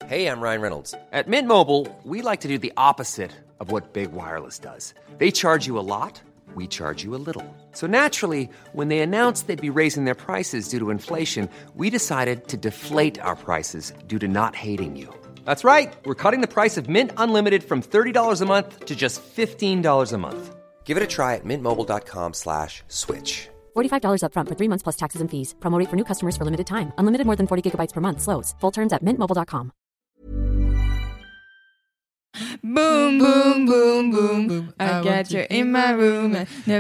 Hey, I'm Ryan Reynolds. At Mint Mobile, we like to do the opposite of what Big Wireless does. They charge you a lot, we charge you a little. So naturally, when they announced they'd be raising their prices due to inflation, we decided to deflate our prices due to not hating you. That's right. We're cutting the price of Mint Unlimited from $30 a month to just $15 a month. Give it a try at mintmobile.com/switch. $45 up front for 3 months plus taxes and fees. Promo rate for new customers for limited time. Unlimited more than 40 gigabytes per month. Slows full terms at mintmobile.com. Boom, boom, boom, boom, boom. I got you in my room. C'est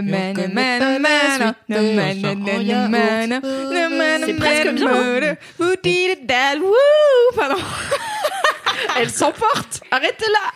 presque bien. Pardon. Elle s'emporte. Arrêtez-la.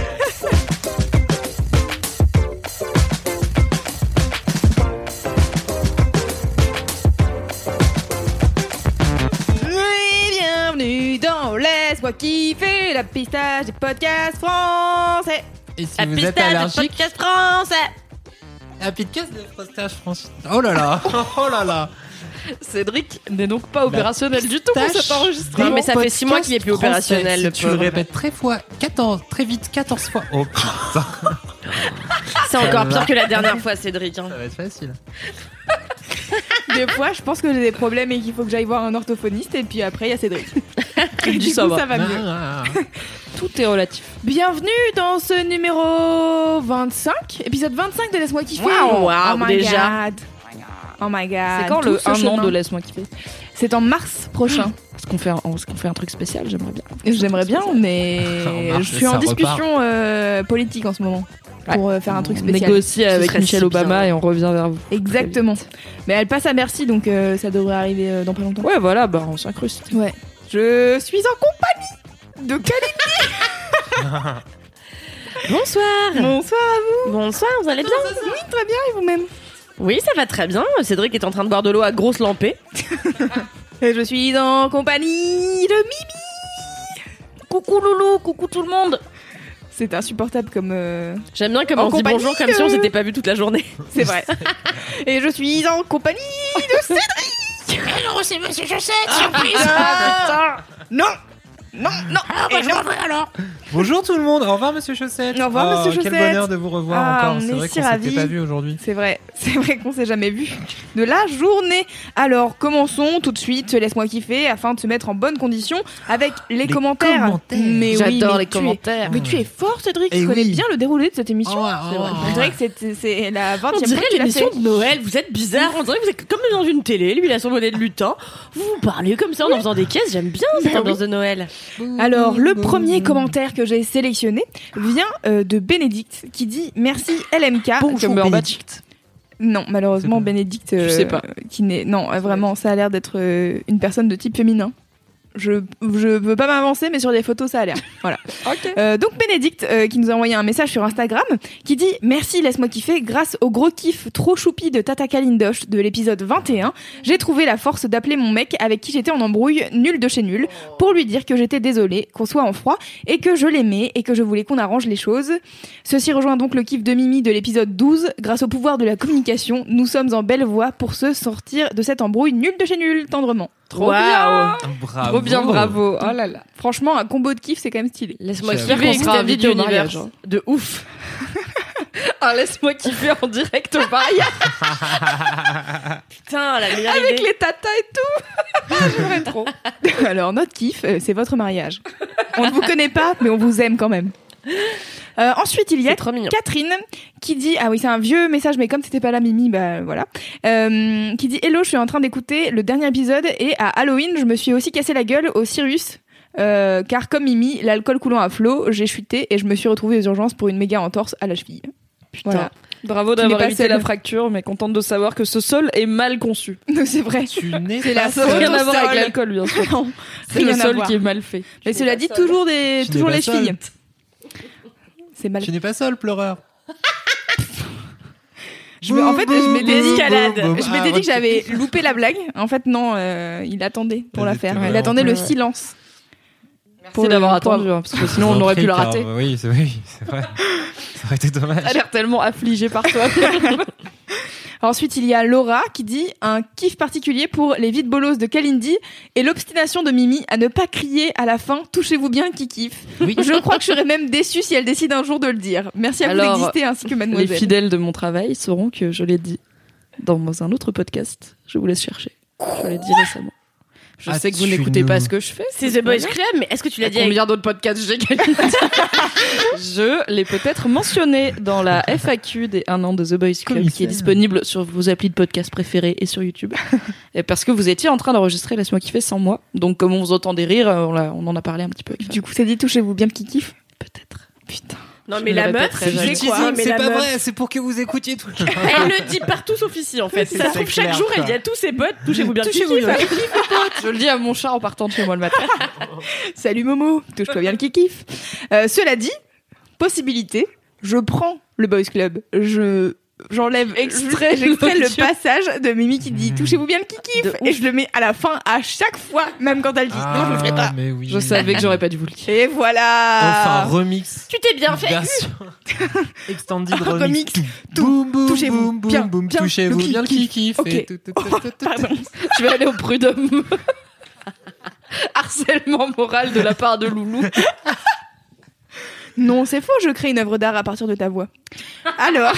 Bienvenue dans Laisse-moi kiffer, la pistache des podcasts français. Et si La vous êtes pistache des allergique, podcasts français. la pistache de frostage français. Oh là là, oh là là. Cédric n'est donc pas opérationnel du tout pour pistache cet enregistrement. Mais ça fait 6 mois qu'il est plus Podcast opérationnel. français. Le Si tu le pauvre. répètes très vite, 14 fois. Oh putain, C'est encore pire que la dernière fois, Cédric. hein. ça va être facile. Des fois, je pense que j'ai des problèmes et qu'il faut que j'aille voir un orthophoniste. Et puis après, il y a Cédric. Et dis du ça coup, va. ça va mieux. Tout est relatif. Bienvenue dans ce numéro 25, épisode 25 de Laisse-moi kiffer. Waouh, oh my déjà. God. Oh my god. C'est quand Tout le ce 1 an chemin. de Laisse-moi kiffer? C'est en mars prochain. Est-ce qu'on fait un truc spécial? J'aimerais bien. J'aimerais bien, mais En mars, je suis en ça discussion politique en ce moment pour faire un truc spécial. Négocier avec serait Michelle si Obama bien. et on revient vers vous. Exactement. Mais elle passe à Bercy, donc ça devrait arriver dans pas longtemps. Ouais, voilà, bah on s'incruste. Ouais. Je suis en compagnie de Kalindi. Bonsoir. Bonsoir à vous. Bonsoir, vous allez bien? Oui, très bien, et vous-même? Oui, ça va très bien. Cédric est en train de boire de l'eau à grosse lampée. Et je suis en compagnie de Mimi. Coucou Loulou, coucou tout le monde. C'est insupportable comme... J'aime bien comme En on se dit compagnie bonjour comme si on s'était pas vu toute la journée. C'est vrai. Et je suis en compagnie de Cédric. Alors c'est Monsieur Chaussette, Non. Non. Et non. Bonjour tout le monde, au revoir Monsieur Chaussette. Au revoir, Monsieur Quel Chaussette. bonheur de vous revoir Ah, encore. on C'est est vrai si qu'on s'était ravis. pas vu aujourd'hui. C'est vrai qu'on s'est jamais vu de la journée. Alors, commençons tout de suite, laisse-moi kiffer, afin de se mettre en bonne condition avec les commentaires. Mais J'adore les tu es- commentaires. Mais tu es fort, Cédric, tu Eh connais oui. bien le déroulé de cette émission. Oh, C'est vrai. oh, On dirait que c'est la 20e On fois dirait que tu l'as l'émission fait. de Noël, vous êtes bizarre, on dirait que vous êtes comme dans une télé, lui il a son bonnet de lutin, vous parlez comme ça en faisant des caisses, j'aime bien cette ambiance de Noël. Alors, le premier commentaire que j'ai sélectionné vient de Bénédicte qui dit merci LMK. Bonjour Bénédicte. Non, malheureusement, Bénédicte. Je sais pas. Qui n'est... Non, vraiment, ça a l'air d'être une personne de type féminin. Je veux pas m'avancer, mais sur les photos, ça a l'air. Voilà. Donc Bénédicte qui nous a envoyé un message sur Instagram qui dit « Merci, laisse-moi kiffer. Grâce au gros kiff trop choupi de Tata Kalindosh de l'épisode 21, j'ai trouvé la force d'appeler mon mec avec qui j'étais en embrouille nul de chez nul pour lui dire que j'étais désolée, qu'on soit en froid et que je l'aimais et que je voulais qu'on arrange les choses. Ceci rejoint donc le kiff de Mimi de l'épisode 12. Grâce au pouvoir de la communication, nous sommes en belle voie pour se sortir de cette embrouille nul de chez nul, tendrement. Trop bien. Bravo. Trop bien, bravo. Oh là là. Franchement, un combo de kiff, c'est quand même stylé. Laisse-moi J'avoue. kiffer, on sera Extended invité au Universe. mariage. hein. De ouf. Ah, laisse-moi kiffer en direct au mariage. Putain, la meilleure Avec idée. les tatas et tout. J'aimerais trop. Alors, notre kiff, c'est votre mariage. On ne vous connaît pas, mais on vous aime quand même. Ensuite, il y a C'est trop mignon. Catherine qui dit, ah oui, c'est un vieux message, mais comme c'était pas là, Mimi, bah voilà, qui dit hello, je suis en train d'écouter le dernier épisode et à Halloween, je me suis aussi cassé la gueule au Cyrus. Car comme Mimi, l'alcool coulant à flot, j'ai chuté et je me suis retrouvée aux urgences pour une méga entorse à la cheville. Putain. Voilà. Bravo Tu n'es d'avoir pas évité seule. la fracture, mais contente de savoir que ce sol est mal conçu. C'est vrai. Tu n'es C'est pas la Ça n'a faute rien au à voir avec sol. l'alcool, bien sûr. Non, C'est rien le à sol voir. qui est mal fait. Mais cela dit, toujours Tu n'es toujours pas les seule. filles. C'est mal. Tu n'es pas seul, pleureur. En fait, je m'étais dit, Escalade. je m'étais dit que j'avais loupé la blague. En fait, non, il attendait pour la faire. Il attendait le silence. Merci d'avoir attendu, hein, parce que sinon on aurait pu le rater. Oui, c'est vrai. Ça aurait été dommage. Elle a l'air tellement affligée par toi. Ensuite, il y a Laura qui dit un kiff particulier pour les vides bolos de Kalindi et l'obstination de Mimi à ne pas crier à la fin « Touchez-vous bien qui kiffe ». Oui. Je crois que je serais même déçue si elle décide un jour de le dire. Merci à vous d'exister ainsi que mademoiselle. Les fidèles de mon travail sauront que je l'ai dit dans un autre podcast. Je vous laisse chercher. Je l'ai dit récemment. Je sais que vous n'écoutez pas ce que je fais. C'est The Boys Club, mais est-ce que tu l'as dit combien d'autres podcasts j'ai gagné? Je l'ai peut-être mentionné dans la FAQ des 1 an de The Boys Club qui est disponible sur vos applis de podcast préférés et sur YouTube. Et parce que vous étiez en train d'enregistrer Laisse-moi kiffer sans moi. Donc comme on vous entendait rire, on en a parlé un petit peu. Du coup, ça dit touchez-vous bien qui kiffe. Peut-être. Putain. Non, mais la meuf, c'est quoi? C'est pas vrai, c'est pour que vous écoutiez tout. Elle le dit partout sauf ici, en fait. Ça se trouve, chaque jour, elle dit à tous ses potes, touchez-vous bien le kiki. Je le dis à mon chat en partant de chez moi le matin. Salut Momo, touche-toi bien le kiki. Cela dit, possibilité, je prends le Boys Club, j'enlève j'extrais le passage de Mimi qui dit touchez-vous bien le kiki et je le mets à la fin à chaque fois, même quand elle dit non, je le ferai pas. Mais oui. Je savais que j'aurais pas dû vous le dire. Et voilà. Enfin, remix. Tu t'es bien fait. Version extended remix. Remix. Boum, boum, Touchez-vous boum, bien, boum, bien touchez-vous le bien le kiki. kiki. Ok. Pardon. Je vais aller au prud'homme. Harcèlement moral de la part de Loulou. Non, c'est faux, je crée une œuvre d'art à partir de ta voix. Alors,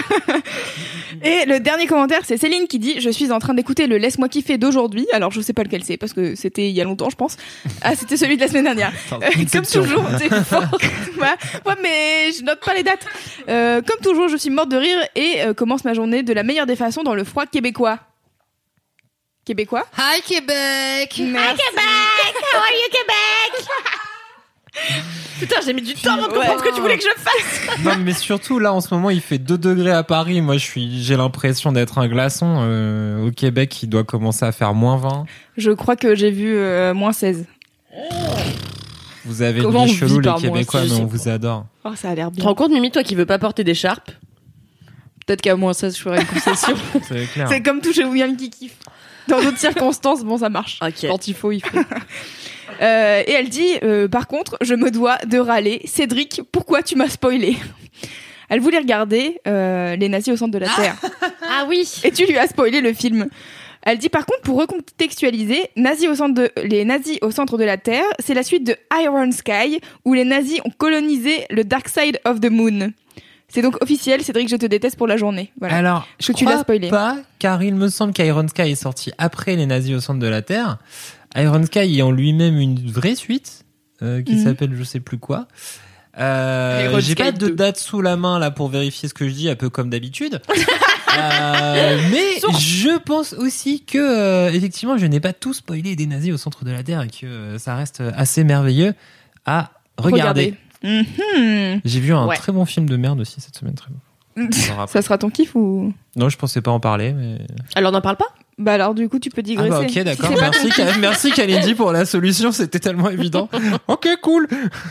et le dernier commentaire, c'est Céline qui dit « Je suis en train d'écouter le Laisse-moi kiffer d'aujourd'hui. » Alors, je sais pas lequel c'est, parce que c'était il y a longtemps, je pense. Ah, c'était celui de la semaine dernière. Comme toujours, t'es fort. Ouais, mais je note pas les dates. Comme toujours, je suis morte de rire et commence ma journée de la meilleure des façons dans le froid québécois. Québécois? Hi Québec. Merci. Hi Québec! How are you Québec? Putain, j'ai mis du temps avant de comprendre ce que tu voulais que je fasse. Non, mais surtout là en ce moment il fait 2 degrés à Paris. Moi j'ai l'impression d'être un glaçon. Au Québec il doit commencer à faire -20. Je crois que j'ai vu moins 16. Vous avez Comment une on vie chelou vit les par Québécois, moins mais 16, on vous adore. Oh, ça a l'air Tu bien. te rends compte, Mimi, toi qui veux pas porter d'écharpe? Peut-être qu'à moins 16, je ferai une concession. C'est clair. C'est comme touchez-vous bien le kiki. Dans d'autres circonstances, bon, ça marche. Ok. Quand il faut, il faut. Et elle dit, par contre, je me dois de râler. Cédric, pourquoi tu m'as spoilé? Elle voulait regarder Les nazis au centre de la Terre. Ah oui. Et tu lui as spoilé le film. Elle dit, par contre, pour recontextualiser, les nazis au centre de la Terre, c'est la suite de Iron Sky, où les nazis ont colonisé le Dark Side of the Moon. C'est donc officiel, Cédric, je te déteste pour la journée. Voilà. Alors, Que tu l'as spoilé. pas, car il me semble qu'Iron Sky est sorti après les nazis au centre de la Terre. Iron Sky est en lui-même une vraie suite qui s'appelle je sais plus quoi. Iron J'ai Sky pas de 2. date sous la main là pour vérifier ce que je dis, un peu comme d'habitude. Mais je pense aussi que effectivement je n'ai pas tout spoilé des nazis au centre de la Terre et que ça reste assez merveilleux à regarder. Mhm. J'ai vu un Ouais. très bon film de merde aussi cette semaine, très bon. Ça sera ton kiff ou... Non, je pensais pas en parler, mais... Alors, n'en parle pas? Bah alors, du coup, tu peux digresser. Ah bah ok, d'accord. Si c'est pas ton Merci Kalindi pour la solution, c'était tellement évident. Ok, cool.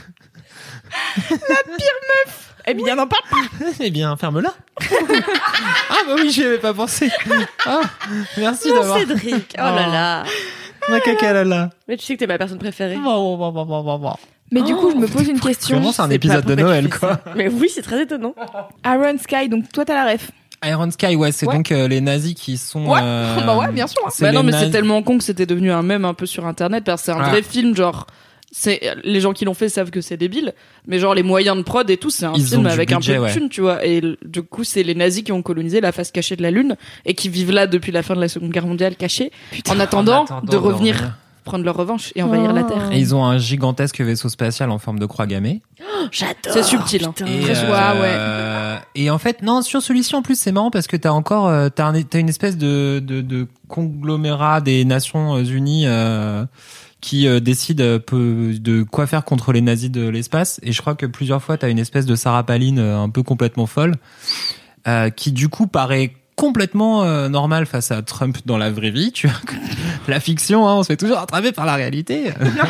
Eh bien, n'en parle pas. Eh bien, ferme-la. Ah bah oui, j'y avais pas pensé. Ah, merci Non, d'avoir... Cédric. Oh là là. Ma caca-lala. Mais tu sais que t'es ma personne préférée. Mais du coup, je me pose une question. Vraiment, c'est un sais épisode pas de pourquoi tu Noël, fais quoi. Mais oui, c'est très étonnant. Iron Sky, donc toi, t'as la ref. Iron Sky, ouais, c'est Ouais. donc les nazis qui sont... Ouais. Bah ouais, bien sûr. c'est Bah non, les mais c'est nazis- tellement con que c'était devenu un mème un peu sur internet parce que c'est un Ah. vrai film, genre. Les gens qui l'ont fait savent que c'est débile, mais genre les moyens de prod et tout, c'est un Ils ont film du avec budget, un peu de ouais. thune, tu vois. Et du coup, c'est les nazis qui ont colonisé la face cachée de la Lune et qui vivent là depuis la fin de la Seconde Guerre mondiale cachés, en attendant de revenir prendre leur revanche et envahir la Terre. Et ils ont un gigantesque vaisseau spatial en forme de croix gammée. J'adore. C'est subtil, hein. Putain. Et, Très joie, et en fait, non, sur celui-ci, en plus, c'est marrant parce que t'as encore, t'as une espèce de conglomérat des Nations Unies, qui décide de quoi faire contre les nazis de l'espace. Et je crois que plusieurs fois, t'as une espèce de Sarah Palin un peu complètement folle, qui du coup paraît complètement normal face à Trump dans la vraie vie. Tu vois, la fiction, hein, on se fait toujours attraper par la réalité.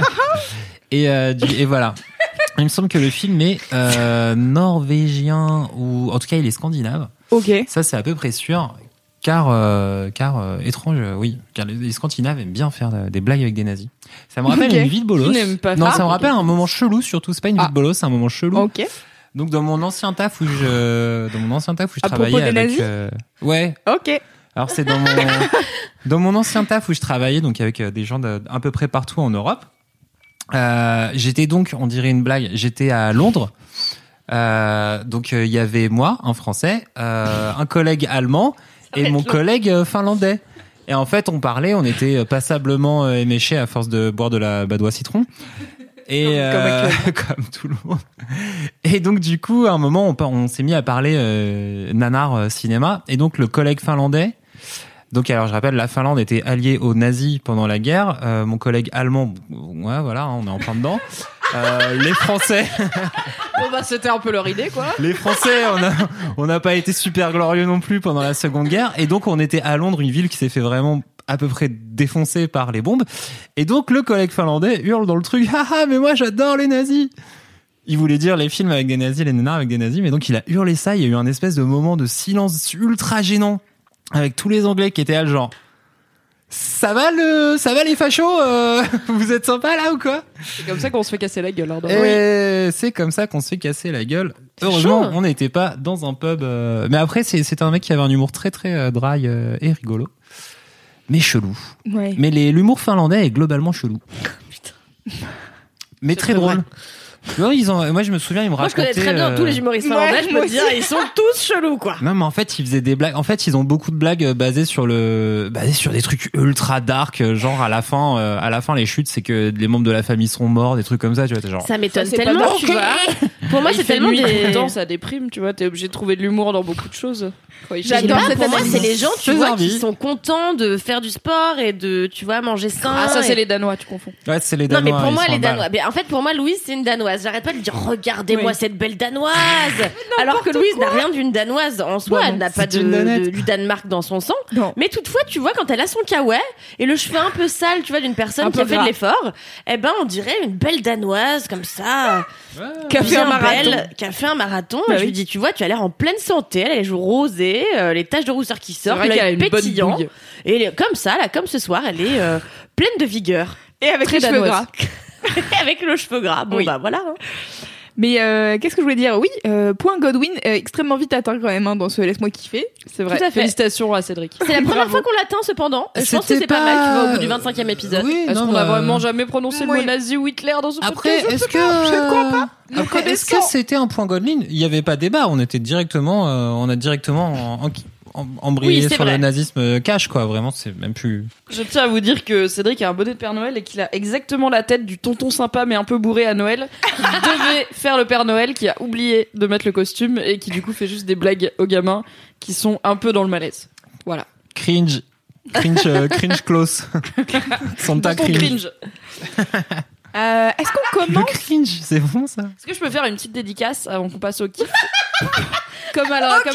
Et voilà. Il me semble que le film est norvégien ou en tout cas il est scandinave. Ok. Ça c'est à peu près sûr. Car étrange, oui, car les Scandinaves aiment bien faire des blagues avec des nazis. Ça me rappelle Ok. une vie de bolos. Qui n'aime pas Non, ça. ça me rappelle un moment chelou, surtout. C'est pas une vie Ah. de bolos, c'est un moment chelou. Ok. Donc dans mon ancien taf où je À travaillais propos des avec nazis ouais. Ok. Alors c'est dans mon ancien taf où je travaillais donc avec des gens à peu près partout en Europe. J'étais donc, on dirait une blague, j'étais à Londres. Donc il y avait moi, un Français, un collègue allemand et mon collègue finlandais. Et en fait, on parlait, on était passablement éméchés à force de boire de la badoie citron. Et comme tout le monde. Et donc du coup, à un moment, on s'est mis à parler nanar cinéma. Et donc le collègue finlandais. Donc alors je rappelle, la Finlande était alliée aux nazis pendant la guerre. Mon collègue allemand, ouais voilà, on est en plein dedans. Les Français. Bon bah c'était un peu leur idée quoi. Les Français, on n'a pas été super glorieux non plus pendant la Seconde Guerre. Et donc on était à Londres, une ville qui s'est fait vraiment à peu près défoncée par les bombes. Et donc le collègue finlandais hurle dans le truc, haha, mais moi j'adore les nazis. Il voulait dire les films avec des nazis, les nanars avec des nazis, mais donc il a hurlé ça. Il y a eu un espèce de moment de silence ultra gênant avec tous les Anglais qui étaient là, le genre. Ça va les fachos, vous êtes sympas là ou quoi? C'est comme ça qu'on se fait casser la gueule. Hein, et c'est comme ça qu'on se fait casser la gueule. Heureusement, on n'était pas dans un pub. Mais après, c'était un mec qui avait un humour très très dry et rigolo, mais chelou. Ouais. Mais l'humour finlandais est globalement chelou. Putain. Mais très drôle. Ouais, moi je me souviens, ils me Moi, je racontaient. connais très bien tous les humoristes finlandais, je peux te dire, ils sont tous chelous, quoi. Non, mais en fait, ils faisaient des blagues. En fait, ils ont beaucoup de blagues basées sur des trucs ultra dark, genre à la fin, les chutes, c'est que les membres de la famille sont morts, des trucs comme ça, tu vois, t'es genre. Ça m'étonne Ça, c'est pas tellement, dark. tu vois. Pour moi, c'est tellement tout le des... temps, ça déprime, tu vois. T'es obligé de trouver de l'humour dans beaucoup de choses. J'adore cette Pour moi, analyse. c'est les gens, tu Fais vois, envie. qui sont contents de faire du sport et de, tu vois, manger sain. Ah ça c'est et- les Danois, tu confonds. Ouais, c'est les Non, Danois. mais pour moi, ils sont les en balle. Danois. Mais en fait, pour moi, Louise, c'est une Danoise. J'arrête pas de dire, regardez-moi Oui. cette belle Danoise. Alors que Louise n'a rien d'une Danoise en soi. Bah non, Elle n'a pas c'est une Danette. du Danemark dans son sang. Non. Mais toutefois, tu vois, quand elle a son kawaii et le cheveu un peu sale, tu vois, d'une personne Un qui a peu fait de gras. l'effort, eh ben, on dirait une belle Danoise, comme ça. Qui a fait bien un marathon. belle, qui a fait un marathon. Bah Et je oui. lui dis, tu vois, tu as l'air en pleine santé. Elle a les joues rosées, les taches de rousseur qui sortent, vrai qu'elle a l'œil une bonne pétillant. bouille. Et elle est comme ça, là, comme ce soir, elle est pleine de vigueur. Et avec Très les cheveux danoise. gras. Avec le cheveu gras. Bon, Oui. bah voilà. hein. Mais qu'est-ce que je voulais dire? Oui, point Godwin, extrêmement vite atteint quand même fait Laisse-moi kiffer. C'est vrai. Tout à fait. Félicitations à Cédric. C'est la première Bravo. fois qu'on l'atteint, cependant. Je pense que C'était c'est pas mal, tu vois, au bout du pas- 25e épisode. Oui, Est-ce non, qu'on bah, a vraiment jamais prononcé le mot oui. nazi ou Hitler dans ce Après, podcast? est-ce que Après, est-ce que c'était un point Godwin? Il y avait pas débat. On était directement, on a directement embrayé Oui, c'est sur vrai. le nazisme cash, quoi. Vraiment, c'est même plus. Je tiens à vous dire que Cédric a un bonnet de Père Noël et qu'il a exactement la tête du tonton sympa mais un peu bourré à Noël qui devait faire le Père Noël, qui a oublié de mettre le costume et qui du coup fait juste des blagues aux gamins qui sont un peu dans le malaise. Voilà. Cringe close. Santa Tonton cringe. cringe. Est-ce qu'on Le commence? cringe, c'est bon ça. Est-ce que je peux faire une petite dédicace avant qu'on passe au kiff? Comme à l'époque.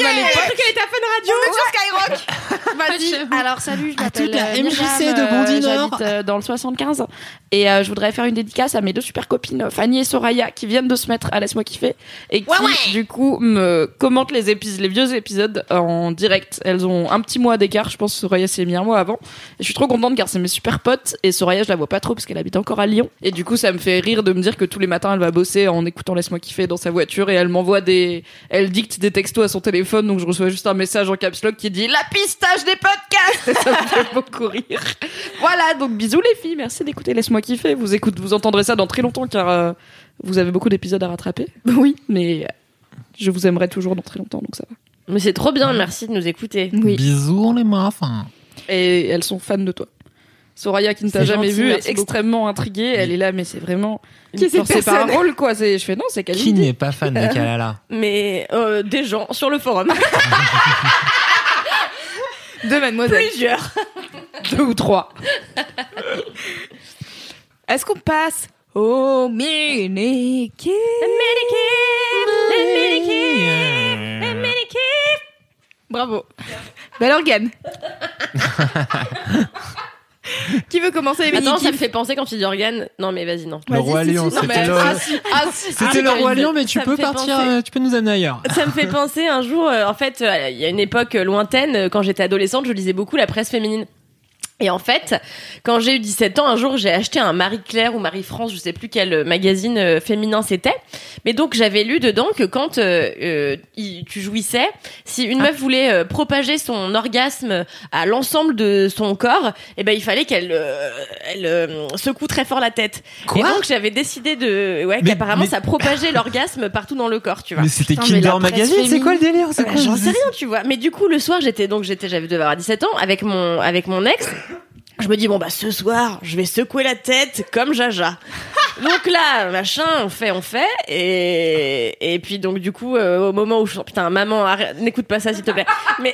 Vas-y. Alors salut, je À m'appelle toute la MJC Myriam, de Bondy Nord. j'habite dans le 75 et je voudrais faire une dédicace à mes deux super copines Fanny et Soraya qui viennent de se mettre à Laisse-moi kiffer et qui du coup me commentent les vieux épisodes en direct. Elles ont un petit mois d'écart, je pense que Soraya s'est mis un mois avant et je suis trop contente car c'est mes super potes et Soraya je la vois pas trop parce qu'elle habite encore à Lyon et du coup ça me fait rire de me dire que tous les matins elle va bosser en écoutant Laisse-moi kiffer dans sa voiture et elle m'envoie elle dicte des textos à son téléphone donc je reçois juste un message en caps lock qui dit la pistage des podcasts et ça me fait beaucoup rire. Voilà, donc bisous les filles, merci d'écouter Laisse-moi kiffer. Vous entendrez ça dans très longtemps car vous avez beaucoup d'épisodes à rattraper. Oui, mais je vous aimerai toujours dans très longtemps donc ça va. Mais c'est trop bien, merci de nous écouter. Oui. Bisous les meufs. Et elles sont fans de toi. Soraya qui ne t'a C'est jamais gentil, vu est merci beaucoup. extrêmement intriguée, elle est là mais c'est vraiment Qui est cette c'est pas un personne rôle quoi, je fais non, c'est Qui Kalindi. n'est pas fan de Kalala? Mais des gens sur le forum. De mademoiselle. Plusieurs. 2 ou 3. Est-ce qu'on passe au mini-kiff? Bravo. Bel organe. Qui veut commencer les Attends, ça me mini-kiffs? fait penser quand tu dis organe. Non, mais vas-y, non. Le roi lion, si, non, c'était mais- le. C'était le roi lion, mais tu Ça peux me fait partir, penser- tu peux nous amener ailleurs. Ça me fait penser un jour, en fait, il y a une époque lointaine, quand j'étais adolescente, je lisais beaucoup la presse féminine. Et en fait, quand j'ai eu 17 ans, un jour, j'ai acheté un Marie-Claire ou Marie-France, je sais plus quel magazine féminin c'était. Mais donc, j'avais lu dedans que quand tu jouissais, si une meuf voulait propager son orgasme à l'ensemble de son corps, eh ben, il fallait qu'elle secoue très fort la tête. Quoi ? Et donc, j'avais décidé qu'apparemment, ça propageait l'orgasme partout dans le corps, tu vois. Mais c'était Putain, mais Kinder la presse Magazine, c'est féminine. quoi le délire? C'est quoi J'en sais rien, tu vois. Mais du coup, le soir, j'avais dû avoir 17 ans avec mon ex. Je me dis, bon, bah, ce soir, je vais secouer la tête comme Jaja. Donc là, machin, on fait. Et puis, donc, du coup, au moment où putain, maman, n'écoute pas ça, s'il te plaît.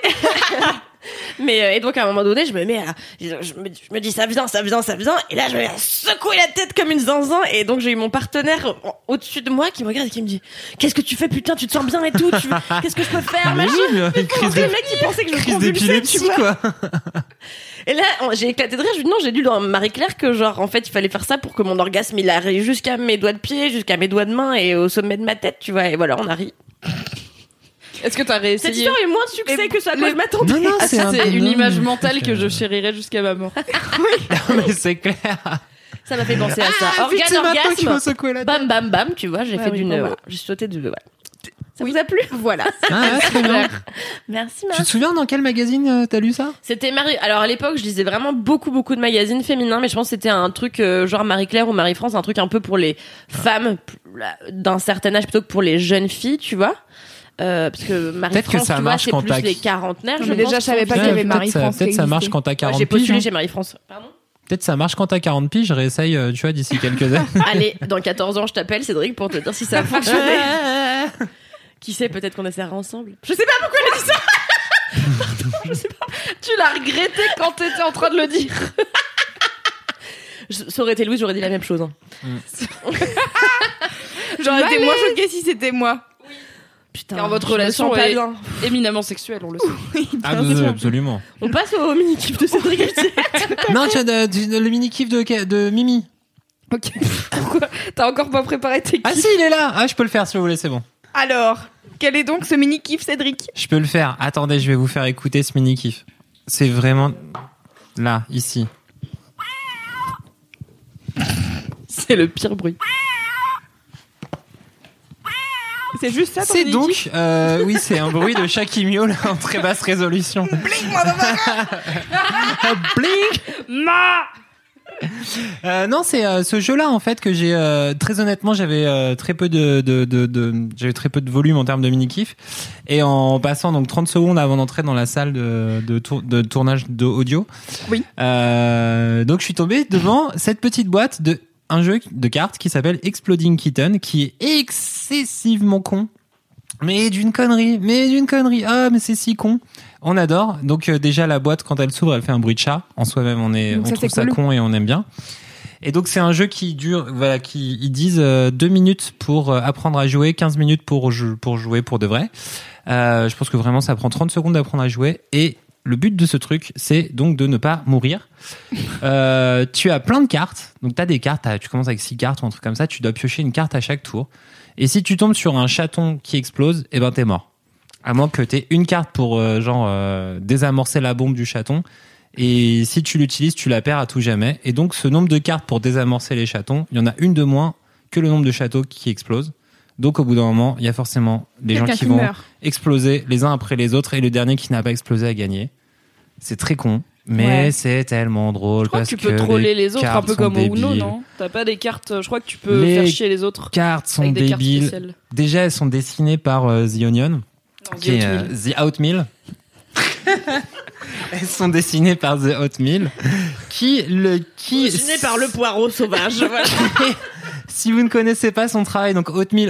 Et donc, à un moment donné, je me mets je me dis, ça vient. Et là, je me mets à secouer la tête comme une zinzin. Et donc, j'ai eu mon partenaire au-dessus de moi qui me regarde et qui me dit, qu'est-ce que tu fais, putain, tu te sens bien et tout, qu'est-ce que je peux faire, Mais machin. oui, mais une Le mec qui pensait que je crise convulsais, tu d'épilepsie, vois. quoi. Et là, j'ai éclaté de rire. Je lui dis non, j'ai lu dans Marie-Claire que genre, en fait, il fallait faire ça pour que mon orgasme, il arrive jusqu'à mes doigts de pied, jusqu'à mes doigts de main et au sommet de ma tête, tu vois. Et voilà, on a ri. Est-ce que t'as Cette réessayé? histoire a eu moins de succès que ça à quoi je m'attendais. Non, Ah, c'est un c'est une non, image mais- mentale que je chérirai jusqu'à ma mort. Mais c'est clair. Ça m'a fait penser à ça. Ah, vite, c'est maintenant qu'il faut Orgasme. secouer la tête. Bam, bam, bam, tu vois, j'ai Ah fait oui, d'une, bon, voilà. J'ai sauté de, voilà. Ça vous a plu? Voilà. Ah, ouais, très bien. Merci, Tu Marc. te souviens dans quel magazine t'as lu ça? C'était Marie. Alors à l'époque, je lisais vraiment beaucoup de magazines féminins, mais je pense que c'était un truc genre Marie-Claire ou Marie-France, un truc un peu pour les femmes d'un certain âge plutôt que pour les jeunes filles, tu vois. Parce que Marie-France, ça tu vois, marche c'est quand plus t'as- les quarantenaires. Non, je mais déjà, pense, je savais qui pas sont- qu'il y avait Peut-être Marie-France peut-être qui ça marche existait. quand t'as 40 J'ai postulé piges. chez Marie-France. Pardon. Peut-être ça marche quand t'as 40 piges. Je réessaye, tu vois, d'ici quelques années. Allez, dans 14 ans, je t'appelle, Cédric, pour te dire si ça a fonctionné. Qui sait, peut-être qu'on essaiera ensemble. Je sais pas pourquoi elle a dit ça. Tu l'as regretté quand t'étais en train de le dire. Ça aurait été Louise, j'aurais dit la même chose. Hein. J'aurais été moins choquée si c'était moi. Putain, Car votre je me relation sens pas est bien. éminemment sexuelle, on le sait. Absolument. On passe au mini-kiff de Cédric. Non, tu as le mini-kiff de Mimi. Ok. Pourquoi? T'as encore pas préparé tes Ah kiffs? si, il est là. Ah, je peux le faire si vous voulez, c'est bon. Alors, quel est donc ce mini-kiff, Cédric? Je peux le faire. Attendez, je vais vous faire écouter ce mini-kiff. C'est vraiment là, ici. C'est le pire bruit. C'est juste ça ton C'est mini-kiff? donc, oui, c'est un bruit de chat qui miaule en très basse résolution. Blink. Non, c'est ce jeu-là en fait que j'ai très honnêtement j'avais très peu j'avais très peu de volume en termes de mini kiff et en passant donc 30 secondes avant d'entrer dans la salle de tournage d'audio. Oui. Donc je suis tombé devant cette petite boîte de un jeu de cartes qui s'appelle Exploding Kitten qui est excessivement con. Mais d'une connerie. Ah, mais c'est si con. On adore. Donc déjà la boîte quand elle s'ouvre, elle fait un bruit de chat. En soi-même, on Donc ça, trouve c'est ça cool. con et on aime bien. Et donc c'est un jeu qui dure, voilà, ils disent 2 minutes pour apprendre à jouer, 15 minutes pour jouer pour de vrai. Je pense que vraiment ça prend 30 secondes d'apprendre à jouer. Et le but de ce truc, c'est donc de ne pas mourir. Tu as plein de cartes. Donc tu as des cartes, tu commences avec 6 cartes ou un truc comme ça. Tu dois piocher une carte à chaque tour. Et si tu tombes sur un chaton qui explose, eh ben t'es mort. À moins que t'aies une carte pour désamorcer la bombe du chaton. Et si tu l'utilises, tu la perds à tout jamais. Et donc ce nombre de cartes pour désamorcer les chatons, il y en a une de moins que le nombre de châteaux qui explosent. Donc au bout d'un moment, il y a forcément des gens Quelqu'un qui qui vont meurt. exploser les uns après les autres. Et le dernier qui n'a pas explosé a gagné. C'est très con. Mais Ouais. c'est tellement drôle. Je crois que parce tu peux troller les autres un cartes peu sont comme au Uno, débiles. non? T'as pas des cartes, je crois que tu peux Les faire chier les autres Cartes sont avec des cartes débiles. spéciales. Déjà, elles sont dessinées par The Onion. Non, Qui est, The Oatmeal. Elles sont dessinées par The Oatmeal. Dessiné par le poireau sauvage. Voilà. Si vous ne connaissez pas son travail, donc Oatmeal,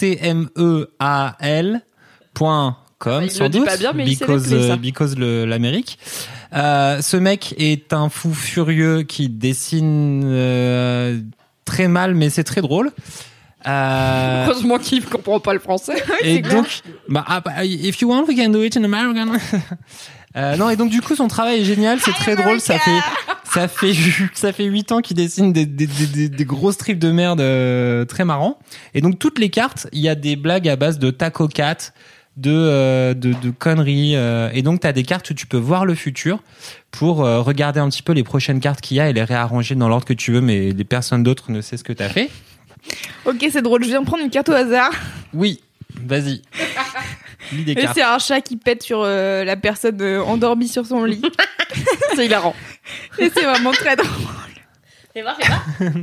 OATMEAL.com, Il sans le dit doute, pas bien, mais il sait because, l'appeler, ça. because l'Amérique. Ce mec est un fou furieux qui dessine très mal, mais c'est très drôle. Heureusement qu'il comprend pas le français. Et donc, if you want, we can do it in American. Non, et donc du coup, son travail est génial, c'est très drôle, ça fait 8 ans qu'il dessine des gros strips de merde très marrants. Et donc toutes les cartes, il y a des blagues à base de taco cat, de conneries. Et donc, t'as des cartes où tu peux voir le futur pour regarder un petit peu les prochaines cartes qu'il y a et les réarranger dans l'ordre que tu veux, mais les personnes d'autres ne savent ce que t'as fait. Ok, c'est drôle, je viens de prendre une carte au hasard. Oui, vas-y. Lis des Et cartes. c'est un chat qui pète sur la personne endormie sur son lit. C'est hilarant. Et c'est vraiment très drôle. Fais voir, fais voir.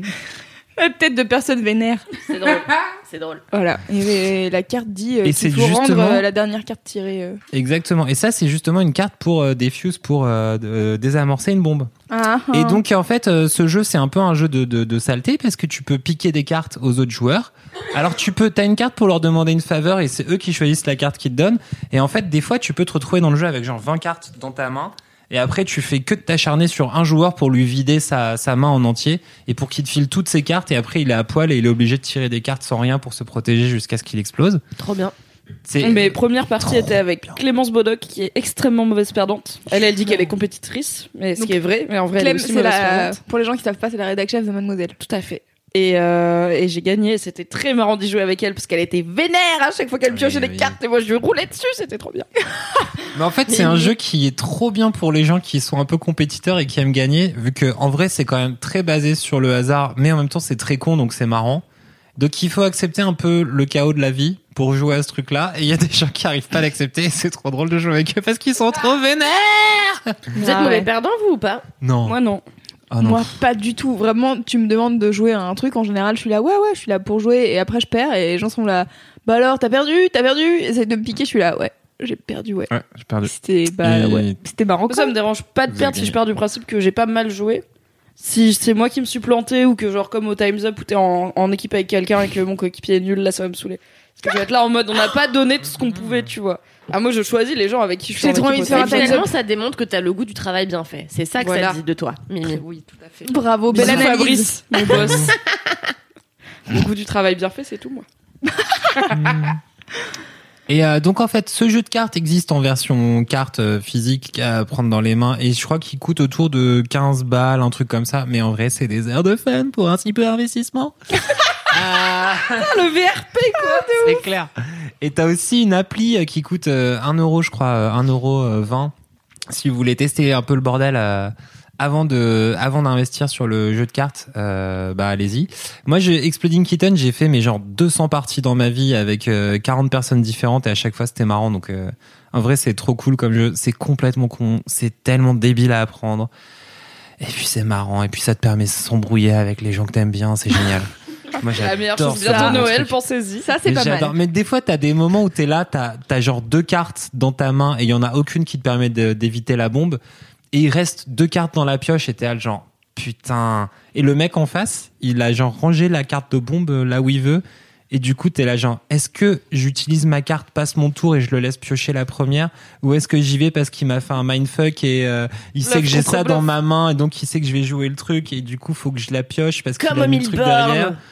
La tête de personne vénère. C'est drôle. C'est drôle. Voilà. Et la carte dit Et qu'il c'est faut justement- rendre la dernière carte tirée. Exactement. Et ça, c'est justement une carte pour défuse, pour désamorcer une bombe. Et donc, en fait, ce jeu, c'est un peu un jeu de saleté parce que tu peux piquer des cartes aux autres joueurs. Alors, t'as une carte pour leur demander une faveur et c'est eux qui choisissent la carte qu'ils te donnent. Et en fait, des fois, tu peux te retrouver dans le jeu avec genre 20 cartes dans ta main. Et après, tu fais que de t'acharner sur un joueur pour lui vider sa main en entier et pour qu'il te file toutes ses cartes. Et après, il est à poil et il est obligé de tirer des cartes sans rien pour se protéger jusqu'à ce qu'il explose. Trop bien. Mes premières parties étaient avec Clémence Bodoc, qui est extrêmement mauvaise perdante. Elle dit qu'elle est compétitrice, mais ce Donc, qui est vrai. Mais en vrai, elle est Clem, aussi c'est mauvaise la... perdante. Pour les gens qui savent pas, c'est la rédac chef de Mademoiselle. Tout à fait. Et j'ai gagné. C'était très marrant d'y jouer avec elle parce qu'elle était vénère à chaque fois qu'elle piochait des cartes et moi je lui roulais dessus. C'était trop bien. Mais en fait, c'est un jeu qui est trop bien pour les gens qui sont un peu compétiteurs et qui aiment gagner, vu que en vrai, c'est quand même très basé sur le hasard, mais en même temps, c'est très con, donc c'est marrant. Donc, il faut accepter un peu le chaos de la vie pour jouer à ce truc-là. Et il y a des gens qui arrivent pas à l'accepter et c'est trop drôle de jouer avec eux parce qu'ils sont trop vénères. Vous êtes mauvais perdant, vous, ou pas? Non. Moi non. Ah non. Moi, pas du tout. Vraiment, tu me demandes de jouer à un truc, en général, je suis là, ouais, je suis là pour jouer, et après je perds, et les gens sont là, bah alors, t'as perdu, essaye de me piquer, je suis là, ouais, j'ai perdu, ouais. Ouais, j'ai perdu. C'était marrant. Ça me dérange pas de Vous perdre avez si je pars du principe que j'ai pas mal joué. Si c'est moi qui me suis planté ou que genre comme au Time's Up où t'es en équipe avec quelqu'un et que mon coéquipier est nul, là ça va me saouler. Parce que je vais être là en mode on n'a pas donné tout ce qu'on pouvait, tu vois. Ah moi je choisis les gens avec qui je suis J'ai en trop équipe envie au de faire un Time's Up. Time's Finalement, ça démontre que t'as le goût du travail bien fait. C'est ça que Voilà. ça dit de toi, Mimi. Oui, tout à fait. Bravo, belle Bisous, analyse. Fabrice, mon boss. Le goût du travail bien fait, c'est tout moi. Et donc en fait, ce jeu de cartes existe en version carte physique à prendre dans les mains et je crois qu'il coûte autour de 15 balles, un truc comme ça. Mais en vrai, c'est des heures de fun pour un si peu d'investissement. Le VRP quoi. C'est clair. Et t'as aussi une appli qui coûte 1 euro, je crois, 1,20 €. Si vous voulez tester un peu le bordel avant d'investir sur le jeu de cartes, bah allez-y. Moi, Exploding Kitten, j'ai fait genre 200 parties dans ma vie avec 40 personnes différentes et à chaque fois c'était marrant. Donc en vrai, c'est trop cool comme jeu. C'est complètement con, c'est tellement débile à apprendre. Et puis c'est marrant et puis ça te permet de s'embrouiller avec les gens que t'aimes bien, c'est génial. Moi, La meilleure j'adore chose, ça, bientôt le Noël, truc. pensez-y. Ça, c'est Mais pas j'adore. mal. Mais des fois, t'as des moments où t'es là, t'as genre 2 cartes dans ta main et il y en a aucune qui te permet d'éviter la bombe. Et il reste 2 cartes dans la pioche et t'es là genre, putain. Et le mec en face, il a genre rangé la carte de bombe là où il veut. Et du coup, t'es là genre, est-ce que j'utilise ma carte, passe mon tour et je le laisse piocher la première? Ou est-ce que j'y vais parce qu'il m'a fait un mindfuck et il sait que j'ai ça dans ma main et donc il sait que je vais jouer le truc et du coup, faut que je la pioche parce qu'il Comme a au mis le truc derrière. Milborn.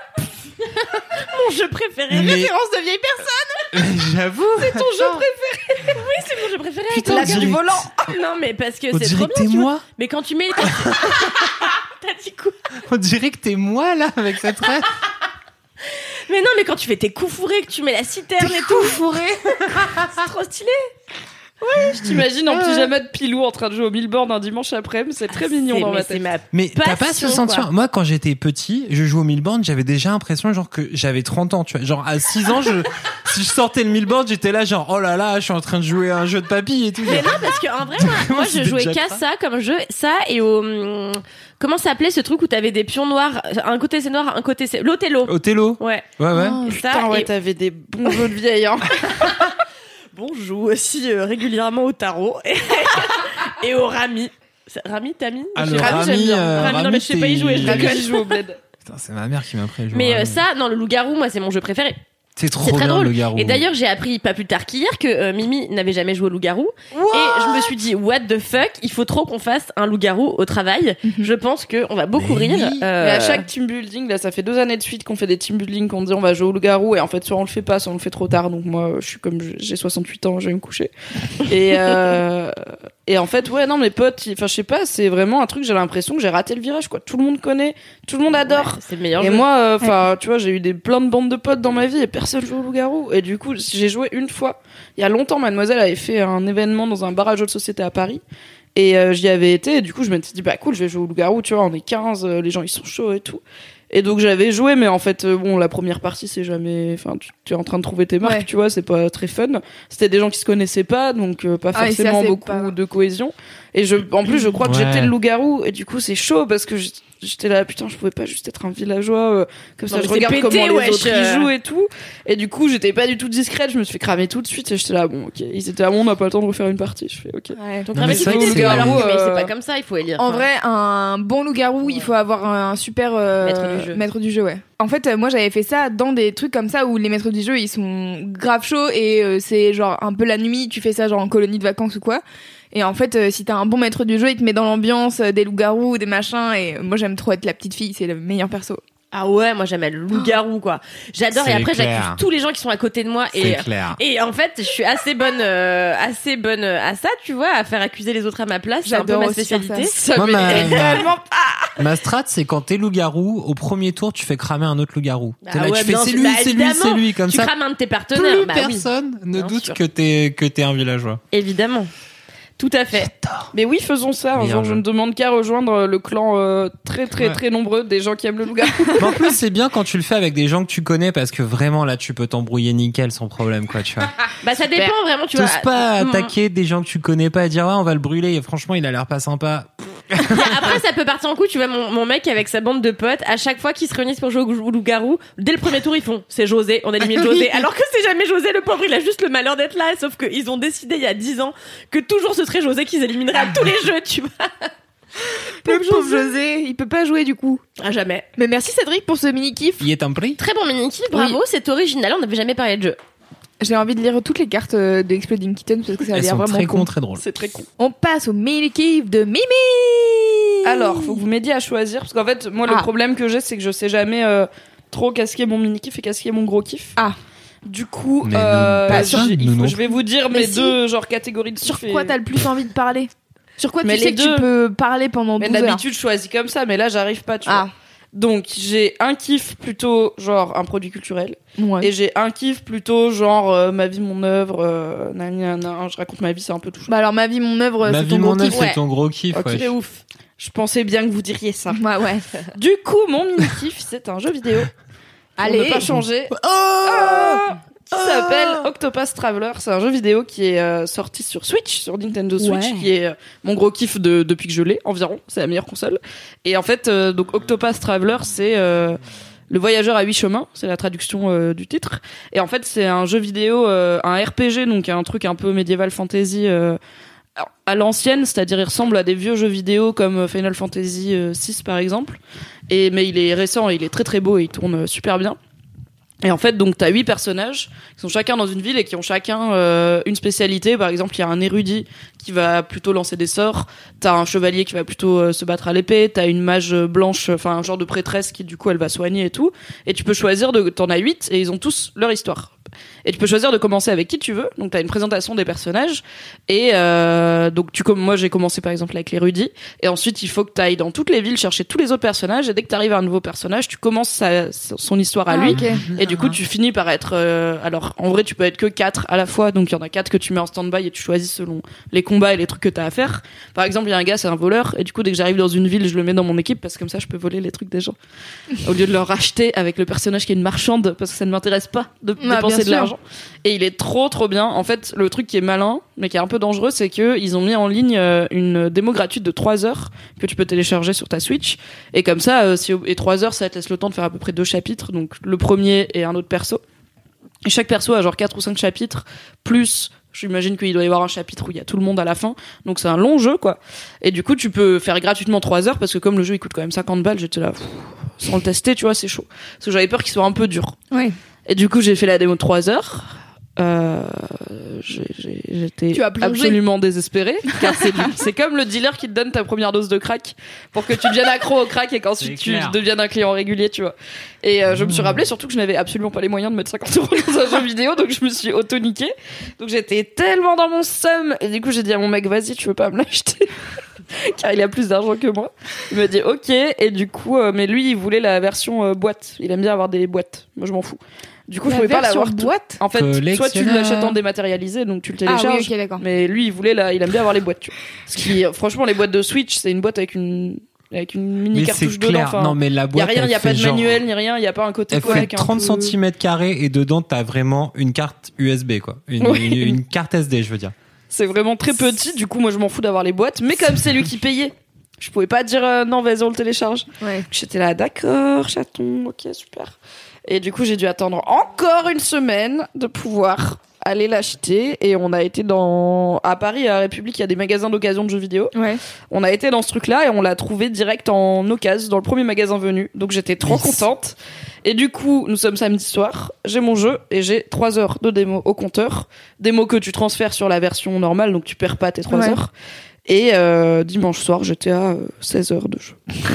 Mon jeu préféré. Mais- Référence de vieille personne. J'avoue. C'est ton jeu préféré. Oui, c'est mon jeu préféré. Putain, La on dirait- du volant. Non, mais parce que On c'est dirait trop que bien. t'es tu vois. moi. Mais quand tu mets. T'as dit quoi? On dirait que t'es moi là avec cette rêve. Mais non, mais quand tu fais tes coups fourrés, que tu mets la citerne et tout. fourré. C'est trop stylé. Je t'imagine en pyjama de pilou en train de jouer au Milborn un dimanche après-midi, c'est très mignon dans ma tête. Mais t'as pas ce Passion, sentiment. quoi. Moi, quand j'étais petit, je jouais au Milborn, j'avais déjà l'impression genre que j'avais 30 ans, tu vois. Genre à 6 ans, si je sortais le Milborn, j'étais là genre oh là là, je suis en train de jouer à un jeu de papy et tout. Mais non, parce qu'en vrai, moi je C'était jouais déjà qu'à pas. ça comme jeu, ça et au. Comment ça s'appelait ce truc où t'avais des pions noirs? Un côté c'est noir, un côté c'est. L'Othello. Othello. Ouais. Ouais ouais. Oh, Ça, putain, ouais, et- t'avais des bons jeux de vieille, hein. Bon, je joue aussi régulièrement au tarot et au rami. Rami, Tami? Ah, Je le sais pas. Rami, j'aime bien. Rami, Rami, non, mais je sais pas y jouer, je t'es- rigole. J'y joue au bled. Putain, c'est ma mère qui m'a appris à jouer. Mais au Rami. ça, non, le loup-garou, moi, c'est mon jeu préféré. c'est trop C'est très bien drôle. le garou. Et d'ailleurs, j'ai appris pas plus tard qu'hier que Mimi n'avait jamais joué au loup-garou. Et je me suis dit, what the fuck, il faut trop qu'on fasse un loup-garou au travail. Je pense qu'on va beaucoup Mais rire. oui. Mais à chaque team building, là, ça fait 2 années de suite qu'on fait des team building, qu'on dit on va jouer au loup-garou, et en fait, soit on le fait pas, soit on le fait trop tard. Donc moi, je suis comme j'ai 68 ans, je vais me coucher. Et Et en fait, ouais, non, mes potes, enfin, je sais pas, c'est vraiment un truc, j'ai l'impression que j'ai raté le virage, quoi. Tout le monde connaît, tout le monde adore. Ouais, c'est le meilleur Et jeu. moi, enfin, tu vois, j'ai eu plein de bandes de potes dans ma vie et personne joue au loup-garou. Et du coup, j'ai joué une fois. Il y a longtemps, Mademoiselle avait fait un événement dans un bar à jeux de société à Paris. Et j'y avais été, et du coup, je m'étais dit, bah cool, je vais jouer au loup-garou, tu vois, on est 15, les gens, ils sont chauds et tout. Et donc j'avais joué, mais en fait, bon, la première partie, c'est jamais, enfin, tu es en train de trouver tes marques, tu vois, c'est pas très fun. C'était des gens qui se connaissaient pas, donc pas forcément beaucoup de cohésion. Et en plus, je crois que j'étais le loup-garou, et du coup, c'est chaud parce que j'étais là, putain, je pouvais pas juste être un villageois, comme ça, je regarde comment les autres y jouent et tout. Et du coup, j'étais pas du tout discrète, je me suis fait cramer tout de suite, et j'étais là, bon, ok, ils étaient là, bon, on n'a pas le temps de refaire une partie. Je fais, ok. Ouais. Donc, Non, mais c'est vrai que c'est loup-garou, mais c'est pas comme ça, il faut élire. En vrai, un bon loup-garou, il faut avoir un super maître du jeu, ouais. En fait, moi, j'avais fait ça dans des trucs comme ça où les maîtres du jeu, ils sont grave chauds et c'est genre un peu la nuit, tu fais ça genre en colonie de vacances ou quoi. Et en fait, si t'as un bon maître du jeu, il te met dans l'ambiance des loups-garous, des machins. Et moi, j'aime trop être la petite fille, c'est le meilleur perso. Ah ouais, moi j'aime le loup-garou, quoi. J'adore, C'est et après clair. j'accuse tous les gens qui sont à côté de moi. C'est clair. Et en fait, je suis assez bonne à ça, tu vois, à faire accuser les autres à ma place. C'est un peu J'adore ma aussi faire spécialité. ça. Moi, Tellement ma strat, c'est quand t'es loup-garou, au premier tour, tu fais cramer un autre loup-garou. T'es là, ouais, tu fais bien c'est sûr. lui, Bah, c'est lui, c'est évidemment. lui, comme Tu ça. crames un de tes partenaires. Plus Bah oui. personne ne Bien doute sûr. que t'es un villageois. Évidemment. Tout à fait. Mais oui, faisons ça. Meilleur Genre, je jeu. ne demande qu'à rejoindre le clan très Ouais. très nombreux des gens qui aiment le loup-garou. Mais en plus, c'est bien quand tu le fais avec des gens que tu connais parce que vraiment là, tu peux t'embrouiller nickel sans problème, quoi, tu vois. Bah ça dépend vraiment, tu vois. T'oses pas Mm. attaquer des gens que tu connais pas et dire ouais, on va le brûler. Et franchement, il a l'air pas sympa. Après, ça peut partir en couille. Tu vois, mon mec avec sa bande de potes, à chaque fois qu'ils se réunissent pour jouer au loup-garou, dès le premier tour, ils font c'est José, on élimine José. Alors que c'est jamais José, le pauvre, il a juste le malheur d'être là. Sauf qu'ils ont décidé il y a 10 ans que toujours ce serait José qu'ils élimineraient à tous les jeux, tu vois. le pauvre José, il peut pas jouer du coup. À jamais. Mais merci Cédric pour ce mini-kiff. Il est un prix. Très bon mini-kiff, bravo, c'est original, on n'avait jamais parlé de jeu. J'ai envie de lire toutes les cartes de Exploding Kittens parce que ça a Elles l'air sont vraiment très con. cons, très drôles. C'est très con. On passe au mini-kiff de Mimi. Alors, faut que vous m'aidiez à choisir parce qu'en fait, moi, le problème que j'ai, c'est que je sais jamais trop qu'est-ce qui est mon mini kiff et qu'est-ce qui est mon gros kiff. Ah. Du coup, Mais nous, je vais vous dire Mais mes si. deux genre catégories de Sur kiff. quoi t'as le plus envie de parler? Sur quoi Mais tu sais les que tu deux. peux parler pendant Mais 12 heures? d'habitude, je choisis comme ça, mais là, j'arrive pas. Tu vois. Ah. Donc, j'ai un kiff plutôt genre un produit culturel Ouais. et j'ai un kiff plutôt genre ma vie, mon œuvre. Je raconte ma vie, c'est un peu tout chaud. Bah alors ma vie, mon œuvre, Ma c'est vie, ton gros mon œuf, kiff. c'est ton gros kiff. Ok, ouais. c'est ouf. Je pensais bien que vous diriez ça. Ouais, ouais. Du coup, mon mini kiff, c'est un jeu vidéo. Allez. Pour ne pas changer. Qui s'appelle Octopath Traveler. C'est un jeu vidéo qui est sorti sur Switch, sur Nintendo Switch, Ouais. qui est mon gros kiff depuis que je l'ai environ. C'est la meilleure console. Et en fait, donc Octopath Traveler, c'est le voyageur à 8 chemins. C'est la traduction du titre. Et en fait, c'est un jeu vidéo, un RPG, donc un truc un peu médiéval fantasy. À l'ancienne, c'est-à-dire il ressemble à des vieux jeux vidéo comme Final Fantasy VI par exemple. Mais il est récent et il est très très beau et il tourne super bien. Et en fait, donc, t'as 8 personnages qui sont chacun dans une ville et qui ont chacun une spécialité. Par exemple, il y a un érudit qui va plutôt lancer des sorts. T'as un chevalier qui va plutôt se battre à l'épée. T'as une mage blanche, enfin un genre de prêtresse qui du coup elle va soigner et tout. Et tu peux choisir t'en as 8 et ils ont tous leur histoire. Et tu peux choisir de commencer avec qui tu veux. Donc t'as une présentation des personnages. Et donc moi j'ai commencé par exemple avec l'érudit. Et ensuite il faut que t'ailles dans toutes les villes chercher tous les autres personnages. Et dès que t'arrives à un nouveau personnage, tu commences son histoire à lui. Ok. Et du coup, tu finis par être... alors, en vrai, tu peux être que 4 à la fois. Donc, il y en a 4 que tu mets en stand-by et tu choisis selon les combats et les trucs que t'as à faire. Par exemple, il y a un gars, c'est un voleur. Et du coup, dès que j'arrive dans une ville, je le mets dans mon équipe parce que comme ça, je peux voler les trucs des gens. Au lieu de leur racheter avec le personnage qui est une marchande parce que ça ne m'intéresse pas de dépenser bien de sûr. l'argent. Et il est trop, trop bien. En fait, le truc qui est malin, mais qui est un peu dangereux, c'est que ils ont mis en ligne une démo gratuite de 3 heures que tu peux télécharger sur ta Switch. Et comme ça, et 3 heures, ça te laisse le temps de faire à peu près 2 chapitres. Donc, le premier et un autre perso. Et chaque perso a genre 4 ou 5 chapitres, plus, j'imagine qu'il doit y avoir un chapitre où il y a tout le monde à la fin. Donc c'est un long jeu, quoi. Et du coup, tu peux faire gratuitement 3 heures, parce que comme le jeu, il coûte quand même 50 balles, j'étais là, sans le tester, tu vois, c'est chaud. Parce que j'avais peur qu'il soit un peu dur. Ouais. Et du coup, j'ai fait la démo de 3 heures. J'étais Tu as plongé. absolument désespérée, car c'est comme le dealer qui te donne ta première dose de crack pour que tu deviennes accro au crack et qu'ensuite tu deviennes un client régulier, tu vois. Et je me suis rappelé surtout que je n'avais absolument pas les moyens de mettre 50 € dans un jeu vidéo, donc je me suis auto-niquée. Donc j'étais tellement dans mon seum, et du coup j'ai dit à mon mec, vas-y, tu veux pas me l'acheter? Car il a plus d'argent que moi. Il m'a dit ok, et du coup, mais lui il voulait la version boîte. Il aime bien avoir des boîtes. Moi je m'en fous. Du coup, je pouvais pas l'avoir boîte. En fait, soit tu l'achètes en dématérialisé, donc tu le télécharges. Ah oui, ok, d'accord. Mais lui, il aime bien avoir les boîtes. Tu vois. Ce qui, franchement, les boîtes de Switch, c'est une boîte avec une mini cartouche dedans. Enfin, non, mais la boîte, il y a pas de manuel ni rien, il y a pas un côté. Elle fait 30 cm² et dedans t'as vraiment une carte USB quoi, une carte SD, je veux dire. C'est vraiment très petit. Du coup, moi, je m'en fous d'avoir les boîtes. Mais comme c'est lui qui payait, je pouvais pas dire non, vas-y, on le télécharge. Ouais. J'étais là, d'accord, chaton, ok, super. Et du coup, j'ai dû attendre encore une semaine de pouvoir aller l'acheter. Et on a été à Paris, à la République, il y a des magasins d'occasion de jeux vidéo. Ouais. On a été dans ce truc-là et on l'a trouvé direct en occasion, dans le premier magasin venu. Donc j'étais trop contente. Et du coup, nous sommes samedi soir, j'ai mon jeu et j'ai 3 heures de démo au compteur. Démo que tu transfères sur la version normale, donc tu perds pas tes 3 heures. Et dimanche soir, j'étais à 16 heures de jeu.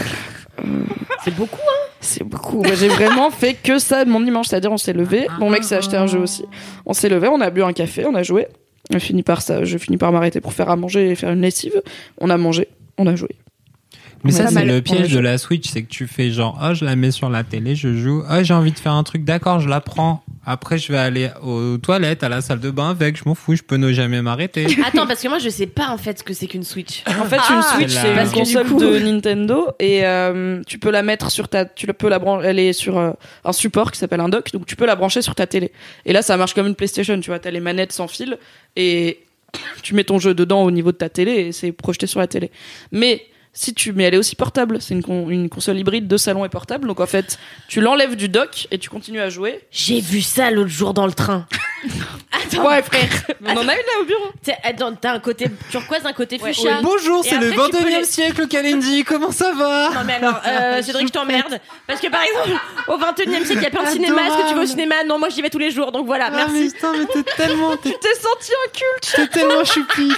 C'est beaucoup, hein? C'est beaucoup. Moi, j'ai vraiment fait que ça de mon dimanche. C'est-à-dire, on s'est levé. Mon mec s'est acheté un jeu aussi. On s'est levé, on a bu un café, on a joué. Je finis par m'arrêter pour faire à manger et faire une lessive. On a mangé, on a joué. Mais ça, c'est le piège de la Switch, c'est que tu fais genre, oh, je la mets sur la télé, je joue, oh, j'ai envie de faire un truc, d'accord, je la prends. Après, je vais aller aux toilettes, à la salle de bain avec, je m'en fous, je peux ne jamais m'arrêter. Attends, parce que moi, je sais pas, en fait, ce que c'est qu'une Switch. En fait, une Switch, c'est une console de Nintendo, et tu peux la mettre elle est sur un support qui s'appelle un dock, donc tu peux la brancher sur ta télé. Et là, ça marche comme une PlayStation, tu vois, t'as les manettes sans fil, et tu mets ton jeu dedans au niveau de ta télé, et c'est projeté sur la télé. Mais elle est aussi portable. C'est une console hybride de salon et portable. Donc en fait, tu l'enlèves du dock et tu continues à jouer. J'ai vu ça l'autre jour dans le train. Attends, ouais, frère. On en a une là au bureau. T'as un côté turquoise, un côté fuchsia. Ouais, bonjour, c'est le 21e siècle, Kalindi. Comment ça va? Non mais alors, Cédric, je t'emmerde. Parce que par exemple, au 21e siècle, il y a plein de cinéma. Est-ce que tu vas au cinéma? Non, moi j'y vais tous les jours. Donc voilà, merci. Mais putain, mais tu t'es senti inculte. T'es tellement choupie.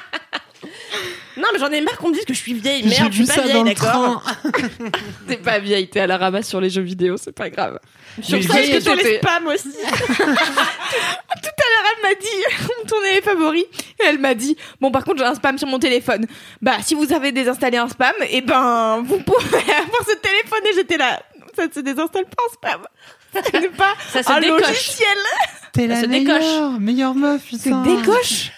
Non mais j'en ai marre qu'on me dise que je suis vieille. Merde, je suis pas vieille, d'accord. T'es pas vieille, t'es à la ramasse sur les jeux vidéo, c'est pas grave. Sur ça, est-ce que sur les spams aussi? Tout à l'heure, elle m'a dit ton favori. Et elle m'a dit, bon, par contre, j'ai un spam sur mon téléphone. Bah, si vous avez désinstallé un spam, et ben, vous pouvez avoir ce téléphone. Et j'étais là, ça se désinstalle pas un spam. Ce n'est pas ça se un décoche. Logiciel. T'es la meilleure meuf, putain. C'est décoche.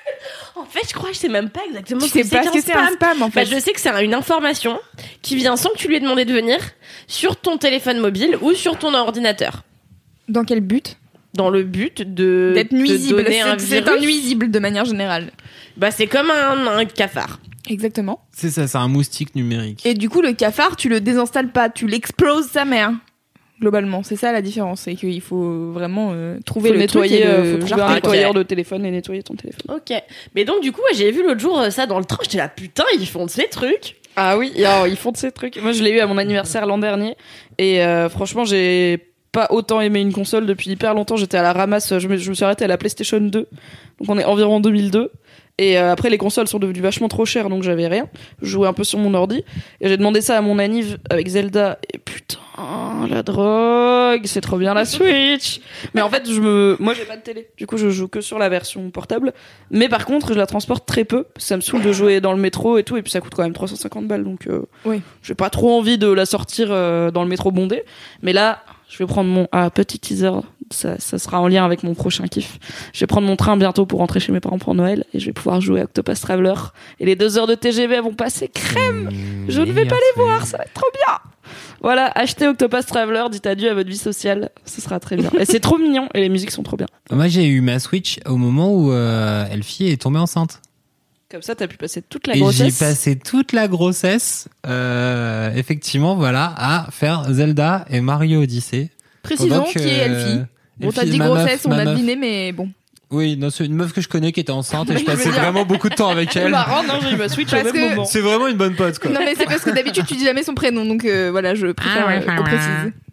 En fait, je crois que je sais même pas exactement ce que c'est un spam, en fait. Bah, je sais que c'est une information qui vient sans que tu lui aies demandé de venir sur ton téléphone mobile ou sur ton ordinateur. Dans quel but? Dans le but d'être nuisible. C'est un nuisible de manière générale. Bah, c'est comme un cafard. Exactement. C'est ça, c'est un moustique numérique. Et du coup, le cafard, tu le désinstalles pas, tu l'exploses sa mère. Globalement, c'est ça la différence, c'est qu'il faut vraiment trouver faut trouver un nettoyeur de téléphone et nettoyer ton téléphone. Ok. Mais donc du coup, j'ai vu l'autre jour ça dans le train, j'étais là putain, ils font de ces trucs. Ah oui, ils font de ces trucs. Moi, je l'ai eu à mon anniversaire l'an dernier et franchement, j'ai pas autant aimé une console depuis hyper longtemps. J'étais à la ramasse, je me suis arrêtée à la PlayStation 2. Donc on est environ 2002. Et après, les consoles sont devenues vachement trop chères, donc j'avais rien. Je jouais un peu sur mon ordi. Et j'ai demandé ça à mon anniv avec Zelda. Et putain, la drogue, c'est trop bien la Switch. Mais en fait, moi, j'ai pas de télé. Du coup, je joue que sur la version portable. Mais par contre, je la transporte très peu. Ça me saoule de jouer dans le métro et tout. Et puis, ça coûte quand même 350 balles. Donc, oui. J'ai pas trop envie de la sortir dans le métro bondé. Mais là, je vais prendre mon petit teaser. Ça sera en lien avec mon prochain kiff. Je vais prendre mon train bientôt pour rentrer chez mes parents pour Noël et je vais pouvoir jouer à Octopus Traveler. Et les 2 heures de TGV vont passer crème. Je ne vais pas les voir, ça va être trop bien. Voilà, achetez Octopus Traveler, dites adieu à votre vie sociale, ce sera très bien. Et c'est trop mignon et les musiques sont trop bien. Moi, j'ai eu ma Switch au moment où Elfie est tombée enceinte. Comme ça, t'as pu passer toute la grossesse. Et j'ai passé toute la grossesse, effectivement, voilà, à faire Zelda et Mario Odyssey. Précisons qui est Elfie. Bon, t'as dit grossesse, on a deviné, mais bon. Oui, non, c'est une meuf que je connais qui était enceinte et je passais vraiment beaucoup de temps avec elle. C'est marrant, non, j'ai eu ma Switch au même moment. C'est vraiment une bonne pote, quoi. Non, mais c'est parce que d'habitude, tu dis jamais son prénom, donc voilà, je préfère qu'on précise.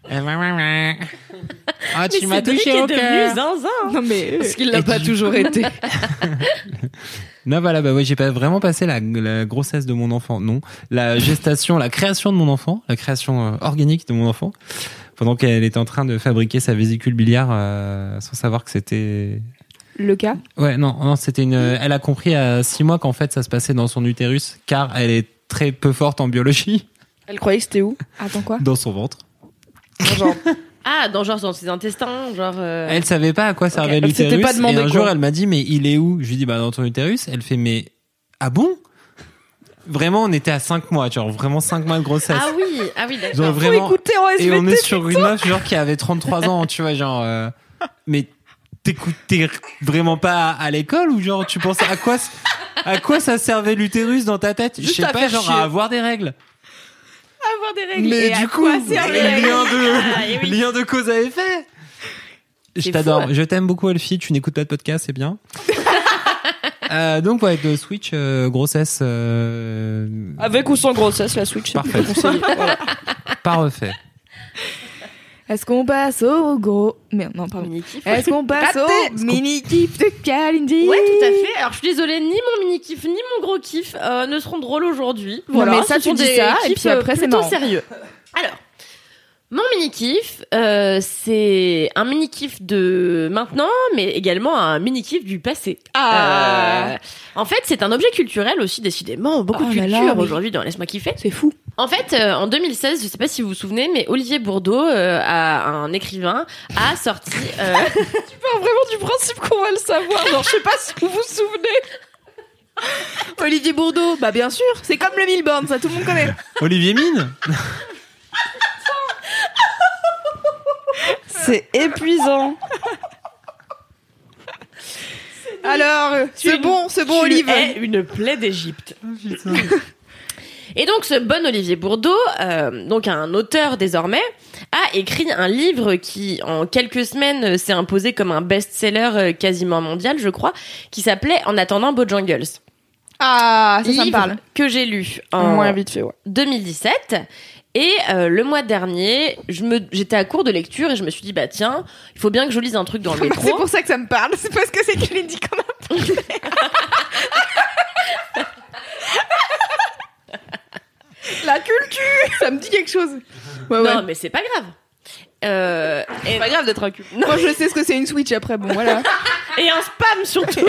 Ah, tu m'as Cédric touché est au devenu cœur. zinzin. Non mais Parce qu'il l'a pas toujours été. Non, voilà, bah ouais, j'ai pas vraiment passé la grossesse de mon enfant, non. La gestation, la création de mon enfant, la création organique de mon enfant, pendant qu'elle était en train de fabriquer sa vésicule biliaire sans savoir que c'était... le cas. Ouais, non, c'était elle a compris à 6 mois qu'en fait ça se passait dans son utérus, car elle est très peu forte en biologie, Elle croyait que c'était où? Attends quoi? dans son ventre. Genre, Ah, dans ses intestins, genre. Elle savait pas à quoi servait Elle l'utérus. s'était pas demandé et un quoi. jour, elle m'a dit, mais il est où? Je lui dis, bah, dans ton utérus. Elle fait, mais, ah bon? Vraiment, on était à 5 mois, genre, vraiment 5 mois de grossesse. Ah oui, Genre, d'accord. vraiment. écouter en Et on est sur une meuf, genre, qui avait 33 ans, tu vois, genre, mais t'es vraiment pas à l'école ou genre, tu pensais à quoi ça servait l'utérus dans ta tête? Je Juste sais à pas, faire genre, chier. à avoir des règles. Avoir des règles. Mais et à du coup, quoi sert les règles lien de cause à effet. Je C'est t'adore. fou. Je t'aime beaucoup, Elfie. Tu n'écoutes pas de podcast, c'est bien. Donc, ouais, de Switch, grossesse, avec ou sans grossesse, la Switch, c'est Parfait. plutôt conseillé. Voilà. pas refait. Est-ce qu'on passe au gros... Merde, non, pardon. Mini-kiff. Est-ce qu'on passe Raté. au mini-kiff de Kalindi? Ouais, tout à fait. Alors, je suis désolée, ni mon mini-kiff, ni mon gros kiff ne seront drôles aujourd'hui. Non, Voilà, mais ça, ce tu sont dis des ça, et kiffs, puis après, c'est plutôt marrant. sérieux. Alors, mon mini-kiff, c'est un mini-kiff de maintenant, mais également un mini-kiff du passé. En fait, c'est un objet culturel aussi, décidément. Beaucoup de Oh là culture là, oui. aujourd'hui dans Laisse-moi kiffer. C'est fou. En fait, en 2016, je sais pas si vous vous souvenez, mais Olivier Bourdeau, un écrivain, a sorti... Tu pars vraiment du principe qu'on va le savoir. Genre, je sais pas si vous vous souvenez. Olivier Bourdeau, bah bien sûr, c'est comme le Milborn, ça tout le monde connaît. Olivier Mine? C'est épuisant. Alors, ce bon tu Olive. es une plaie d'Égypte. Et donc ce bon Olivier Bourdeau, donc un auteur désormais, a écrit un livre qui, en quelques semaines, s'est imposé comme un best-seller quasiment mondial, je crois, qui s'appelait En attendant Bojangles. Ah, ça me Livre parle. que j'ai lu en Moins vite fait, ouais. 2017. Et le mois dernier, j'étais à court de lecture et je me suis dit, bah tiens, il faut bien que je lise un truc dans le C'est métro. pour ça que ça me parle, c'est parce que c'est Kalindi qu'on a. La culture, ça me dit quelque chose. Ouais, ouais. Non, mais c'est pas grave. C'est pas grave d'être un cul. Moi, je sais ce que c'est une Switch après, bon, voilà. Et un spam surtout.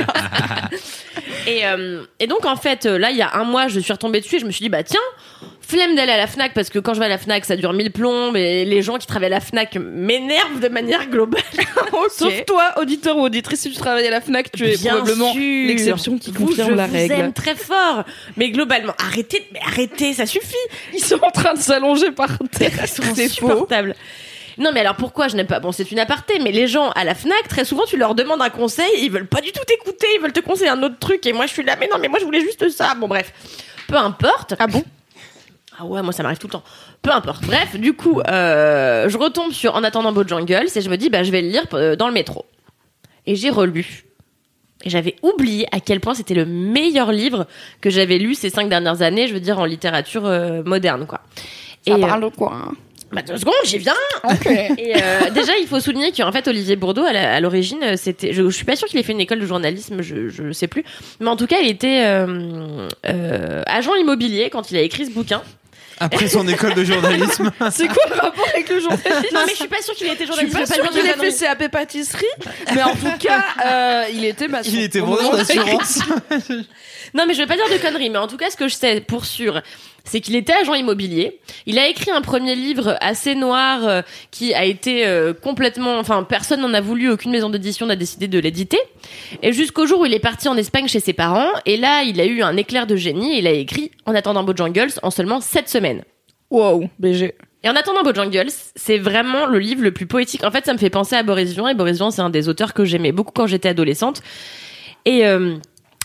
Et donc en fait là il y a un mois je suis retombée dessus et je me suis dit bah tiens, flemme d'aller à la Fnac parce que quand je vais à la Fnac ça dure 1000 plombes et les gens qui travaillent à la Fnac m'énervent de manière globale. Sauf toi, auditeur ou auditrice, si tu travailles à la Fnac, tu es Bien probablement sûr. l'exception qui Vous, confirme je la vous règle. aime très fort, mais globalement arrêtez, ça suffit. Ils sont en train de s'allonger par terre. Ils sont C'est faux. insupportables. Non mais alors pourquoi je n'aime pas, bon c'est une aparté, mais les gens à la Fnac très souvent tu leur demandes un conseil, ils veulent pas du tout t'écouter, ils veulent te conseiller un autre truc et moi je suis là mais non mais moi je voulais juste ça, bon bref, peu importe. Ah bon? Ah ouais, moi ça m'arrive tout le temps. Peu importe. Bref, du coup, je retombe sur En attendant Bojangles et je me dis bah je vais le lire dans le métro. Et j'ai relu. Et j'avais oublié à quel point c'était le meilleur livre que j'avais lu ces 5 dernières années, je veux dire en littérature moderne quoi. Ça Et parle de quoi hein? bah 2 secondes, j'y viens. Et déjà, il faut souligner qu'en fait, Olivier Bourdeau, à l'origine, c'était, je suis pas sûre qu'il ait fait une école de journalisme, je sais plus, mais en tout cas, il était agent immobilier quand il a écrit ce bouquin. Après son école de journalisme. C'est quoi le rapport avec le journalisme? Non, mais je suis pas sûre qu'il ait été Je suis journaliste. pas je veux sûre dire qu'il de ait fait conneries. CAP pâtisserie, mais en tout cas, il était maçon. Il était Au vendeur moment d'assurance. Non, mais je vais pas dire de conneries, mais en tout cas, ce que je sais pour sûr, c'est qu'il était agent immobilier. Il a écrit un premier livre assez noir qui a été complètement... Enfin, personne n'en a voulu, aucune maison d'édition n'a décidé de l'éditer. Et jusqu'au jour où il est parti en Espagne chez ses parents, et là, il a eu un éclair de génie, et il a écrit En attendant Bojangles en seulement 7 semaines. Wow, BG. Et En attendant Bojangles, c'est vraiment le livre le plus poétique. En fait, ça me fait penser à Boris Vian, et Boris Vian, c'est un des auteurs que j'aimais beaucoup quand j'étais adolescente. Et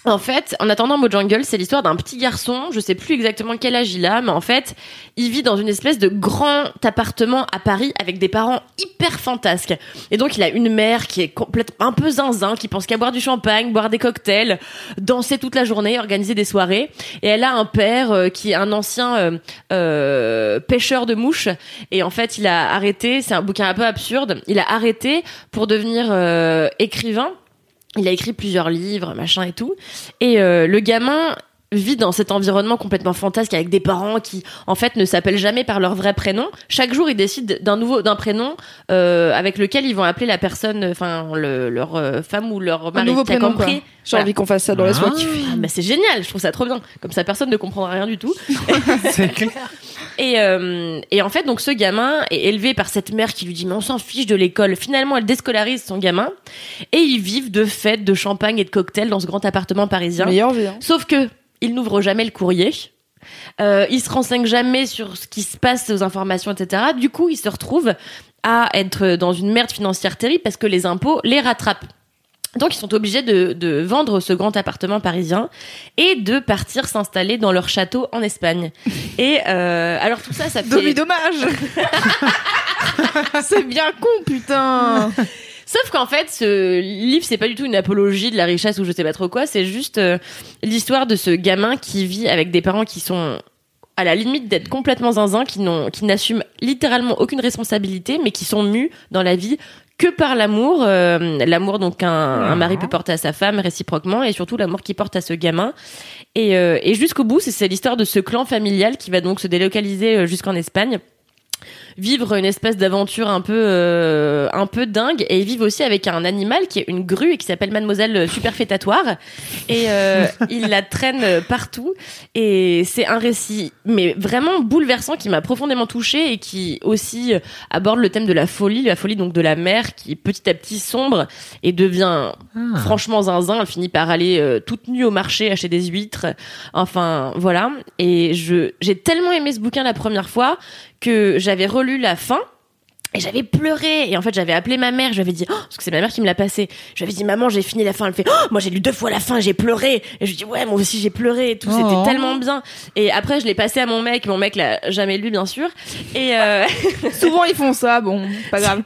En fait, En attendant Mojangles, c'est l'histoire d'un petit garçon, je sais plus exactement quel âge il a, mais en fait, il vit dans une espèce de grand appartement à Paris avec des parents hyper fantasques. Et donc, il a une mère qui est complètement un peu zinzin, qui pense qu'à boire du champagne, boire des cocktails, danser toute la journée, organiser des soirées. Et elle a un père qui est un ancien pêcheur de mouches. Et en fait, il a arrêté, c'est un bouquin un peu absurde, il a arrêté pour devenir écrivain. Il a écrit plusieurs livres, machin et tout. Et le gamin vit dans cet environnement complètement fantasque avec des parents qui, en fait, ne s'appellent jamais par leur vrai prénom. Chaque jour, ils décident d'un prénom avec lequel ils vont appeler la personne, enfin, leur femme ou leur mari. Un nouveau prénom, compris. quoi. J'ai envie qu'on fasse ça dans Laisse-moi kiffer. Ah, bah c'est génial, je trouve ça trop bien. Comme ça, personne ne comprendra rien du tout. C'est clair. Et en fait, donc ce gamin est élevé par cette mère qui lui dit mais on s'en fiche de l'école. Finalement, elle déscolarise son gamin et ils vivent de fêtes, de champagne et de cocktails dans ce grand appartement parisien. Meilleure vie. Hein. Sauf que il n'ouvre jamais le courrier. Il se renseigne jamais sur ce qui se passe aux informations, etc. Du coup, il se retrouve à être dans une merde financière terrible parce que les impôts les rattrapent. Donc, ils sont obligés de vendre ce grand appartement parisien et de partir s'installer dans leur château en Espagne. Et alors tout ça, ça fait... Dommage. C'est bien con, putain. Sauf qu'en fait, ce livre, c'est pas du tout une apologie de la richesse ou je sais pas trop quoi. C'est juste l'histoire de ce gamin qui vit avec des parents qui sont à la limite d'être complètement zinzin, qui n'assument littéralement aucune responsabilité, mais qui sont mus dans la vie que par l'amour, l'amour donc un mari peut porter à sa femme réciproquement, et surtout l'amour qu'il porte à ce gamin. Et jusqu'au bout, c'est l'histoire de ce clan familial qui va donc se délocaliser jusqu'en Espagne, vivre une espèce d'aventure un peu dingue, et ils vivent aussi avec un animal qui est une grue et qui s'appelle Mademoiselle Superfétatoire, et ils la traînent partout, et c'est un récit mais vraiment bouleversant qui m'a profondément touchée et qui aussi aborde le thème de la folie donc de la mère qui petit à petit sombre et devient franchement zinzin. Elle finit par aller toute nue au marché acheter des huîtres, enfin voilà. Et j'ai tellement aimé ce bouquin la première fois que j'avais relu la fin et j'avais pleuré. Et en fait, j'avais appelé ma mère, je lui avais dit, parce que c'est ma mère qui me l'a passé, je lui avais dit, maman, j'ai fini la fin. Elle fait, moi j'ai lu 2 fois la fin, j'ai pleuré. Et je lui dis, ouais, moi aussi j'ai pleuré et tout, c'était tellement bien. Et après, je l'ai passé à mon mec l'a jamais lu, bien sûr. Et souvent ils font ça, bon, pas grave.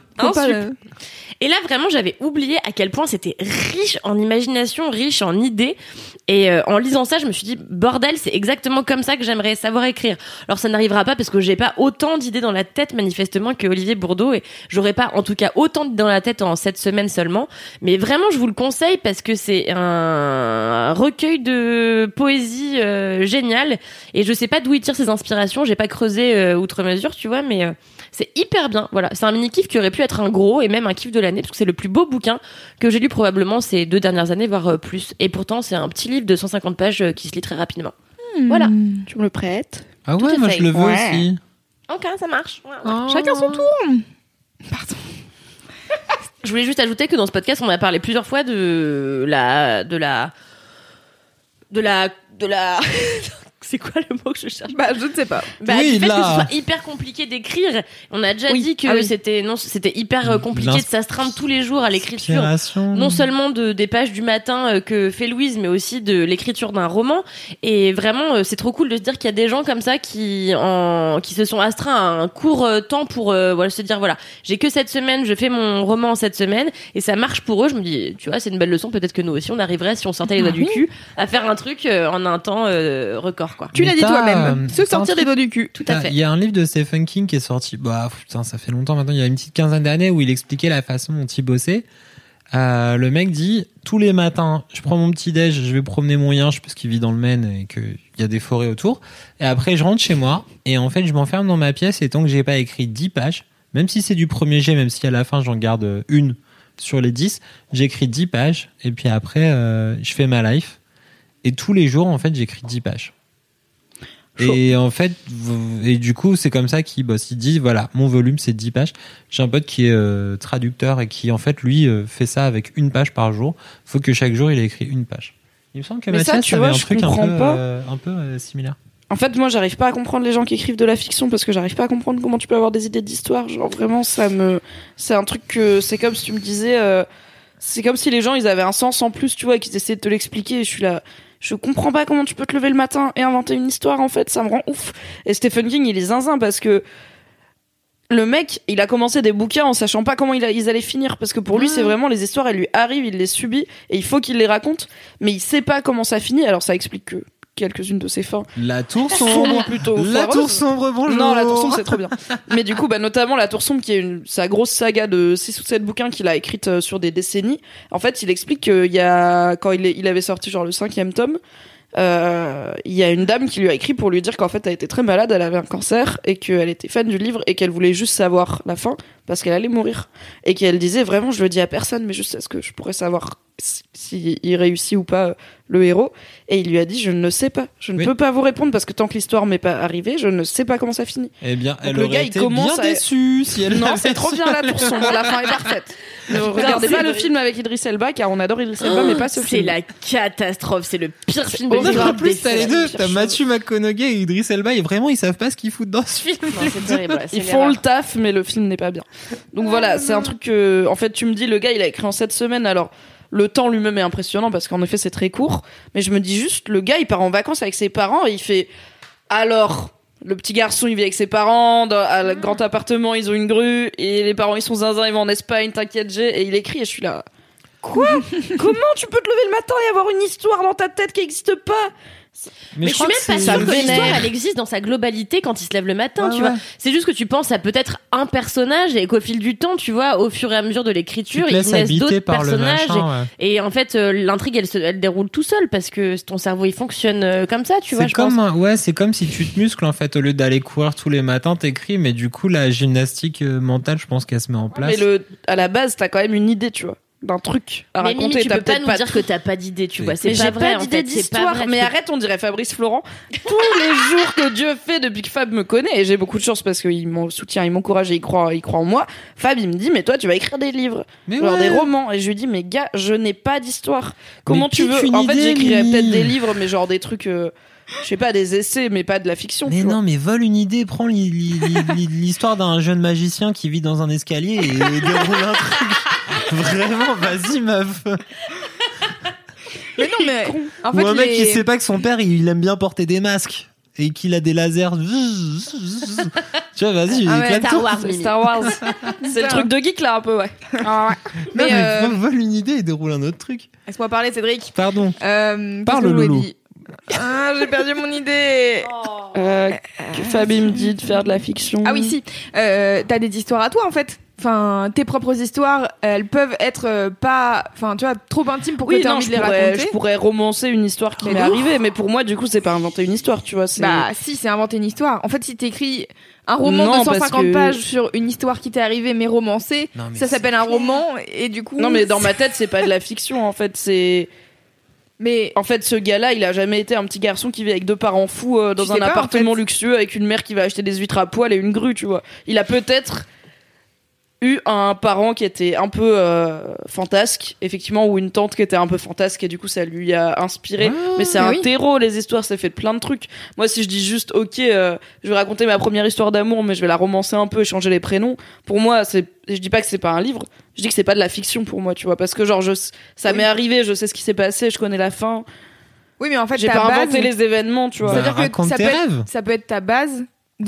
Et là, vraiment, j'avais oublié à quel point c'était riche en imagination, riche en idées. Et en lisant ça, je me suis dit, bordel, c'est exactement comme ça que j'aimerais savoir écrire. Alors, ça n'arrivera pas parce que j'ai pas autant d'idées dans la tête, manifestement, que Olivier Bourdeau. Et j'aurais pas, en tout cas, autant d'idées dans la tête en 7 semaines seulement. Mais vraiment, je vous le conseille parce que c'est un recueil de poésie génial. Et je sais pas d'où il tire ses inspirations. J'ai pas creusé outre mesure, tu vois, mais... c'est hyper bien, voilà. C'est un mini-kiff qui aurait pu être un gros et même un kiff de l'année, parce que c'est le plus beau bouquin que j'ai lu probablement ces 2 dernières années, voire plus. Et pourtant, c'est un petit livre de 150 pages qui se lit très rapidement. Voilà. Tu me le prêtes? Ah ouais, moi je le veux aussi. Ok, ça marche. Ouais. Chacun son tour. Pardon. Je voulais juste ajouter que dans ce podcast, on a parlé plusieurs fois de la c'est quoi le mot que je cherche? Bah, je ne sais pas. Du fait que ce soit hyper compliqué d'écrire. On a déjà dit que c'était hyper compliqué de s'astreindre tous les jours à l'écriture. Non seulement des pages du matin que fait Louise, mais aussi de l'écriture d'un roman. Et vraiment, c'est trop cool de se dire qu'il y a des gens comme ça qui se sont astreints à un court temps pour se dire voilà, j'ai que cette semaine, je fais mon roman en cette semaine, et ça marche pour eux. Je me dis, tu vois, c'est une belle leçon. Peut-être que nous aussi, on arriverait, si on sortait les doigts du cul, à faire un truc en un temps record. Quoi. Tu l'as dit toi-même, se sortir les doigts du cul. Tout à fait. Il y a un livre de Stephen King qui est sorti, putain, ça fait longtemps maintenant, il y a une petite quinzaine d'années, où il expliquait la façon dont il bossait. Le mec dit, tous les matins, je prends mon petit déj, je vais promener mon yinche parce qu'il vit dans le Maine et qu'il y a des forêts autour. Et après, je rentre chez moi et en fait, je m'enferme dans ma pièce, et tant que j'ai pas écrit 10 pages, même si c'est du premier jet, même si à la fin j'en garde une sur les 10, j'écris 10 pages et puis après, je fais ma life. Et tous les jours, en fait, j'écris 10 pages. Et en fait, et du coup, c'est comme ça qu'il bosse. Il dit, voilà, mon volume, c'est 10 pages. J'ai un pote qui est traducteur et qui, en fait, lui, fait ça avec 1 page par jour. Faut que chaque jour, il ait écrit 1 page. Il me semble que Mathias avait un truc un peu similaire. En fait, moi, j'arrive pas à comprendre les gens qui écrivent de la fiction parce que j'arrive pas à comprendre comment tu peux avoir des idées d'histoire. Genre, vraiment, c'est un truc que, c'est comme si tu me disais, c'est comme si les gens ils avaient un sens en plus, tu vois, et qu'ils essayaient de te l'expliquer. Et je suis là, je comprends pas comment tu peux te lever le matin et inventer une histoire, en fait, ça me rend ouf. Et Stephen King, il est zinzin parce que le mec, il a commencé des bouquins en sachant pas comment ils allaient finir, parce que pour lui, c'est vraiment les histoires, elles lui arrivent, il les subit et il faut qu'il les raconte, mais il sait pas comment ça finit. Alors ça explique que quelques-unes de ses fins. La Tour Sombre, plutôt. La Tour Sombre, bonjour. Non, La Tour Sombre, c'est trop bien. Mais du coup, notamment La Tour Sombre, qui est sa grosse saga de 6 ou 7 bouquins qu'il a écrite sur des décennies. En fait, il explique qu'il y a, quand il avait sorti genre le 5e tome, il y a une dame qui lui a écrit pour lui dire qu'en fait elle était très malade, elle avait un cancer et qu'elle était fan du livre et qu'elle voulait juste savoir la fin parce qu'elle allait mourir, et qu'elle disait vraiment, je le dis à personne mais juste est-ce que je pourrais savoir si il réussit ou pas, le héros. Et il lui a dit, je ne sais pas, je ne peux pas vous répondre parce que tant que l'histoire m'est pas arrivée, je ne sais pas comment ça finit. Eh bien, donc elle le aurait gars, été il commence bien déçue si elle non, l'avait c'est trop su. bien La Tour Sombre, la fin est parfaite. Ne regardez pas le film avec Idriss Elba, car on adore Idriss Elba, mais pas ce film. C'est la catastrophe, c'est le pire film de horrible. l'histoire En plus, des t'as les films. deux, t'as Matthew McConaughey et Idris Elba, et vraiment, ils savent pas ce qu'ils foutent dans ce film. Non, c'est terrible, ouais, c'est Ils une font erreur. le taf, mais le film n'est pas bien. Donc voilà, c'est un truc que, en fait, tu me dis, le gars, il a écrit en 7 semaines, alors, le temps lui-même est impressionnant parce qu'en effet, c'est très court, mais je me dis juste, le gars, il part en vacances avec ses parents et il fait, alors, le petit garçon, il vit avec ses parents, à le grand appartement, ils ont une grue, et les parents, ils sont zinzin, ils vont en Espagne, t'inquiète, et il écrit, et je suis là, quoi? Comment tu peux te lever le matin et avoir une histoire dans ta tête qui n'existe pas? Mais je suis même pas sûre que l'histoire elle existe dans sa globalité quand il se lève le matin, tu vois. C'est juste que tu penses à peut-être un personnage et qu'au fil du temps, tu vois, au fur et à mesure de l'écriture, il laisse d'autres personnages. Et en fait, l'intrigue elle déroule tout seul parce que ton cerveau il fonctionne comme ça, tu vois. C'est comme, c'est comme si tu te muscles en fait, au lieu d'aller courir tous les matins, t'écris, mais du coup, la gymnastique mentale, je pense qu'elle se met en place. Mais à la base, t'as quand même une idée, tu vois, d'un truc à mais raconter. Mimi, tu peux pas nous dire que t'as pas d'idée, tu vois. C'est pas vrai, en fait. C'est pas vrai. Mais arrête, on dirait Fabrice Florent. Tous les jours que Dieu fait depuis que Fab me connaît, et j'ai beaucoup de chance parce qu'il me soutient, il m'encourage et il croit en moi. Fab, il me dit, mais toi, tu vas écrire des livres, genre des romans. Et je lui dis, mais gars, je n'ai pas d'histoire. Comment tu veux? En fait, j'écrirais peut-être des livres, mais genre des trucs, je sais pas, des essais, mais pas de la fiction. Mais non, mais vole une idée, prends l'histoire d'un jeune magicien qui vit dans un escalier et déroule un truc. Vraiment, vas-y, meuf. Mais non, mais en fait, ou un mec qui sait pas que son père il aime bien porter des masques et qu'il a des lasers. Tu vois, vas-y, Star Wars. C'est le truc de geek là, un peu, ouais. Mais vole une idée et déroule un autre truc. Laisse-moi parler, Cédric. Pardon. Parle, Loulou. J'ai perdu mon idée. Que Fabi me dit de faire de la fiction. Ah oui, si. T'as des histoires à toi, en fait. Enfin, tes propres histoires, elles peuvent être pas, enfin, tu vois, trop intimes pour que t'aies envie de les raconter. Je pourrais romancer une histoire qui m'est arrivée, mais pour moi, du coup, c'est pas inventer une histoire, tu vois. Bah, si, c'est inventer une histoire. En fait, si t'écris un roman de 150 pages sur une histoire qui t'est arrivée, mais romancée, ça s'appelle un roman, et du coup. Non, mais dans ma tête, c'est pas de la fiction, en fait, c'est. Mais en fait, ce gars-là, il a jamais été un petit garçon qui vit avec 2 parents fous dans un appartement luxueux avec une mère qui va acheter des huîtres à poil et une grue, tu vois. Il a peut-être eu un parent qui était un peu fantasque, effectivement, ou une tante qui était un peu fantasque, et du coup ça lui a inspiré. Mais c'est un terreau, les histoires, c'est fait de plein de trucs. Moi, si je dis juste, ok, je vais raconter ma première histoire d'amour, mais je vais la romancer un peu et changer les prénoms, pour moi, je dis pas que c'est pas un livre, je dis que c'est pas de la fiction pour moi, tu vois, parce que genre, ça m'est arrivé, je sais ce qui s'est passé, je connais la fin. Oui, mais en fait, j'ai pas inventé les événements, tu vois. C'est-à-dire que ça peut être ta base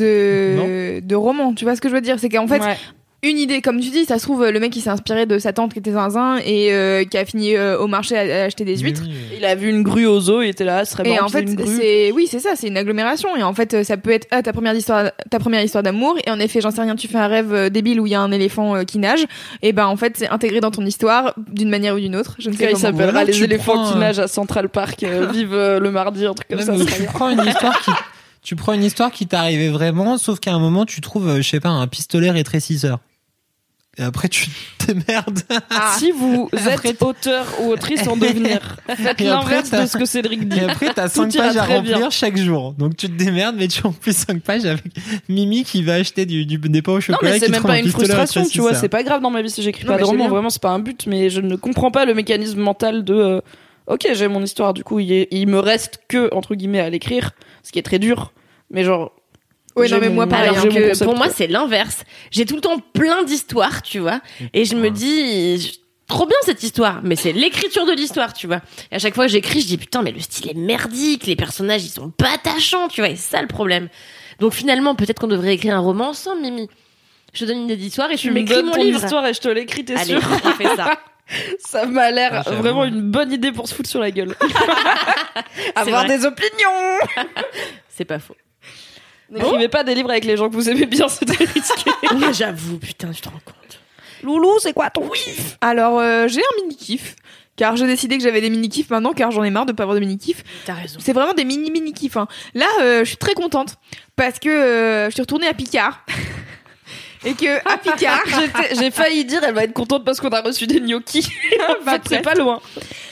de roman, tu vois ce que je veux dire? C'est qu'en fait, une idée, comme tu dis, ça se trouve, le mec il s'est inspiré de sa tante qui était zinzin et qui a fini au marché à acheter des huîtres. Il a vu une grue au zoo, il était là, ce serait marrant. Et en fait, c'est ça, c'est une agglomération. Et en fait, ça peut être ta première histoire d'amour. Et en effet, j'en sais rien, tu fais un rêve débile où il y a un éléphant qui nage. Et ben en fait, c'est intégré dans ton histoire d'une manière ou d'une autre. Je ne sais pas. Il s'appellera Les éléphants qui nagent à Central Park. Vive le mardi, un truc comme ça. Tu prends une histoire qui t'est arrivée vraiment, sauf qu'à un moment tu trouves, je sais pas, un pistolet rétrécisseur. Et après, tu t'emmerdes. Si vous êtes auteur ou autrice en devenir, faites l'inverse de ce que Cédric dit. Et après, t'as 5 pages à remplir chaque jour. Donc, tu te démerdes, mais tu remplis 5 pages avec Mimi qui va acheter des pains au chocolat. Non, mais c'est même pas une frustration, tu vois. C'est pas grave dans ma vie si j'écris pas de roman. Vraiment, c'est pas un but, mais je ne comprends pas le mécanisme mental de ok, j'ai mon histoire, du coup, il me reste que, entre guillemets, à l'écrire, ce qui est très dur. Mais genre, oui, non, mais moi, pareil. Pour moi, c'est l'inverse. J'ai tout le temps plein d'histoires, tu vois. Et je me dis, trop bien cette histoire, mais c'est l'écriture de l'histoire, tu vois. Et à chaque fois que j'écris, je dis putain, mais le style est merdique, les personnages ils sont pas attachants, tu vois, et c'est ça le problème. Donc finalement, peut-être qu'on devrait écrire un roman ensemble, Mimi. Je te donne une idée d'histoire et tu m'écris mon livre. Histoire et je te l'écris, t'es Allez, sûr? on fait ça. Ça m'a l'air j'avoue. vraiment une bonne idée pour se foutre sur la gueule. Avoir vrai. des opinions. C'est pas faux. N'écrivez pas des livres avec les gens que vous aimez bien, c'est très risqué. Ouais, j'avoue, putain, tu te rends compte. Loulou, c'est quoi ton kiff? Alors, j'ai un mini-kiff. Car j'ai décidé que j'avais des mini-kiffs maintenant, car j'en ai marre de pas avoir de mini-kiffs. T'as raison. C'est vraiment des mini-kiffs. Hein. Là, je suis très contente. Parce que je suis retournée à Picard. Et que, à Picard... J'ai failli dire, elle va être contente parce qu'on a reçu des gnocchis. En fait, c'est pas loin.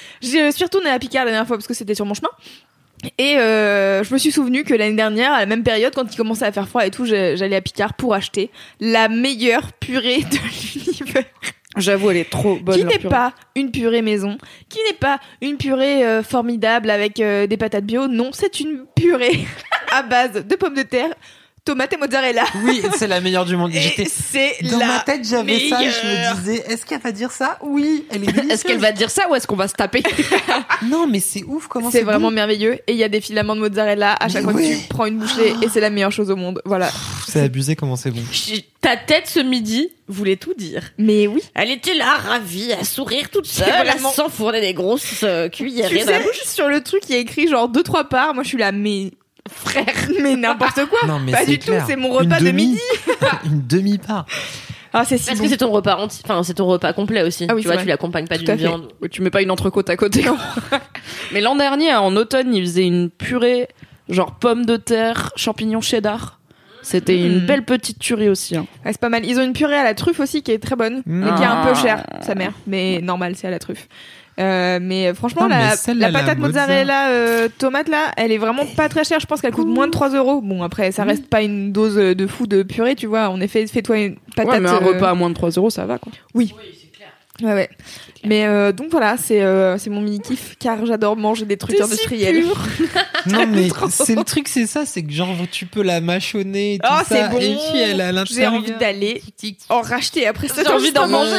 Je suis retournée à Picard la dernière fois parce que c'était sur mon chemin. Et je me suis souvenu que l'année dernière, à la même période, quand il commençait à faire froid et tout, j'allais à Picard pour acheter la meilleure purée de l'univers. J'avoue, elle est trop bonne. Qui n'est pas une purée maison, qui n'est pas une purée formidable avec des patates bio. Non, c'est une purée à base de pommes de terre, tomates et mozzarella. Oui, c'est la meilleure du monde. Et c'est Dans la ma tête, j'avais ça et je meilleure. me disais, est-ce qu'elle va dire ça? Oui, elle est délicieuse. Est-ce qu'elle va dire ça ou est-ce qu'on va se taper? Non, mais c'est ouf comment C'est vraiment bon. merveilleux. Et il y a des filaments de mozzarella à chaque Mais fois ouais. que tu prends une bouchée et c'est la meilleure chose au monde. Voilà. Pff, c'est abusé comment c'est bon. Ta tête ce midi voulait tout dire. Mais oui. Elle était là, ravie, à sourire toute seule, C'est à vraiment- s'enfourner des grosses cuillères Tu dans la sais, bouche. sur le truc, il y a écrit genre 2-3 parts. Moi, je suis là, mais frère, mais n'importe quoi. Non, mais Pas c'est du clair. tout, c'est mon repas Une de demi. midi. Une demi-part. Ah, c'est si Parce bon. que c'est ton repas entier, enfin c'est ton repas complet aussi. Ah oui, tu c'est vois, vrai. tu l'accompagnes pas Tout d'une à fait. viande. Ouais, tu mets pas une entrecôte à côté. Mais l'an dernier, en automne, ils faisaient une purée genre pommes de terre, champignons cheddar. C'était une belle petite tuerie aussi. Hein. Ouais, c'est pas mal. Ils ont une purée à la truffe aussi qui est très bonne, mais qui est un peu chère, sa mère. Mais normal, c'est à la truffe. Mais franchement, Non, mais la celle-là, patate la mozzarella tomate là, elle est vraiment pas très chère. Je pense qu'elle coûte moins de 3 €. Bon, après, ça reste pas une dose de fou de purée, tu vois. En effet, fais-toi une patate. Ouais, mais un repas à moins de 3 € ça va quoi. Oui. Ouais, ouais. Mais donc voilà, c'est mon mini kiff car j'adore manger des trucs industriels. Non, mais c'est le truc, c'est ça, c'est que genre tu peux la mâchonner et tout Oh, ça. c'est bon. Et puis elle a à J'ai l'intérieur. envie d'aller en racheter après ça. J'ai envie d'en manger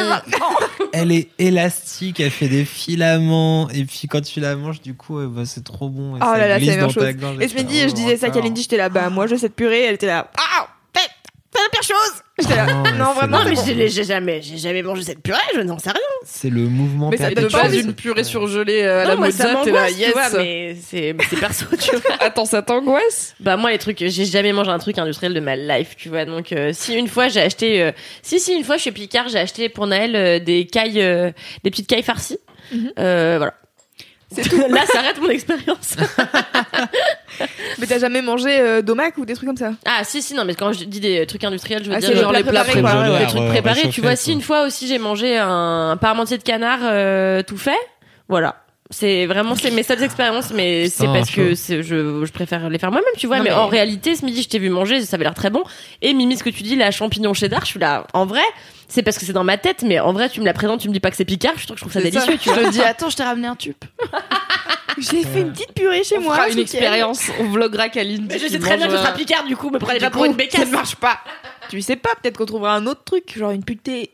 Elle est élastique, elle fait des filaments. Et puis quand tu la manges, du coup, bah, c'est trop bon. Et Oh ça là là, c'est glisse la meilleure dans ta chose. gorge Et ce tu midi, fais, je disais ça à encore. Kalindi, j'étais là, bah moi je veux cette purée, elle était là, ah, c'est la pire chose. J'étais là, Non, mais non c'est vraiment. Non, mais c'est bon. j'ai jamais mangé cette purée, je n'en sais rien. C'est le mouvement Mais ça De perpétuel. donne pas base, envie. une purée surgelée à la Non, moi, ça mozza, t'es là, m'angoisse, tu vois, yes. mais c'est perso, tu vois. Attends, ça t'angoisse? Bah moi les trucs, j'ai jamais mangé un truc industriel de ma life, tu vois. Donc si une fois j'ai acheté, si une fois chez Picard j'ai acheté pour Noël des petites cailles farcies. Voilà. C'est tout. Là s'arrête mon expérience. Mais t'as jamais mangé d'omac ou des trucs comme ça? Ah si non mais quand je dis des trucs industriels, je veux Ah, dire c'est genre les plats préparés, préparés, quoi. ouais. des trucs préparés. Tu réchauffés, vois, quoi. si une fois aussi j'ai mangé un parmentier de canard tout fait, voilà. C'est vraiment c'est mes seules expériences, mais c'est Putain, parce que chaud. je préfère les faire moi-même, tu vois. Non, mais mais- en réalité, ce midi, je t'ai vu manger, ça avait l'air très bon. Et Mimi, ce que tu dis, la champignon cheddar, je suis là. En vrai, c'est parce que c'est dans ma tête, mais en vrai, tu me la présentes, tu me dis pas que c'est Picard, je trouve ça délicieux, tu Je vois. te dis, attends, je t'ai ramené un tube. J'ai fait une petite purée chez On moi. fera ce une week-end. expérience, on vloguera Kalindi. Mais je qui sais très bien que mange ce sera un- Picard, du coup, me prenez Du pas pour coup, une bécasse. ça ne marche pas. Tu sais pas, peut-être qu'on trouvera un autre truc, genre une putée.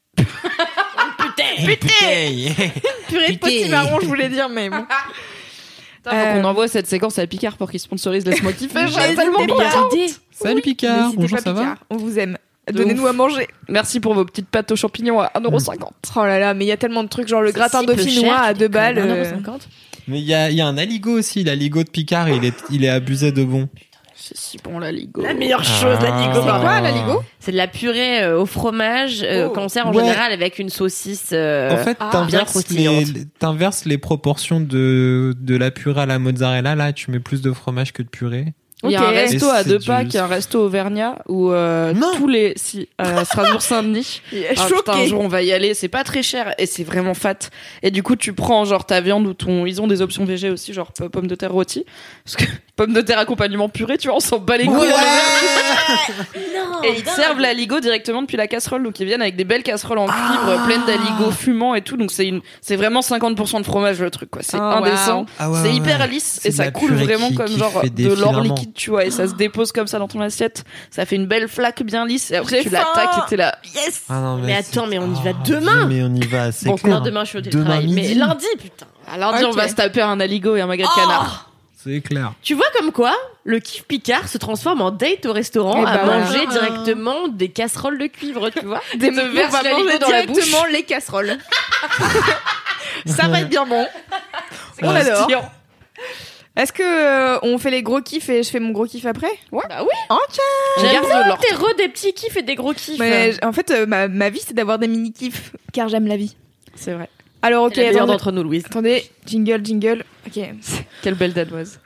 Putain. Purée de potimarron, je voulais dire, mais bon. Putain, faut qu'on envoie cette séquence à Picard pour qu'il sponsorise Laisse-moi kiffer. J'aurais N'hésitez tellement pas. contente. Salut Picard, N'hésitez bonjour, pas, ça va? Picard, on vous aime. De Donnez-nous ouf. à manger. Merci pour vos petites pâtes aux champignons à 1,50 €. Oh là là, mais il y a tellement de trucs, genre le gratin dauphinois à 2 balles. 1,50 €. Mais il y a un aligot aussi, l'aligot de Picard, il est abusé de bon. C'est si bon la ligo. La meilleure chose, la Ah. Ligo. C'est quoi, l'aligot? C'est de la purée au fromage qu'on sert en Ouais. général avec une saucisse. En fait, bien t'inverses t'inverses les proportions de la purée à la mozzarella. Là, tu mets plus de fromage que de purée. Il y a Ok. un resto Et à c'est 2 du- pas qui est un resto Auvergnat où Non. tous les à Strasbourg-Saint-Denis. Il est Ah, putain, un choqué. jour on va y aller, c'est pas très cher et c'est vraiment fat. Et du coup, tu prends genre ta viande ou ils ont des options végé aussi, genre pommes de terre rôties. Parce que pommes de terre accompagnement purée, tu vois, on s'en bat les couilles. Non, Et ils te servent l'aligot directement depuis la casserole, donc ils viennent avec des belles casseroles en cuivre pleines d'aligot fumant et tout, donc c'est vraiment 50% de fromage le truc, quoi. C'est indécent, c'est hyper lisse et ça coule vraiment comme genre de l'or liquide, tu vois, et ça se dépose comme ça dans ton assiette, ça fait une belle flaque bien lisse et après tu l'attaques et t'es là, yes. Mais attends, mais on y va demain. Mais on y va, c'est Bon, clair. non, demain je suis au télétravail, mais lundi, putain. Lundi on va se taper un aligot et un magret de canard. C'est clair. Tu vois comme quoi le kiff Picard se transforme en date au restaurant à manger directement des casseroles de cuivre, tu vois. On va manger directement les casseroles. Ça va être bien bon. On adore. Est-ce que on fait les gros kiffs et je fais mon gros kiff après? Ouais. Bah oui. Ok. J'aime bien des petits kiffs et des gros kiffs. Mais en fait, ma vie, c'est d'avoir des mini kiffs, car j'aime la vie. C'est vrai. Alors ok, la meilleure d'entre nous, Louise. Attendez, jingle. Ok. Quelle belle danoise.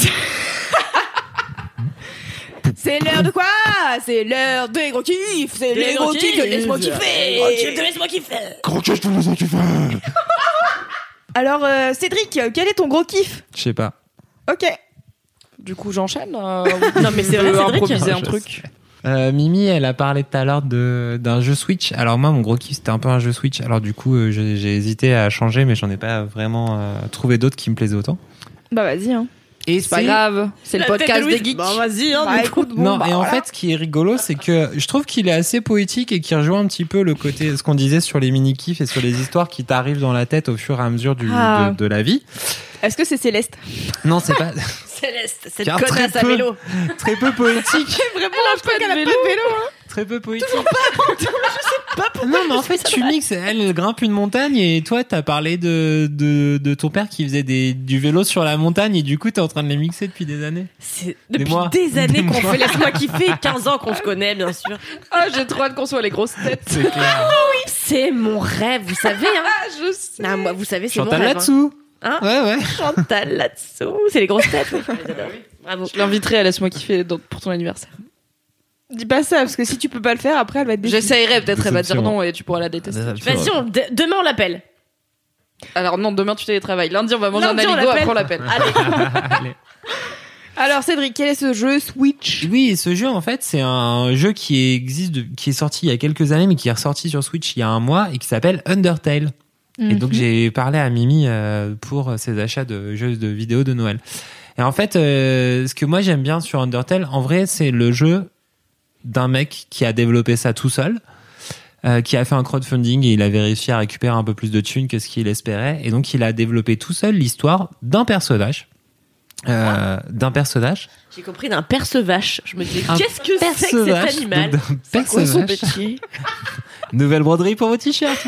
C'est l'heure de quoi? C'est l'heure des gros kiffs. C'est les gros kiffs. Laisse-moi kiffer. Laisse-moi kiffer. Gros kiff, laisse-moi kiffer. Alors Cédric, quel est ton gros kiff? Je sais pas. Ok. Du coup, j'enchaîne. Non, mais c'est vrai, Cédric. Improviser un truc. Mimi, elle a parlé tout à l'heure d'un jeu Switch. Alors moi, mon gros kiff, c'était un peu un jeu Switch. Alors du coup, j'ai hésité à changer, mais j'en ai pas vraiment trouvé d'autres qui me plaisaient autant. Bah vas-y. Hein. Et c'est pas grave, c'est le podcast des geeks. Bah vas-y, hein, bah, écoute, bon, non, bah, et en voilà. fait, ce qui est rigolo, c'est que je trouve qu'il est assez poétique et qu'il rejoint un petit peu le côté, ce qu'on disait sur les mini-kifs et sur les histoires qui t'arrivent dans la tête au fur et à mesure de la vie. Est-ce que c'est Céleste? Non, c'est pas... Céleste, cette Car connasse à vélo. Très peu poétique. Vraiment, je crois qu'elle a pas de vélo. Hein. Très peu poétique. Je sais pas pourquoi. Non, mais en fait, tu mixes. Elle grimpe une montagne et toi, t'as parlé de ton père qui faisait du vélo sur la montagne et du coup, t'es en train de les mixer depuis des années. C'est depuis des années qu'on fait Laisse-moi kiffer, 15 ans qu'on se connaît, bien sûr. Ah, j'ai trop hâte qu'on soit les grosses têtes. C'est clair. Oui, c'est mon rêve, vous savez. Hein. Je sais. Non, moi, vous savez, c'est Chantal mon rêve. là-dessous. Hein Ouais. Chantal là-dessous. C'est les grosses têtes. Oui. Je les adore. Bravo. Je l'inviterai à Laisse-moi kiffer pour ton anniversaire. Dis pas ça, parce que si tu peux pas le faire, après elle va être déçue. J'essayerai, peut-être elle va dire Déception. non et tu pourras la détester. Vas-y, demain on l'appelle. Alors non, demain tu télétravailles. Lundi on va manger Lundi, un on aligot, l'appelle. après on l'appelle. Allez. Alors Cédric, quel est ce jeu Switch? Oui, ce jeu, en fait, c'est un jeu qui est sorti il y a quelques années, mais qui est ressorti sur Switch il y a un mois et qui s'appelle Undertale. Et donc j'ai parlé à Mimi pour ses achats de jeux de vidéo de Noël. Et en fait, ce que moi j'aime bien sur Undertale, en vrai, c'est le jeu d'un mec qui a développé ça tout seul, qui a fait un crowdfunding et il avait réussi à récupérer un peu plus de thunes que ce qu'il espérait. Et donc il a développé tout seul l'histoire d'un personnage. J'ai compris d'un percevache. Je me disais, qu'est-ce que c'est que cet animal? C'est quoi son métier? Nouvelle broderie pour vos t-shirts.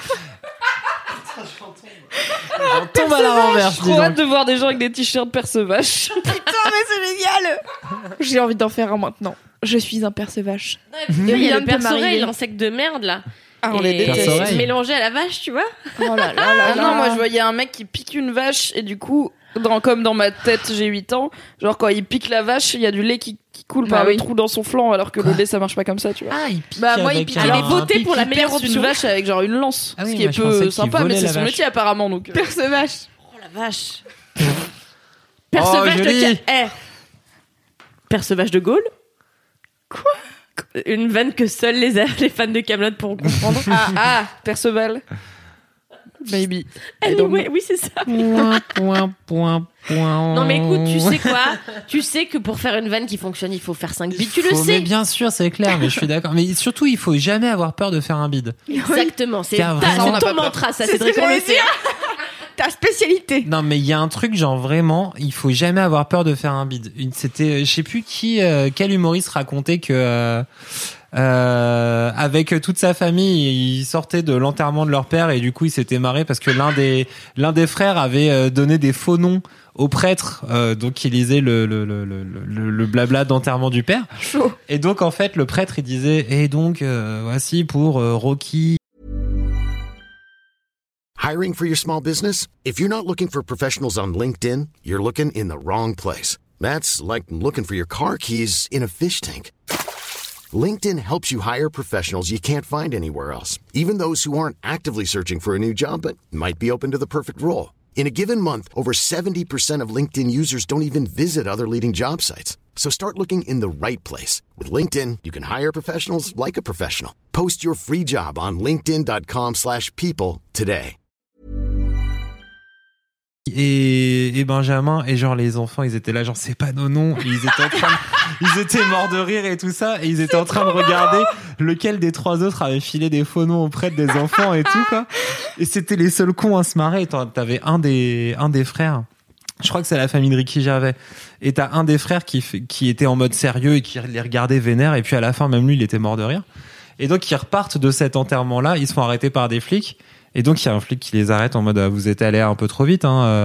On tombe à la renverse. J'ai trop hâte de voir des gens avec des t-shirts percevache. Putain, mais c'est génial! J'ai envie d'en faire un maintenant. Je suis un percevache. Il y a vient le de perce-oreille, m'arriver. l'insecte de merde là. Ah, on les Et déteste. Perce-oreille. mélangé à la vache, tu vois. Oh là là là Ah là. non, moi je voyais un mec qui pique une vache et du coup, comme dans ma tête, j'ai 8 ans, genre quand il pique la vache, il y a du lait qui coule Bah par oui. le trou dans son flanc alors que le lait ça marche pas comme ça, tu vois. Ah, il pique. Bah, moi, il avec pique. un- Il est un voté pic pour la qui meilleure perce Perce une vache avec genre une lance, Ah oui, ce qui moi, est je pensais peu qu'il sympa, mais volait c'est la son vache. métier apparemment donc. Percevache. Oh la vache. Percevache de joli. Percevache de Gaulle. Quoi? Une vanne que seuls les fans de Kaamelott pourront comprendre. Perceval. Maybe. Anyway, oui, c'est ça. Non mais écoute, tu sais quoi? Tu sais que pour faire une vanne qui fonctionne, il faut faire 5 bides, tu le Mais sais. bien sûr, c'est clair, mais je suis d'accord. Mais surtout, il faut jamais avoir peur de faire un bide. Exactement, c'est Car vraiment, ton mantra, ça, Cédric, on le sait. Ta spécialité. Non, mais il y a un truc, genre vraiment, il faut jamais avoir peur de faire un bide. C'était, je sais plus quel humoriste racontait que avec toute sa famille, ils sortaient de l'enterrement de leur père et du coup, ils s'étaient marrés parce que l'un des frères avait donné des faux noms au prêtre, donc il lisait le blabla d'enterrement du père. Chaud. Et donc en fait, le prêtre il disait et donc voici pour Rocky. Hiring for your small business? If you're not looking for professionals on LinkedIn, you're looking in the wrong place. That's like looking for your car keys in a fish tank. LinkedIn helps you hire professionals you can't find anywhere else, even those who aren't actively searching for a new job but might be open to the perfect role. In a given month, over 70% of LinkedIn users don't even visit other leading job sites. So start looking in the right place. With LinkedIn, you can hire professionals like a professional. Post your free job on linkedin.com/people today. Et Benjamin et genre les enfants ils étaient là genre c'est pas nos noms, ils étaient morts de rire et tout ça et ils étaient en train de regarder lequel des trois autres avait filé des faux noms auprès des enfants et tout quoi, et c'était les seuls cons à se marrer. T'avais un des frères, je crois que c'est la famille de Ricky Gervais, et t'as un des frères qui était en mode sérieux et qui les regardait vénère, et puis à la fin même lui il était mort de rire, et donc ils repartent de cet enterrement là, ils se font arrêter par des flics. Et donc il y a un flic qui les arrête en mode vous êtes allé un peu trop vite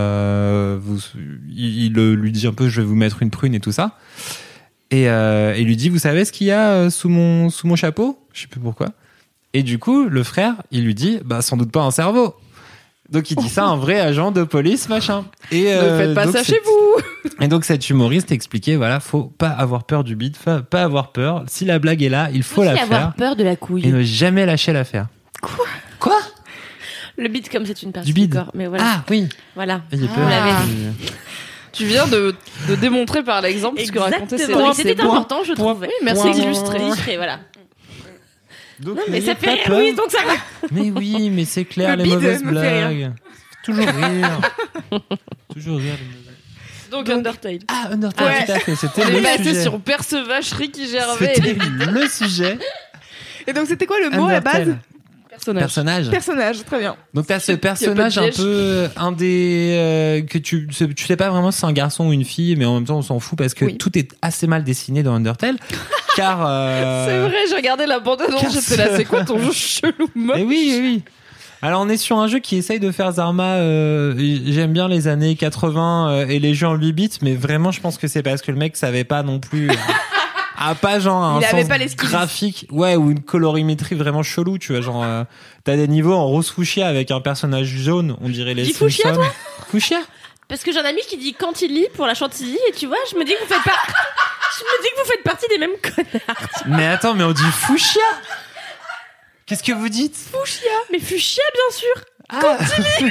il lui dit un peu je vais vous mettre une prune et tout ça, et il lui dit vous savez ce qu'il y a sous mon chapeau, je sais plus pourquoi, et du coup le frère il lui dit bah sans doute pas un cerveau, donc il dit ça à un vrai agent de police machin, et ne faites pas ça chez vous. Et donc cet humoriste expliquait voilà, faut pas avoir peur du bide, pas avoir peur, si la blague est là il faut la faire, avoir peur de la couille et ne jamais lâcher l'affaire. Quoi Le bide, comme c'est une partie du bide. Du corps, mais voilà. Ah oui. Voilà. Vous l'avez Tu viens de démontrer par l'exemple ce que racontait Exactement. Cédric. C'était important, je trouve. Oui, merci d'illustrer. Voilà. Donc, Non, mais ça fait pas rire, peur. oui, donc ça va. Mais oui, mais c'est clair, Le les bide mauvaises me fait rire. blagues. Toujours rire. Toujours rire, les mauvaises. Donc Undertale. Ah, Undertale, Ouais. tout à fait. C'était On est le passé sujet. sur Percevacherie qui Gervais et C'était les le sujet. Et donc, c'était quoi le mot à la base? Undertale. personnages. Personnage. Personnage, très bien. Donc t'as ce personnage y a pas un de peu un des que tu sais pas vraiment si c'est un garçon ou une fille, mais en même temps on s'en fout parce que Oui. tout est assez mal dessiné dans Undertale. Car C'est vrai, j'ai regardé la bande-annonce, Car j'étais là, c'est quoi ton jeu chelou moche? Eh oui. Alors on est sur un jeu qui essaye de faire Zarma. J'aime bien les années 80 et les jeux en 8 bits, mais vraiment je pense que c'est parce que le mec savait pas non plus. Pas genre un Il avait sens pas les skills. graphique, ouais, ou une colorimétrie vraiment chelou, tu vois, genre t'as des niveaux en rose fuchsia avec un personnage jaune, on dirait les Dis Simpsons. fuchsia, toi Fuchsia. Parce que j'ai un ami qui dit quand il lit pour la chantilly, et tu vois, je me dis que vous faites pas. Je me dis que vous faites partie des mêmes connards. Mais attends, mais on dit fuchsia. Qu'est-ce que vous dites? Fuchsia. Mais fuchsia, bien sûr. Quand il lit.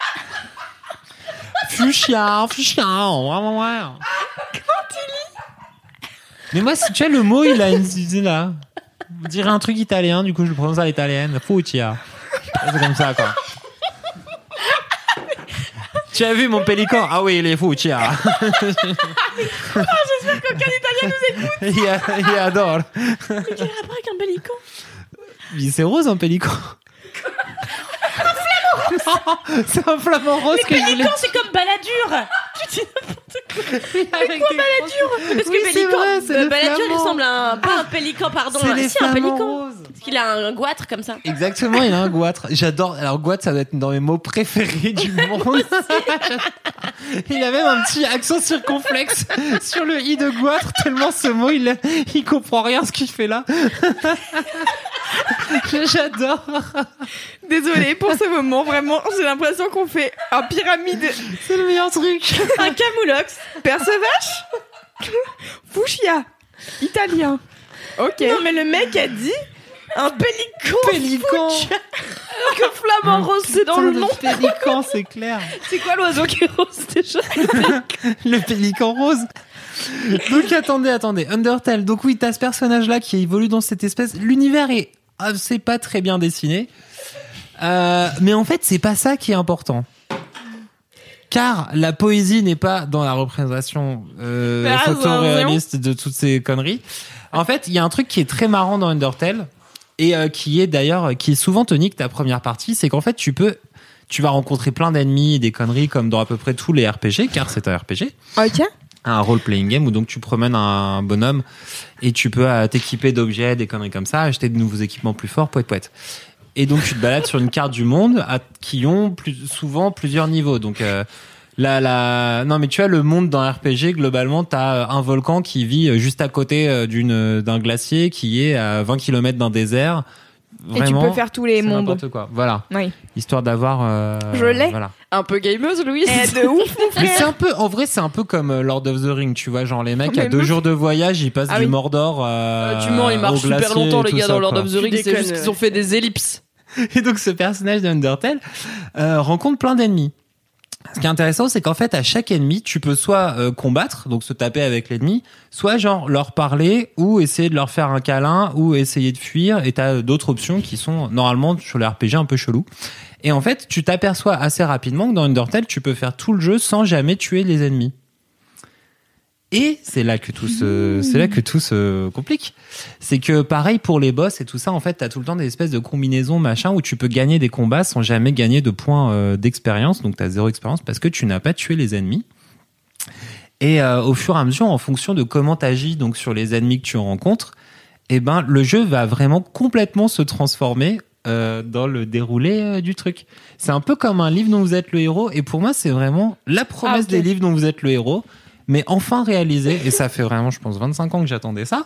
Fuchsia. Ouais. Mais moi, si tu as le mot, il a une idée là. On dirait un truc italien, du coup je le prononce à l'italienne. Fuchsia. C'est comme ça, quoi. Tu as vu mon pélican? Ah oui, il est fuchsia. J'espère qu'aucun Italien nous écoute. Il adore. Mais quel rapport avec un pélican? Mais c'est rose un pélican. Non, c'est un flamant rose que je voulais. Pélican, c'est comme Balladur. Tu dis n'importe quoi. Mais quoi Balladur? Parce que pélican, Balladur, il ressemble à un... Pas un pélican, pardon. C'est les Si, un flamants pélican. roses. Parce qu'il a un goitre comme ça. Exactement, il a un goitre. J'adore. Alors goitre, ça doit être dans mes mots préférés du monde. Il a même un petit accent circonflexe sur le i de goitre, tellement ce mot, il comprend rien ce qu'il fait là. J'adore. Désolée pour ce moment, vraiment, j'ai l'impression qu'on fait un pyramide. C'est le meilleur truc. Un camoulox. Percevache. Fuchsia. Italien. Ok. Non, mais le mec a dit un pélican. Pélican. Que flamant rose, c'est dans le nom. Pélican, c'est clair. C'est quoi l'oiseau qui est rose déjà? Le pélican rose. Donc attendez. Undertale. Donc oui, t'as ce personnage-là qui évolue dans cette espèce. L'univers c'est pas très bien dessiné. Mais en fait, c'est pas ça qui est important. Car la poésie n'est pas dans la représentation photoréaliste de toutes ces conneries. En fait, il y a un truc qui est très marrant dans Undertale et qui est souvent tonique ta première partie, c'est qu'en fait tu vas rencontrer plein d'ennemis et des conneries comme dans à peu près tous les RPG, car c'est un RPG. Ok. Un role-playing game où donc tu promènes un bonhomme et tu peux t'équiper d'objets, des conneries comme ça, acheter de nouveaux équipements plus forts, poète. Et donc tu te balades sur une carte du monde qui ont souvent plusieurs niveaux. Donc non mais tu vois, le monde dans RPG globalement, t'as un volcan qui vit juste à côté d'un glacier qui est à 20 km d'un désert. Vraiment, et tu peux faire tous les c'est mondes. n'importe quoi. Voilà. Oui. Histoire d'avoir Je l'ai. Voilà. Un peu gameuse, Louise. De ouf, mon Mais frère. c'est un peu, en vrai, c'est un peu comme Lord of the Ring, tu vois, genre les mecs Mais à 2 meuf. jours de voyage, ils passent Ah du oui. Mordor Tu mens, ils marchent au glacier super longtemps, et les tout gars, ça, dans Lord quoi. of the Rings. C'est déconnes, juste qu'ils ouais. ont fait des ellipses. Et donc ce personnage d'Undertale rencontre plein d'ennemis. Ce qui est intéressant, c'est qu'en fait, à chaque ennemi, tu peux soit combattre, donc se taper avec l'ennemi, soit genre leur parler ou essayer de leur faire un câlin ou essayer de fuir. Et t'as d'autres options qui sont normalement sur les RPG un peu chelou. Et en fait, tu t'aperçois assez rapidement que dans Undertale, tu peux faire tout le jeu sans jamais tuer les ennemis. Et c'est là que tout se complique. C'est que pareil pour les boss et tout ça, en fait, t'as tout le temps des espèces de combinaisons, machin, où tu peux gagner des combats sans jamais gagner de points d'expérience. Donc t'as 0 expérience parce que tu n'as pas tué les ennemis. Et au fur et à mesure, en fonction de comment t'agis donc sur les ennemis que tu rencontres, eh ben le jeu va vraiment complètement se transformer dans le déroulé du truc. C'est un peu comme un livre dont vous êtes le héros. Et pour moi, c'est vraiment la promesse des livres dont vous êtes le héros. Mais enfin réalisé, et ça fait vraiment, je pense, 25 ans que j'attendais ça,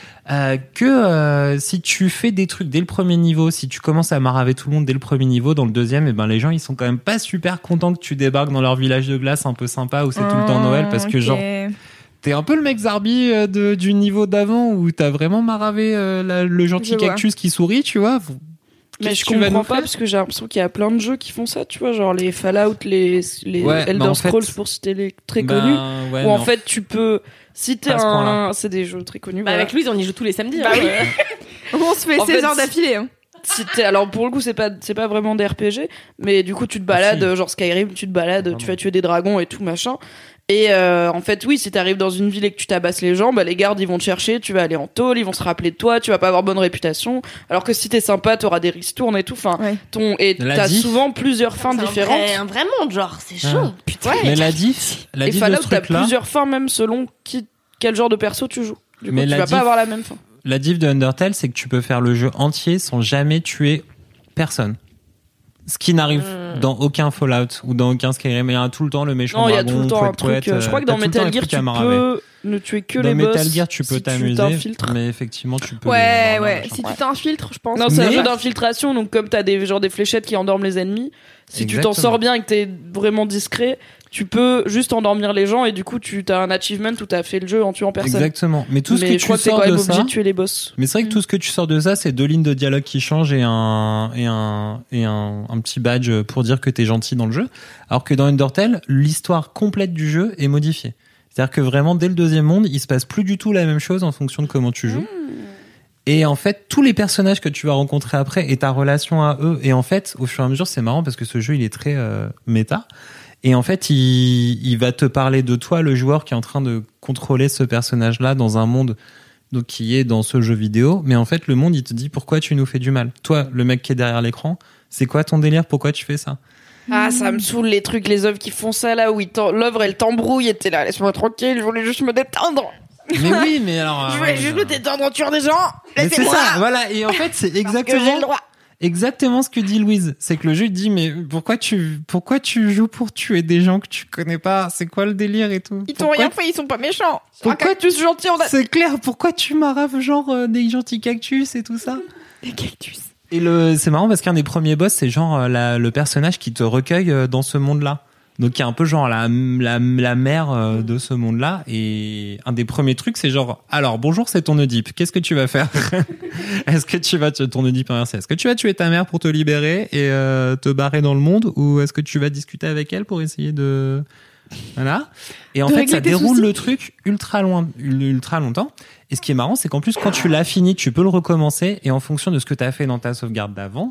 si tu fais des trucs dès le premier niveau, si tu commences à maraver tout le monde dès le premier niveau, dans le deuxième, et ben les gens ils sont quand même pas super contents que tu débarques dans leur village de glace un peu sympa où c'est tout le temps Noël, parce que genre t'es un peu le mec Zarbi du niveau d'avant où t'as vraiment maravé le gentil cactus qui sourit, tu vois. Mais je comprends pas parce que j'ai l'impression qu'il y a plein de jeux qui font ça, tu vois, genre les Fallout, les Elder Scrolls pour citer les très connus, où en fait tu peux citer c'est des jeux très connus. Bah avec Louise, on y joue tous les samedis. Bah oui. On se fait 16 heures d'affilée. Hein. Alors pour le coup c'est pas vraiment des RPG, mais du coup tu te balades genre Skyrim, tu te balades, tu vas tuer des dragons et tout machin. Et en fait oui, si t'arrives dans une ville et que tu tabasses les gens, bah les gardes ils vont te chercher, tu vas aller en tôle, ils vont se rappeler de toi, tu vas pas avoir bonne réputation. Alors que si t'es sympa, t'auras des ristournes et tout. Enfin, t'as souvent plusieurs fins différentes. Un vrai monde, genre c'est chaud. Putain. Mais la diff et Fallout t'as plusieurs fins même selon quel genre de perso tu joues. Du coup, tu vas pas avoir la même fin. La diff de Undertale, c'est que tu peux faire le jeu entier sans jamais tuer personne. Ce qui n'arrive dans aucun Fallout ou dans aucun Skyrim. Il y a tout le temps le méchant dragon. Non, il y a tout le temps un truc. Je crois que dans Metal Gear, tu peux ne tuer que les boss. Dans Metal Gear, tu peux t'amuser, mais effectivement, tu peux... Ouais. Si tu t'infiltres, je pense. Non, c'est un jeu d'infiltration, donc comme t'as des fléchettes qui endorment les ennemis, si tu t'en sors bien et que t'es vraiment discret, tu peux juste endormir les gens et du coup tu as un achievement où t'as fait le jeu en tuant personne. Exactement. Mais tout ce que je tu crois que t'es sors quand même de obligé ça, de tuer les boss. Mais c'est vrai que tout ce que tu sors de ça, c'est 2 lignes de dialogue qui changent et un petit badge pour dire que t'es gentil dans le jeu. Alors que dans Undertale, l'histoire complète du jeu est modifiée. C'est-à-dire que vraiment dès le 2e monde, il se passe plus du tout la même chose en fonction de comment tu joues. Et en fait, tous les personnages que tu vas rencontrer après et ta relation à eux, et en fait, au fur et à mesure, c'est marrant parce que ce jeu, il est très méta. Et en fait, il va te parler de toi, le joueur qui est en train de contrôler ce personnage-là dans un monde donc qui est dans ce jeu vidéo. Mais en fait, le monde, il te dit pourquoi tu nous fais du mal. Toi, le mec qui est derrière l'écran, c'est quoi ton délire? Pourquoi tu fais ça? Ah, ça me saoule les trucs, les œuvres qui font ça là, où l'œuvre elle t'embrouille et t'es là, laisse-moi tranquille, je voulais juste me détendre. Mais oui, mais alors... je voulais juste me détendre en tuant des gens. Mais c'est ça, voilà. Et en fait, c'est exactement ce que dit Louise. C'est que le jeu dit, mais pourquoi tu joues pour tuer des gens que tu connais pas? C'est quoi le délire et tout? Ils t'ont rien fait, ils sont pas méchants. Pourquoi cactus gentil, C'est clair, pourquoi tu maraves genre des gentils cactus et tout ça? Des cactus. Et c'est marrant parce qu'un des premiers boss, c'est genre le personnage qui te recueille dans ce monde-là. Donc qui est un peu genre la mère de ce monde-là. Et un des premiers trucs, c'est genre, alors bonjour, c'est ton Oedipe. Qu'est-ce que tu vas faire? Est-ce que tu vas ton Oedipe inversé? Est-ce que tu vas tuer ta mère pour te libérer et te barrer dans le monde, ou est-ce que tu vas discuter avec elle pour essayer de voilà. Et en fait, ça déroule le truc ultra longtemps. Et ce qui est marrant, c'est qu'en plus, quand tu l'as fini, tu peux le recommencer. Et en fonction de ce que tu as fait dans ta sauvegarde d'avant,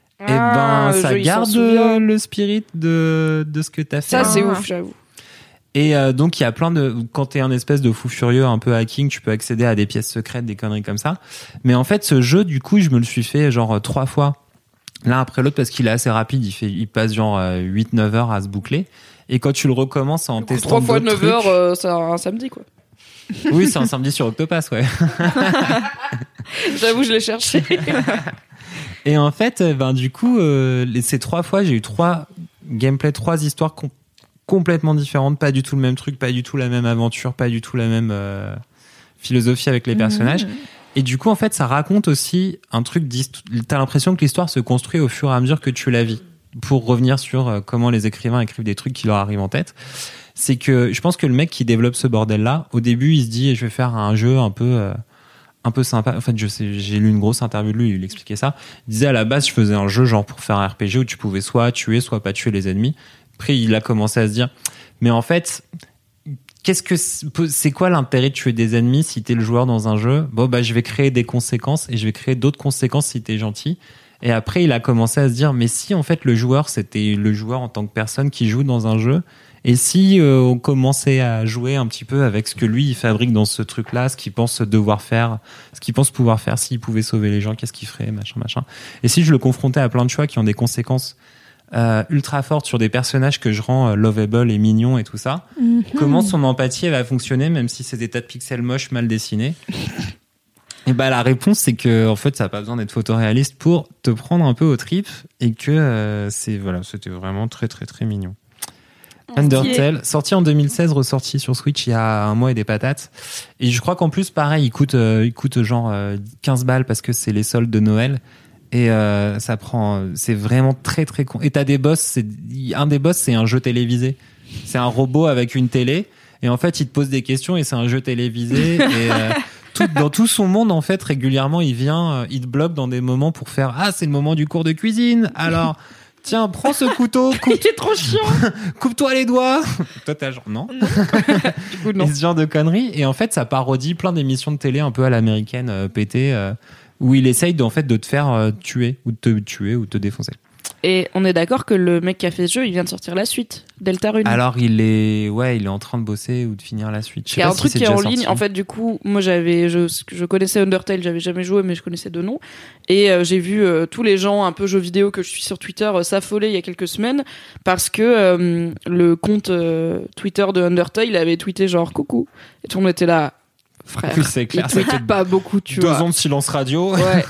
ça garde le spirit de ce que t'as fait. Ça, c'est ouf, j'avoue. Et donc, il y a quand t'es un espèce de fou furieux, un peu hacking, tu peux accéder à des pièces secrètes, des conneries comme ça. Mais en fait, ce jeu, du coup, je me le suis fait genre 3 fois, l'un après l'autre, parce qu'il est assez rapide. Il passe genre 8-9 heures à se boucler. Et quand tu le recommences en testant 3 fois 9 heures, c'est un samedi, quoi. Oui, c'est un samedi sur Octopass, ouais. J'avoue, je l'ai cherché. Et en fait, du coup, ces 3 fois, j'ai eu 3 gameplays, 3 histoires complètement différentes, pas du tout le même truc, pas du tout la même aventure, pas du tout la même philosophie avec les personnages. Et du coup, en fait, ça raconte aussi un truc t'as l'impression que l'histoire se construit au fur et à mesure que tu la vis. Pour revenir sur comment les écrivains écrivent des trucs qui leur arrivent en tête, c'est que je pense que le mec qui développe ce bordel-là, au début, il se dit, je vais faire un jeu un peu un peu sympa. En fait, j'ai lu une grosse interview de lui, il expliquait ça. Il disait à la base, je faisais un jeu genre pour faire un RPG où tu pouvais soit tuer, soit pas tuer les ennemis. Après, il a commencé à se dire, mais en fait, c'est quoi l'intérêt de tuer des ennemis si t'es le joueur dans un jeu? Bon, bah, je vais créer des conséquences et je vais créer d'autres conséquences si t'es gentil. Et après, il a commencé à se dire, mais si en fait le joueur, c'était le joueur en tant que personne qui joue dans un jeu, et si on commençait à jouer un petit peu avec ce que lui il fabrique dans ce truc-là, ce qu'il pense devoir faire, ce qu'il pense pouvoir faire, s'il pouvait sauver les gens, qu'est-ce qu'il ferait, machin. Et si je le confrontais à plein de choix qui ont des conséquences ultra fortes sur des personnages que je rends lovable et mignons et tout ça, comment son empathie elle va fonctionner, même si c'est des tas de pixels moches mal dessinés? Et bah la réponse c'est que en fait ça a pas besoin d'être photoréaliste pour te prendre un peu aux tripes et que c'était vraiment très très très mignon. Undertale, sorti en 2016, ressorti sur Switch il y a un mois et des patates. Et je crois qu'en plus, pareil, il coûte genre 15 balles parce que c'est les soldes de Noël. Et c'est vraiment très très con. Et t'as des boss, un des boss c'est un jeu télévisé. C'est un robot avec une télé. Et en fait, il te pose des questions et c'est un jeu télévisé. Et dans tout son monde, en fait, régulièrement, il te bloque dans des moments pour faire, c'est le moment du cours de cuisine. Alors, tiens, prends ce couteau. Il est trop chiant. Coupe-toi les doigts. Toi, t'as genre, non. Du coup, non. Et ce genre de conneries. Et en fait, ça parodie plein d'émissions de télé un peu à l'américaine, pétées, où il essaye de te faire tuer, ou de te tuer, ou de te défoncer. Et on est d'accord que le mec qui a fait ce jeu, il vient de sortir la suite, Deltarune. Alors il est en train de bosser ou de finir la suite. Il y a un truc qui est en ligne. En fait, du coup, moi je connaissais Undertale, j'avais jamais joué, mais je connaissais de nom. Et j'ai vu tous les gens un peu jeux vidéo que je suis sur Twitter s'affoler il y a quelques semaines parce que le compte Twitter de Undertale, il avait tweeté genre coucou. Et tout le monde était là. Frère, oui, c'est clair, il tweet pas beaucoup, tu vois. 2 ans de silence radio. Ouais.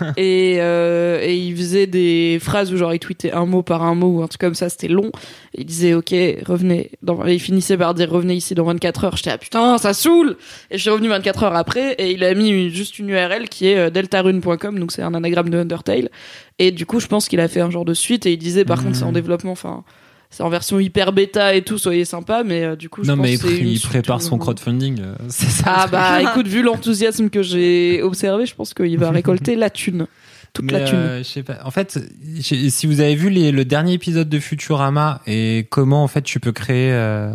Et il faisait des phrases où genre il tweetait un mot par un mot ou un truc comme ça, c'était long. Et il disait ok, revenez. Et il finissait par dire revenez ici dans 24 heures. J'étais putain, ça saoule. Et je suis revenu 24 heures après et il a mis juste une URL qui est deltarune.com, donc c'est un anagramme de Undertale. Et du coup, je pense qu'il a fait un genre de suite et il disait par contre c'est en développement, enfin c'est en version hyper bêta et tout, soyez sympa, mais du coup, je pense que c'est il prépare son crowdfunding, c'est ça. Ah bah, écoute, vu l'enthousiasme que j'ai observé, je pense qu'il va récolter la thune. Toute la thune. Je sais pas. En fait, si vous avez vu le dernier épisode de Futurama et comment, en fait, tu peux créer,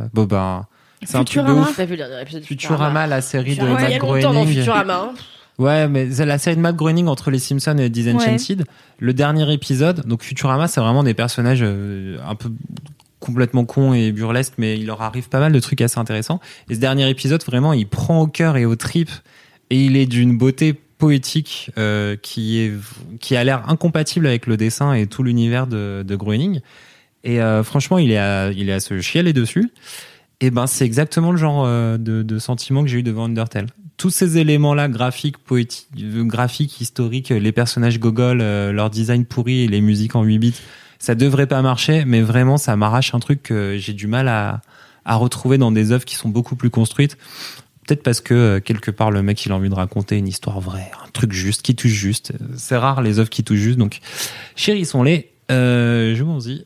c'est un truc de ouf. T'as vu le dernier épisode de Futurama, la série de Matt Groening. Il y a longtemps dans Futurama, Ouais, mais c'est la série de Matt Groening entre les Simpsons et Disenchanted. Ouais. Le dernier épisode, donc Futurama, c'est vraiment des personnages un peu complètement cons et burlesques, mais il leur arrive pas mal de trucs assez intéressants. Et ce dernier épisode, vraiment, il prend au cœur et aux tripes, et il est d'une beauté poétique qui a l'air incompatible avec le dessin et tout l'univers de Groening. Et franchement, il est à se chialer dessus. Et ben, c'est exactement le genre de sentiment que j'ai eu devant Undertale. Tous ces éléments-là, graphiques, poétiques, graphiques, historiques, les personnages gogol, leur design pourri et les musiques en 8 bits, ça devrait pas marcher, mais vraiment, ça m'arrache un truc que j'ai du mal à retrouver dans des œuvres qui sont beaucoup plus construites. Peut-être parce que, quelque part, le mec, il a envie de raconter une histoire vraie, un truc juste, qui touche juste. C'est rare, les œuvres qui touchent juste, donc, chérissons-les, jouons-y.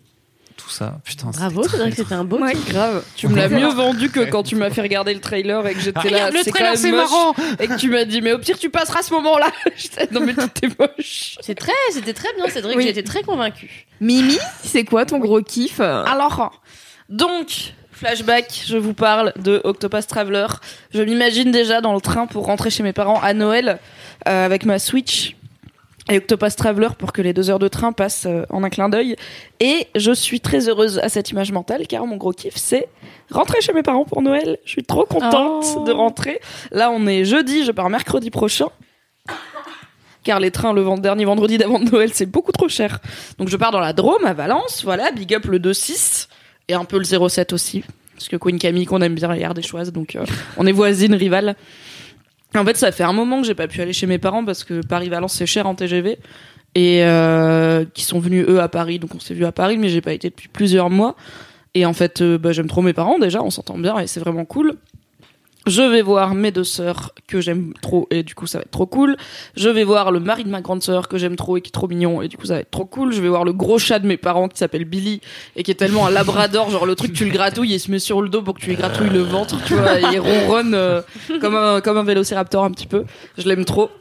Ça. Putain, bravo, c'est vrai que c'était un beau truc. Grave. Tu me l'as mieux vendu que quand tu m'as fait regarder le trailer et que j'étais là. Le trailer, c'est marrant. Et que tu m'as dit, mais au pire, tu passeras ce moment-là. Non, mais tout est moche. C'était très bien, Cédric. Oui. J'ai été très convaincue. Mimi, c'est quoi ton gros kiff? Alors, donc, flashback, je vous parle de Octopath Traveler. Je m'imagine déjà dans le train pour rentrer chez mes parents à Noël avec ma Switch. Et Octopath Traveler pour que les 2 heures de train passent en un clin d'œil. Et je suis très heureuse à cette image mentale car mon gros kiff c'est rentrer chez mes parents pour Noël. Je suis trop contente de rentrer. Là on est jeudi, je pars mercredi prochain. Car les trains le dernier vendredi d'avant de Noël c'est beaucoup trop cher. Donc je pars dans la Drôme à Valence, voilà, big up le 2-6 et un peu le 0-7 aussi. Parce que Queen Camille qu'on aime bien, hier des choises, donc on est voisines, rivales. En fait, ça fait un moment que j'ai pas pu aller chez mes parents parce que Paris-Valence c'est cher en TGV et qui sont venus eux à Paris, donc on s'est vu à Paris, mais j'ai pas été depuis plusieurs mois. Et en fait, j'aime trop mes parents déjà, on s'entend bien et c'est vraiment cool. Je vais voir mes 2 sœurs que j'aime trop et du coup ça va être trop cool. Je vais voir le mari de ma grande sœur que j'aime trop et qui est trop mignon et du coup ça va être trop cool. Je vais voir le gros chat de mes parents qui s'appelle Billy et qui est tellement un labrador, genre le truc tu le gratouilles et il se met sur le dos pour que tu lui gratouilles le ventre, tu vois, et il ronronne comme un vélociraptor un petit peu. Je l'aime trop.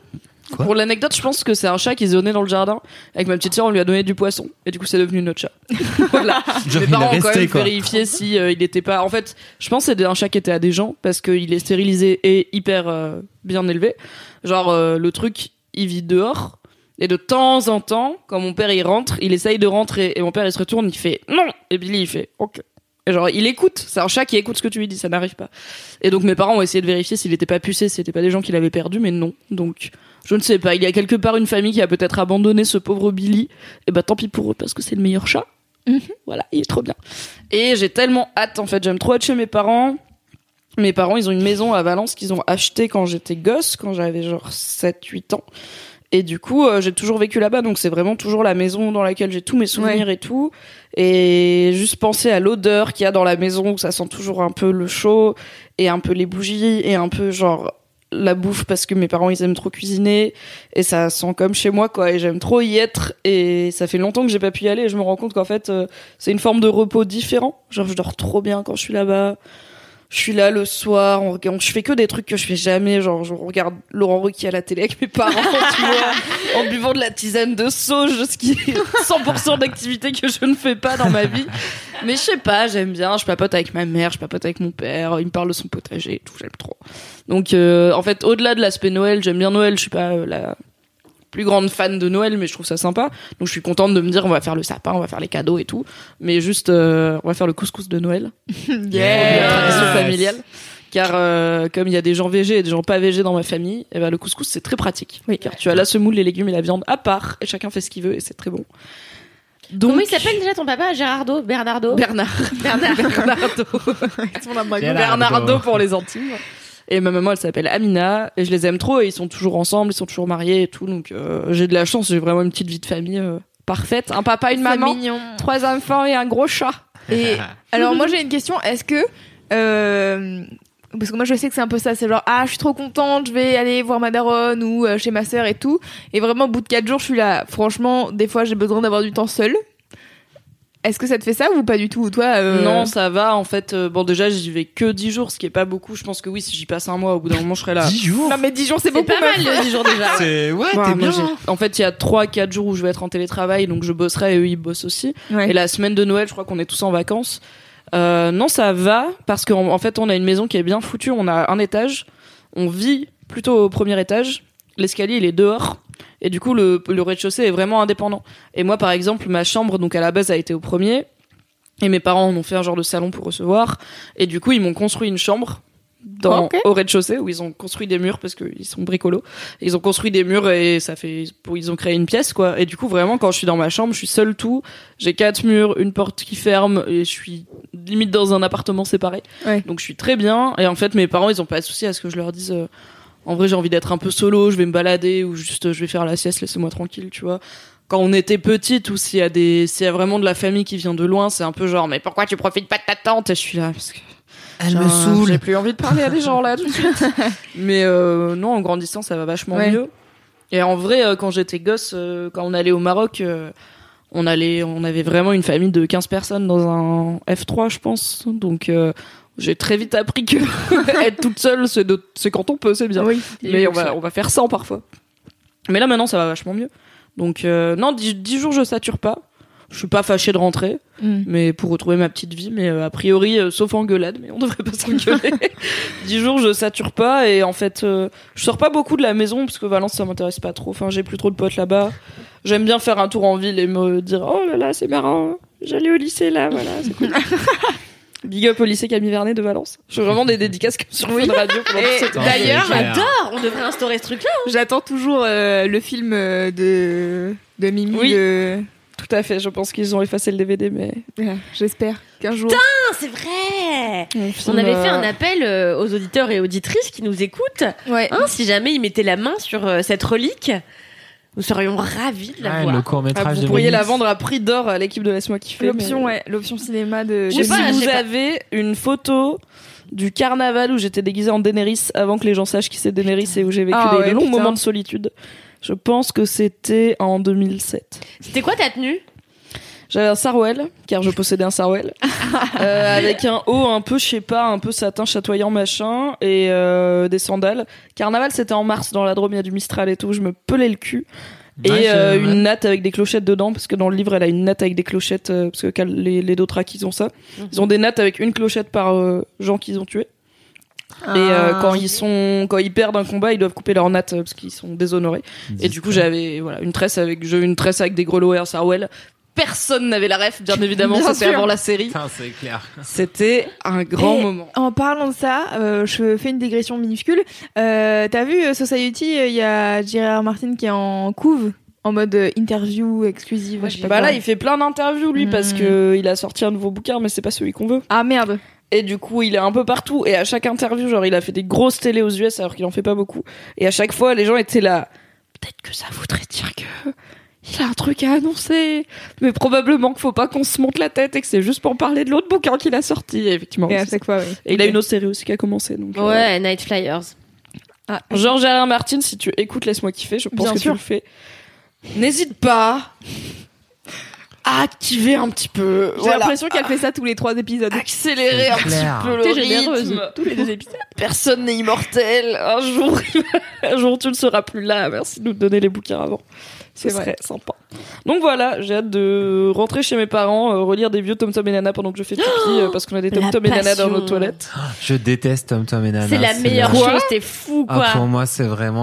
Pour l'anecdote, je pense que c'est un chat qui zonait dans le jardin. Avec ma petite sœur, on lui a donné du poisson. Et du coup, c'est devenu notre chat. Voilà. Genre, Mes il est parents ont quand resté, même quoi. vérifié si il était pas. En fait, je pense que c'est un chat qui était à des gens parce qu'il est stérilisé et hyper bien élevé. Genre, le truc, il vit dehors. Et de temps en temps, quand mon père il rentre, il essaye de rentrer. Et mon père il se retourne, il fait non. Et Billy il fait ok. Et genre, il écoute. C'est un chat qui écoute ce que tu lui dis, ça n'arrive pas. Et donc mes parents ont essayé de vérifier s'il était pas pucé, si c'était pas des gens qui l'avaient perdu, mais non. Donc, je ne sais pas. Il y a quelque part une famille qui a peut-être abandonné ce pauvre Billy. Et bah tant pis pour eux parce que c'est le meilleur chat. Voilà, il est trop bien. Et j'ai tellement hâte, en fait. J'aime trop être chez mes parents. Mes parents, ils ont une maison à Valence qu'ils ont achetée quand j'étais gosse, quand j'avais genre 7-8 ans. Et du coup, j'ai toujours vécu là-bas, donc c'est vraiment toujours la maison dans laquelle j'ai tous mes souvenirs et tout. Et juste penser à l'odeur qu'il y a dans la maison, où ça sent toujours un peu le chaud, et un peu les bougies, et un peu genre la bouffe, parce que mes parents, ils aiment trop cuisiner, et ça sent comme chez moi, quoi, et j'aime trop y être, et ça fait longtemps que j'ai pas pu y aller, et je me rends compte qu'en fait, c'est une forme de repos différent. Genre, je dors trop bien quand je suis là-bas. Je suis là le soir, je fais que des trucs que je fais jamais, genre je regarde Laurent Ruquier à la télé avec mes parents, tu vois, en buvant de la tisane de sauge, ce qui est 100% d'activité que je ne fais pas dans ma vie. Mais je sais pas, j'aime bien, je papote avec ma mère, je papote avec mon père, il me parle de son potager et tout, j'aime trop. Donc en fait, au-delà de l'aspect Noël, j'aime bien Noël, je suis pas la plus grande fan de Noël, mais je trouve ça sympa. Donc je suis contente de me dire on va faire le sapin, on va faire les cadeaux et tout, mais juste on va faire le couscous de Noël. La tradition familiale. Car comme il y a des gens végés et des gens pas végés dans ma famille, et ben le couscous c'est très pratique. Oui. Car tu as la semoule, les légumes et la viande à part, et chacun fait ce qu'il veut et c'est très bon. Donc, comment il s'appelle déjà ton papa? Bernardo. Bernardo. Gérardo. Bernardo pour les intimes. Et ma maman, elle s'appelle Amina, et je les aime trop, et ils sont toujours ensemble, ils sont toujours mariés et tout, donc j'ai de la chance, j'ai vraiment une petite vie de famille parfaite. Un papa, une maman, mignon. 3 enfants et un gros chat. Et alors moi j'ai une question, est-ce que parce que moi je sais que c'est un peu ça, c'est genre je suis trop contente, je vais aller voir ma daronne ou chez ma sœur et tout, et vraiment au bout de 4 jours je suis là, franchement des fois j'ai besoin d'avoir du temps seul. Est-ce que ça te fait ça ou pas du tout, ou toi Non, ça va en fait. Bon déjà j'y vais que 10 jours, ce qui est pas beaucoup. Je pense que oui, si j'y passe un mois, au bout d'un moment je serai là. 10 jours? Non mais 10 jours c'est beaucoup, pas mal, 10 jours déjà. C'est, ouais, Ouais, t'es moi, bien. en fait, il y a 3-4 jours où je vais être en télétravail, donc je bosserai et eux ils bossent aussi. Ouais. Et la semaine de Noël, je crois qu'on est tous en vacances. Non, ça va parce qu'en fait, on a une maison qui est bien foutue. On a un étage. On vit plutôt au premier étage. L'escalier, il est dehors. Et du coup, le rez-de-chaussée est vraiment indépendant. Et moi, par exemple, ma chambre, donc à la base, a été au premier. Et mes parents en ont fait un genre de salon pour recevoir. Et du coup, ils m'ont construit une chambre au rez-de-chaussée où ils ont construit des murs parce qu'ils sont bricolos. Ils ont construit des murs et ils ont créé une pièce, quoi. Et du coup, vraiment, quand je suis dans ma chambre, je suis seule tout. J'ai 4 murs, une porte qui ferme et je suis limite dans un appartement séparé. Ouais. Donc je suis très bien. Et en fait, mes parents, ils ont pas de souci à ce que je leur dise en vrai, j'ai envie d'être un peu solo, je vais me balader ou juste je vais faire la sieste, laissez-moi tranquille, tu vois. Quand on était petite ou s'il y a vraiment de la famille qui vient de loin, c'est un peu genre mais pourquoi tu profites pas de ta tante? Et je suis là parce que Elle me saoule. j'ai plus envie de parler à des gens là tout de suite. Mais non, en grandissant, ça va vachement mieux. Et en vrai, quand j'étais gosse, quand on allait au Maroc, on avait vraiment une famille de 15 personnes dans un F3, je pense. Donc j'ai très vite appris que être toute seule, c'est quand on peut, c'est bien. Oui. Mais on va faire 100 parfois. Mais là maintenant, ça va vachement mieux. Donc non, 10 jours je sature pas. Je suis pas fâchée de rentrer, mais pour retrouver ma petite vie. Mais a priori, sauf engueulade, mais on devrait pas s'engueuler. 10 jours je sature pas et en fait, je sors pas beaucoup de la maison parce que Valence ça m'intéresse pas trop. Enfin, j'ai plus trop de potes là-bas. J'aime bien faire un tour en ville et me dire oh là là c'est marrant. J'allais au lycée là, voilà, c'est cool. Big up au lycée Camille Vernet de Valence. Je fais vraiment des dédicaces comme sur Fun Radio pendant toute cette D'ailleurs, J'adore, on devrait instaurer ce truc-là. j'attends toujours le film de Mimi. Oui. Tout à fait, je pense qu'ils ont effacé le DVD, mais J'espère qu'un jour. Ah, c'est vrai. On avait fait un appel aux auditeurs et auditrices qui nous écoutent. Ouais. Hein, si jamais ils mettaient la main sur cette relique, nous serions ravis de la Ouais, voir. le court-métrage vous de pourriez la Mélisse. vendre à prix d'or à l'équipe de Laisse-moi kiffer. L'option, mais- l'option cinéma de. Je Ou sais pas, si je vous sais pas. avez une photo du carnaval où j'étais déguisée en Daenerys avant que les gens sachent qui c'est Daenerys et où j'ai vécu des longs moments de solitude. Je pense que c'était en 2007. C'était quoi ta tenue? J'avais un Sarwell, car je possédais un Sarwell, avec un haut un peu, je sais pas, un peu satin chatoyant machin, et des sandales. Carnaval, c'était en mars, dans la Drôme, il y a du Mistral et tout, je me pelais le cul. Et une natte avec des clochettes dedans, parce que dans le livre, elle a une natte avec des clochettes, parce que les Dothraki, ils ont ça. Ils ont des nattes avec une clochette par gens qu'ils ont tués. Et quand ils perdent un combat, ils doivent couper leur natte parce qu'ils sont déshonorés. Et du coup, j'avais une tresse avec des grelots et un Sarwell. Personne n'avait la ref, bien évidemment, c'était avant la série. Putain, c'est clair. C'était un grand moment. En parlant de ça, je fais une digression minuscule. T'as vu Society, il y a J.R.R. Martin qui est en couve, en mode interview exclusive. Je sais pas Bah quoi. là, il fait plein d'interviews, lui, parce que il a sorti un nouveau bouquin, mais c'est pas celui qu'on veut. Ah merde. Et du coup, il est un peu partout. Et à chaque interview, genre, il a fait des grosses télés aux US alors qu'il en fait pas beaucoup. Et à chaque fois, les gens étaient là. Peut-être que ça voudrait dire que il a un truc à annoncer. Mais probablement qu'il faut pas qu'on se monte la tête et que c'est juste pour parler de l'autre bouquin qu'il a sorti. Et effectivement. Et à chaque fois, oui. Et il a une autre série aussi qui a commencé. Donc, Ouais, Night Flyers. Ah, George R.R. Martin, si tu écoutes Laisse-moi kiffer, je pense Bien que sûr. tu le fais. N'hésite pas à activer un petit peu. J'ai l'impression qu'elle fait ça tous les 3 épisodes. Accélérer un clair. petit peu le T'es généreuse. rythme. Tous les 2 épisodes. Personne n'est immortel. Un jour, tu ne seras plus là. Merci de nous donner les bouquins avant. Ce C'est serait vrai. sympa. Donc voilà, j'ai hâte de rentrer chez mes parents, relire des vieux Tom Tom et Nana pendant que je fais pipi, parce qu'on a des Tom la Tom et Nana dans passion. nos toilettes. Je déteste Tom Tom et Nana. C'est la meilleure Quoi chose, t'es fou, quoi. Ah, pour moi, c'est vraiment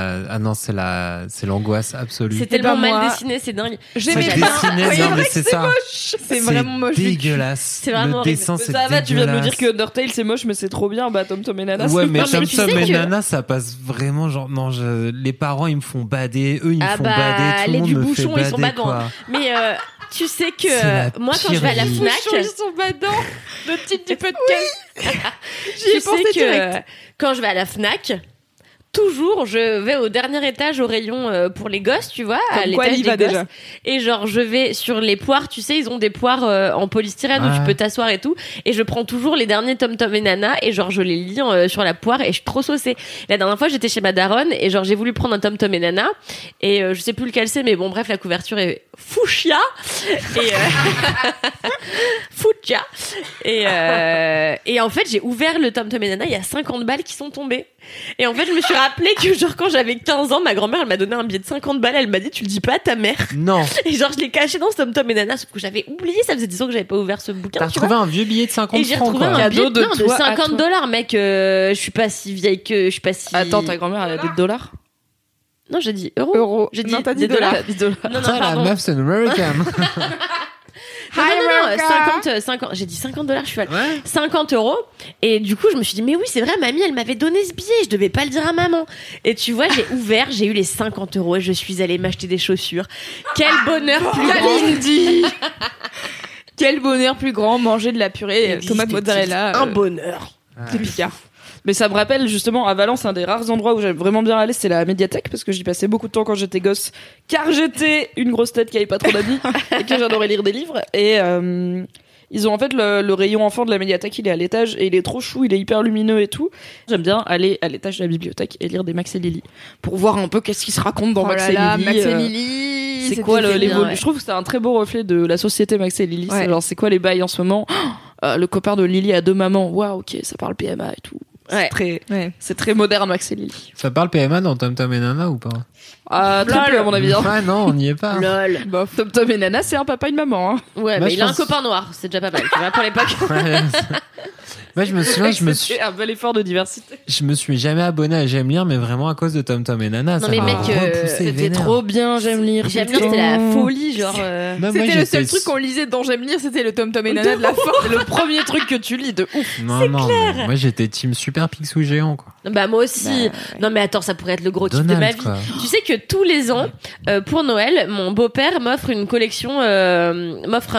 c'est l'angoisse absolue. C'est tellement pas moi. mal dessiné, c'est dingue. J'aimais C'est bien. dessiné, Oui, non, c'est mais vrai c'est que ça. C'est vraiment moche. dégueulasse. C'est vraiment le horrible. dessin, c'est Ça va, tu viens de nous dire dégueulasse. que Undertale c'est moche, mais c'est trop bien. Bah Tom Tom et Nana. Ouais, c'est mais moche. mais Tom tu Tom sais et que- Nana, ça passe vraiment genre non, les parents ils me font bader, eux ils me Ah font bah, bader, tout les le monde du me fait bouchon, ils sont bader, badants. quoi. Mais tu sais que C'est la moi, quand je vais à la pire vie. Fnac, sont badants. Le titre du podcast. tu pensé sais que direct. quand je vais à la Fnac, toujours, je vais au dernier étage au rayon pour les gosses, tu vois, à Comme quoi, l'étage elle y des va gosses. déjà. Et genre, je vais sur les poires, tu sais, ils ont des poires en polystyrène où Ouais. tu peux t'asseoir et tout. Et je prends toujours les derniers Tom Tom et Nana et genre, je les lis sur la poire et je suis trop saucée. La dernière fois, j'étais chez ma daronne et genre, j'ai voulu prendre un Tom Tom et Nana et je sais plus lequel c'est, mais bon, bref, la couverture est fuchsia. Et fuchsia. Et en fait, j'ai ouvert le Tom Tom et Nana, il y a 50 balles qui sont tombées. Et en fait, je me suis rappelé que genre quand j'avais 15 ans, ma grand-mère elle m'a donné un billet de 50 balles, elle m'a dit tu le dis pas à ta mère. Non. Et genre je l'ai caché dans ce Tom Tom et Nana, sauf que j'avais oublié, ça faisait 10 ans que j'avais pas ouvert ce bouquin. T'as tu retrouvé vois. un vieux billet de 50 Et j'ai francs retrouvé quoi. un billet Cadeau de non, de toi à 50 dollars, mec. Je suis pas si vieille que je suis pas si. Attends, ta grand-mère elle a des dollars. Non, j'ai dit euros. Euros. J'ai dit Non, t'as dit des dollars. dollars. 10 dollars. Non, non, Putain, la pardon. meuf c'est une American. Non, 50, j'ai dit 50 dollars, je suis à Ouais. 50 euros. Et du coup, je me suis dit, mais oui, c'est vrai, mamie, elle m'avait donné ce billet, je devais pas le dire à maman. Et tu vois, j'ai ouvert, j'ai eu les 50 euros et je suis allée m'acheter des chaussures. Quel bonheur plus grand. Kalindi. Quel bonheur plus grand, manger de la purée, Existe tomate mozzarella. Un bonheur. C'est Picard. Mais ça me rappelle justement à Valence, un des rares endroits où j'aime vraiment bien aller, c'est la médiathèque, parce que j'y passais beaucoup de temps quand j'étais gosse, car j'étais une grosse tête qui avait pas trop d'amis et que j'adorais lire des livres. Et ils ont en fait le rayon enfant de la médiathèque, il est à l'étage et il est trop chou, il est hyper lumineux et tout. J'aime bien aller à l'étage de la bibliothèque et lire des Max et Lily pour voir un peu qu'est-ce qui se raconte dans Oh Max là et là, Lily. Max et Lily. C'est c'était quoi génial. l'évolution ouais. Je trouve que c'est un très beau reflet de la société Max et Lily. Ouais. C'est genre c'est quoi les bails en ce moment. Le copain de Lily a 2 mamans. Waouh, ok, ça parle PMA et tout. Ouais. Ouais. C'est très moderne Max et Lily. Ça parle PMA dans Tom Tom et Nana ou pas? Très peu à mon avis. Hein. Ouais, non, on n'y est pas. Lol. Bof. Tom Tom et Nana, c'est un papa et une maman. Hein. Ouais, Moi, mais je il a un pense- copain noir, c'est déjà pas mal, tu vois, pour l'époque. Ouais. Moi, je me souviens, C'était un bel effort de diversité. je me suis jamais abonné à J'aime lire, mais vraiment à cause de Tom Tom et Nana. Non, ça mais m'a mec, repoussé C'était vénère. trop bien, j'aime lire. J'aime lire, c'était la folie, genre. Même moi, C'était le j'étais seul truc qu'on lisait dans J'aime lire, c'était le Tom Tom et Nana de la fin. C'est le premier truc que tu lis de ouf. Non, non, mais moi j'étais team super Picsou géant, quoi. Bah moi aussi. Non mais attends, ça pourrait être le gros kiff de ma Donald, vie. quoi. Tu sais que tous les ans, pour Noël, mon beau-père m'offre une collection, m'offre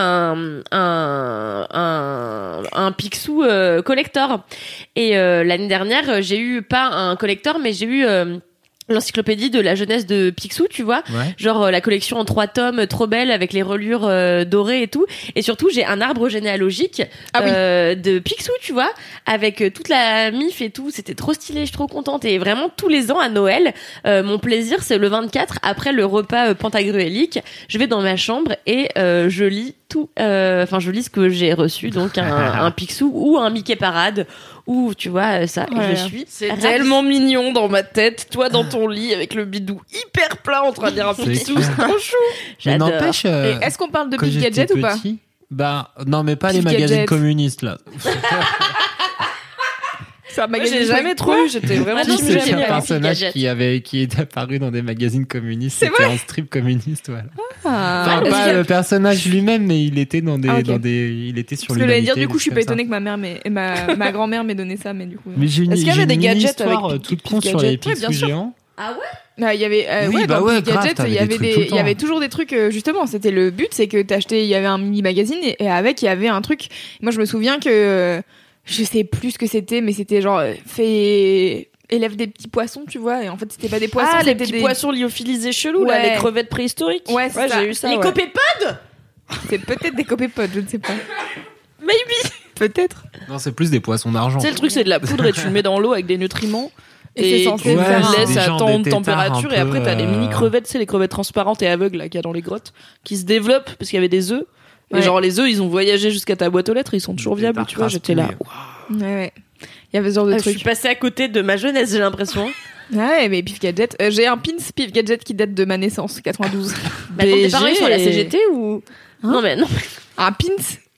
un Picsou collector. Et l'année dernière, j'ai eu pas un collector, mais j'ai eu l'encyclopédie de la jeunesse de Picsou, tu vois. Ouais. Genre la collection en 3 tomes, trop belle, avec les reliures dorées et tout. Et surtout, j'ai un arbre généalogique de Picsou, tu vois, avec toute la mif et tout. C'était trop stylé, je suis trop contente. Et vraiment, tous les ans à Noël, mon plaisir, c'est le 24, après le repas pantagruélique. Je vais dans ma chambre et je lis tout. Enfin, je lis ce que j'ai reçu, donc un Picsou ou un Mickey Parade. Ou tu vois ça, Ouais. je suis C'est ravie. tellement mignon dans ma tête, toi dans ton lit avec le bidou hyper plat en train de lire un C'est Picsou, clair. c'est trop chou. Mais J'adore. n'empêche, Et est-ce qu'on parle de quand Pif j'étais Gadget ou pas? petit, bah non, mais pas les Pif magazines Gadget. communistes là. C'est un Moi, magazine j'ai jamais trop eu, j'étais vraiment Ah non, Si, mais c'est j'aime un bien personnage Gadget. qui est apparu dans des magazines communistes. C'est C'était un strip communiste, voilà. Ah, Enfin, parce pas que- le personnage lui-même, mais il était dans des, Ah, ok. il était sur Parce que j'allais dire, l'humanité, du coup, je suis des pas trucs comme étonnée que ma mère ma grand-mère m'ait donné ça, mais du coup. Mais j'ai une, Est-ce qu'il y j'ai avait une des gadgets histoire avec toute Pif con sur Gadget? les Ouais, Picsou bien sûr. géants. Ah ouais? Ah, il y avait, Oui, ouais, bah dans ouais, Pif grave, Gadget, t'avais il y des avait trucs tout le il y avait temps. toujours des trucs, justement, c'était le but, c'est que il y avait un mini magazine et avec, il y avait un truc. Moi, je me souviens que, je sais plus ce que c'était, mais c'était genre, élève des petits poissons, tu vois, et en fait, c'était pas des poissons, Ah, les c'était petits des... poissons lyophilisés chelous, là, Ouais. les crevettes préhistoriques. Ouais, c'est ça. j'ai eu ça. Les ouais. copépodes? C'est peut-être des copépodes, je ne sais pas. Maybe. Peut-être. Non, c'est plus des poissons d'argent. Tu sais, le truc, c'est de la poudre et tu le mets dans l'eau avec des nutriments. Et c'est censé tu faire le un- laisses des à genres tant de de température têtards et un après peu, t'as les mini crevettes, c'est les crevettes transparentes et aveugles là qu'il y a dans les grottes qui se développent parce qu'il y avait des œufs. Et Ouais. genre les œufs, ils ont voyagé jusqu'à ta boîte aux lettres, ils sont toujours Des viables, tu vois. tartraces J'étais là. pouilles. Ouais. Il y avait ce genre de Je suis truc. passée à côté de ma jeunesse, j'ai l'impression. Ouais, mais Pif Gadget. J'ai un pins Pif Gadget qui date de ma naissance, 92. Mais attends, tes BG, parents, ils sont à la CGT ou... Non mais non, Un pins?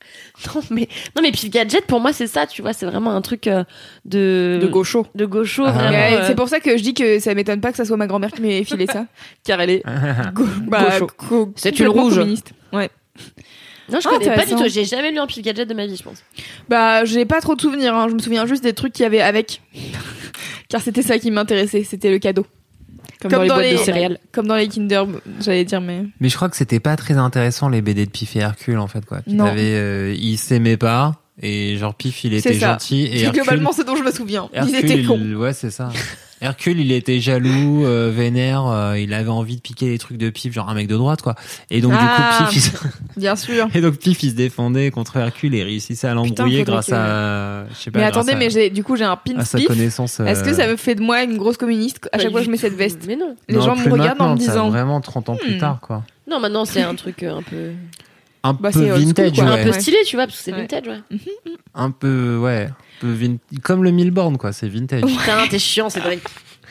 non mais Pif Gadget pour moi c'est ça, tu vois, c'est vraiment un truc de gaucho, de gaucho Ah. vraiment. Ouais, c'est pour ça que je dis que ça m'étonne pas que ça soit ma grand-mère qui m'ait filé ça. car elle est Bah, gaucho. C'est une complètement rouge. communiste. Ouais. Non, je Ah, connais pas du intéressant. tout, j'ai jamais lu un Pif Gadget de ma vie, je pense. Bah, j'ai pas trop de souvenirs, hein. Je me souviens juste des trucs qu'il y avait avec. Car c'était ça qui m'intéressait, c'était le cadeau. Comme dans les boîtes de céréales. Comme dans les Kinder, j'allais dire, mais. Mais je crois que c'était pas très intéressant les BD de Pif et Hercule en fait quoi. Non. Ils s'aimaient pas et genre Pif il était C'est ça. gentil et C'est Hercule, globalement ce dont je me souviens. Ils Hercule, étaient cons. ouais c'est ça. Hercule il était jaloux, vénère, il avait envie de piquer les trucs de Pif genre un mec de droite quoi. Et donc Ah. du coup Pif Bien sûr. et donc Pif il se défendait contre Hercule et réussissait à l'embrouiller faudrait grâce que- à je sais pas Mais grâce attendez, à, mais du coup, j'ai un pins à sa Pif. connaissance. Est-ce que ça me fait de moi une grosse communiste à Pas chaque fois du que je mets cette tout. veste? Mais non. Les Non, gens me plus regardent en me maintenant, ça, disant. vraiment 30 ans plus tard quoi. Non, maintenant c'est un truc un peu Un Bah, peu c'est old school, vintage quoi. ouais. un peu Ouais. stylé, tu vois, parce que c'est Ouais. vintage, ouais. Un peu ouais, comme le Milborn quoi, c'est vintage. Putain, t'es chiant, Cédric.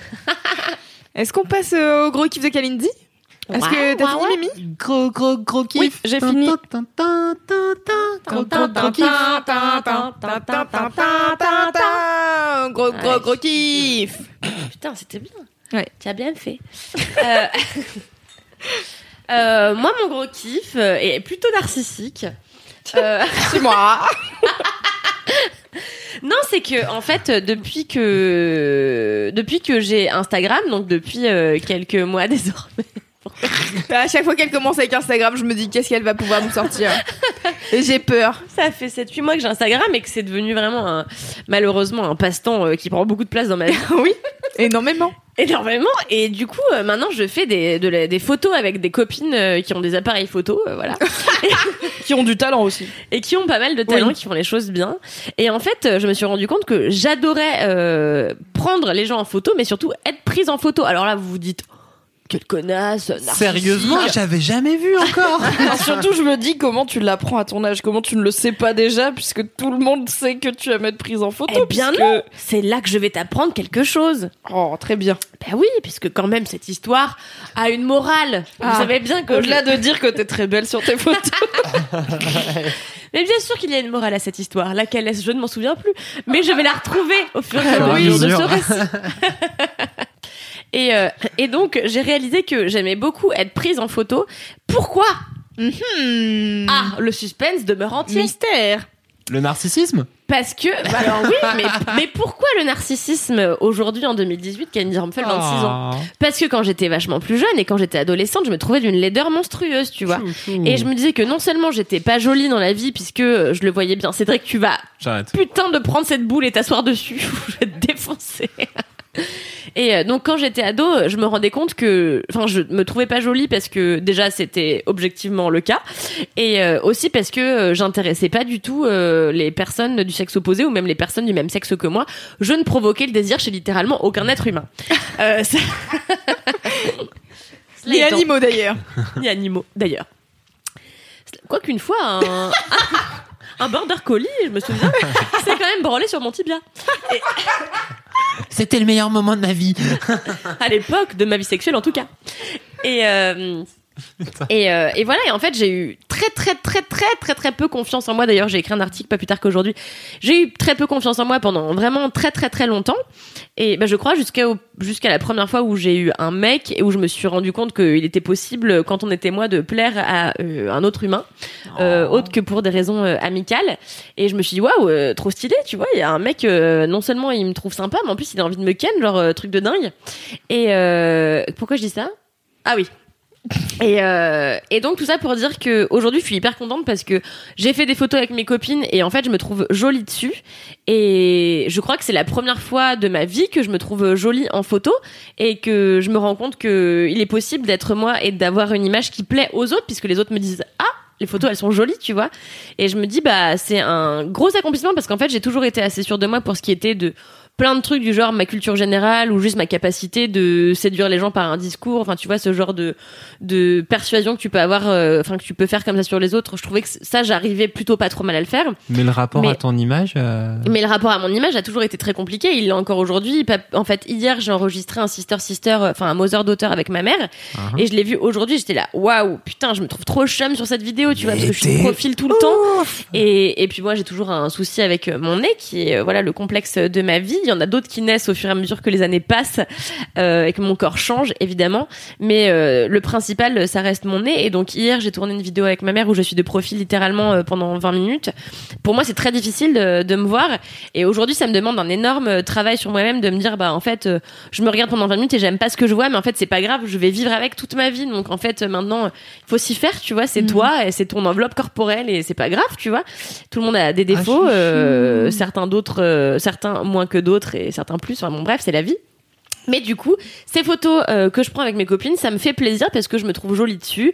Est-ce qu'on passe au gros kiff de Kalindi? Est-ce que t'as fini, Mimi? Gros kiff. Oui, j'ai fini. Gros kiff. Gros kiff. Putain, c'était bien. Ouais. Tu as bien fait. Moi, mon gros kiff est plutôt narcissique. C'est moi. Non, c'est que en fait, depuis que j'ai Instagram, donc depuis quelques mois désormais. À chaque fois qu'elle commence avec Instagram, je me dis qu'est-ce qu'elle va pouvoir nous sortir. Et j'ai peur. Ça fait 7-8 mois que j'ai Instagram et que c'est devenu vraiment malheureusement un passe-temps qui prend beaucoup de place dans ma vie. Oui, énormément. Énormément. Et du coup, maintenant, je fais des photos avec des copines qui ont des appareils photo, voilà. Qui ont du talent aussi. Et qui ont pas mal de talent, Oui. qui font les choses bien. Et en fait, je me suis rendu compte que j'adorais prendre les gens en photo, mais surtout être prise en photo. Alors là, vous vous dites, quelle connasse, narcissique. Sérieusement, j'avais jamais vu encore. Surtout, je me dis comment tu l'apprends à ton âge, comment tu ne le sais pas déjà, puisque tout le monde sait que tu aimes être prise en photo. Eh bien puisque- non, c'est là que je vais t'apprendre quelque chose. Oh, très bien. Ben oui, puisque quand même cette histoire a une morale. Ah. Vous savez bien que Au-delà de dire que t'es très belle sur tes photos. Mais bien sûr qu'il y a une morale à cette histoire. Laquelle est-ce? Je ne m'en souviens plus. Mais je vais la retrouver au fur et à Ah, mesure de bien ce sûr. récit. Et donc, j'ai réalisé que j'aimais beaucoup être prise en photo. Pourquoi? Ah, le suspense demeure entier. Mystère. Le narcissisme. Parce que, bah alors oui, mais pourquoi le narcissisme aujourd'hui en 2018, Candy Rumpel, 26 ans? Parce que quand j'étais vachement plus jeune et quand j'étais adolescente, je me trouvais d'une laideur monstrueuse, tu vois. Et je me disais que non seulement j'étais pas jolie dans la vie, puisque je le voyais bien. Cédric, tu vas J'arrête. putain de prendre cette boule et t'asseoir dessus, je vais te défoncer. Et donc quand j'étais ado, je me rendais compte que, enfin, je me trouvais pas jolie parce que déjà c'était objectivement le cas, et aussi parce que j'intéressais pas du tout les personnes du sexe opposé ou même les personnes du même sexe que moi. Je ne provoquais le désir chez littéralement aucun être humain. Ni animaux d'ailleurs. Ni animaux d'ailleurs. Quoiqu'une fois, un border collie, je me souviens, s'est quand même branlé sur mon tibia. Et... C'était le meilleur moment de ma vie. À l'époque de ma vie sexuelle, en tout cas. Et voilà. Et en fait, j'ai eu très peu confiance en moi. D'ailleurs, j'ai écrit un article pas plus tard qu'aujourd'hui. J'ai eu très peu confiance en moi pendant vraiment très longtemps. Et je crois jusqu'à la première fois où j'ai eu un mec et où je me suis rendu compte qu'il était possible, quand on était moi, de plaire à un autre humain, autre que pour des raisons amicales. Et je me suis dit waouh, trop stylé, tu vois. Il y a un mec, non seulement il me trouve sympa, mais en plus il a envie de me ken, genre truc de dingue. Et pourquoi je dis ça ? Ah oui. Et donc tout ça pour dire que aujourd'hui je suis hyper contente parce que j'ai fait des photos avec mes copines et en fait je me trouve jolie dessus, et je crois que c'est la première fois de ma vie que je me trouve jolie en photo et que je me rends compte que il est possible d'être moi et d'avoir une image qui plaît aux autres, puisque les autres me disent ah, les photos elles sont jolies, tu vois. Et je me dis c'est un gros accomplissement parce qu'en fait j'ai toujours été assez sûre de moi pour ce qui était de plein de trucs du genre ma culture générale ou juste ma capacité de séduire les gens par un discours, enfin tu vois, ce genre de persuasion que tu peux avoir, enfin que tu peux faire comme ça sur les autres. Je trouvais que ça j'arrivais plutôt pas trop mal à le faire. Mais le rapport à ton image Mais le rapport à mon image a toujours été très compliqué, il l'est encore aujourd'hui. En fait hier j'ai enregistré un sister, enfin un Mother Daughter avec ma mère, et je l'ai vu aujourd'hui, j'étais là waouh, putain, je me trouve trop chum sur cette vidéo, tu vois, parce que je suis de profil tout le temps. Et puis moi j'ai toujours un souci avec mon nez qui est voilà le complexe de ma vie. Il y en a d'autres qui naissent au fur et à mesure que les années passent et que mon corps change évidemment, mais le principal ça reste mon nez. Et donc hier j'ai tourné une vidéo avec ma mère où je suis de profil littéralement pendant 20 minutes. Pour moi c'est très difficile de me voir, et aujourd'hui ça me demande un énorme travail sur moi-même de me dire en fait je me regarde pendant 20 minutes et j'aime pas ce que je vois, mais en fait c'est pas grave, je vais vivre avec toute ma vie, donc en fait maintenant il faut s'y faire, tu vois, c'est toi et c'est ton enveloppe corporelle et c'est pas grave, tu vois. Tout le monde a des défauts, certains moins que d'autres et certains plus, enfin bon bref, c'est la vie. Mais du coup, ces photos que je prends avec mes copines, ça me fait plaisir parce que je me trouve jolie dessus,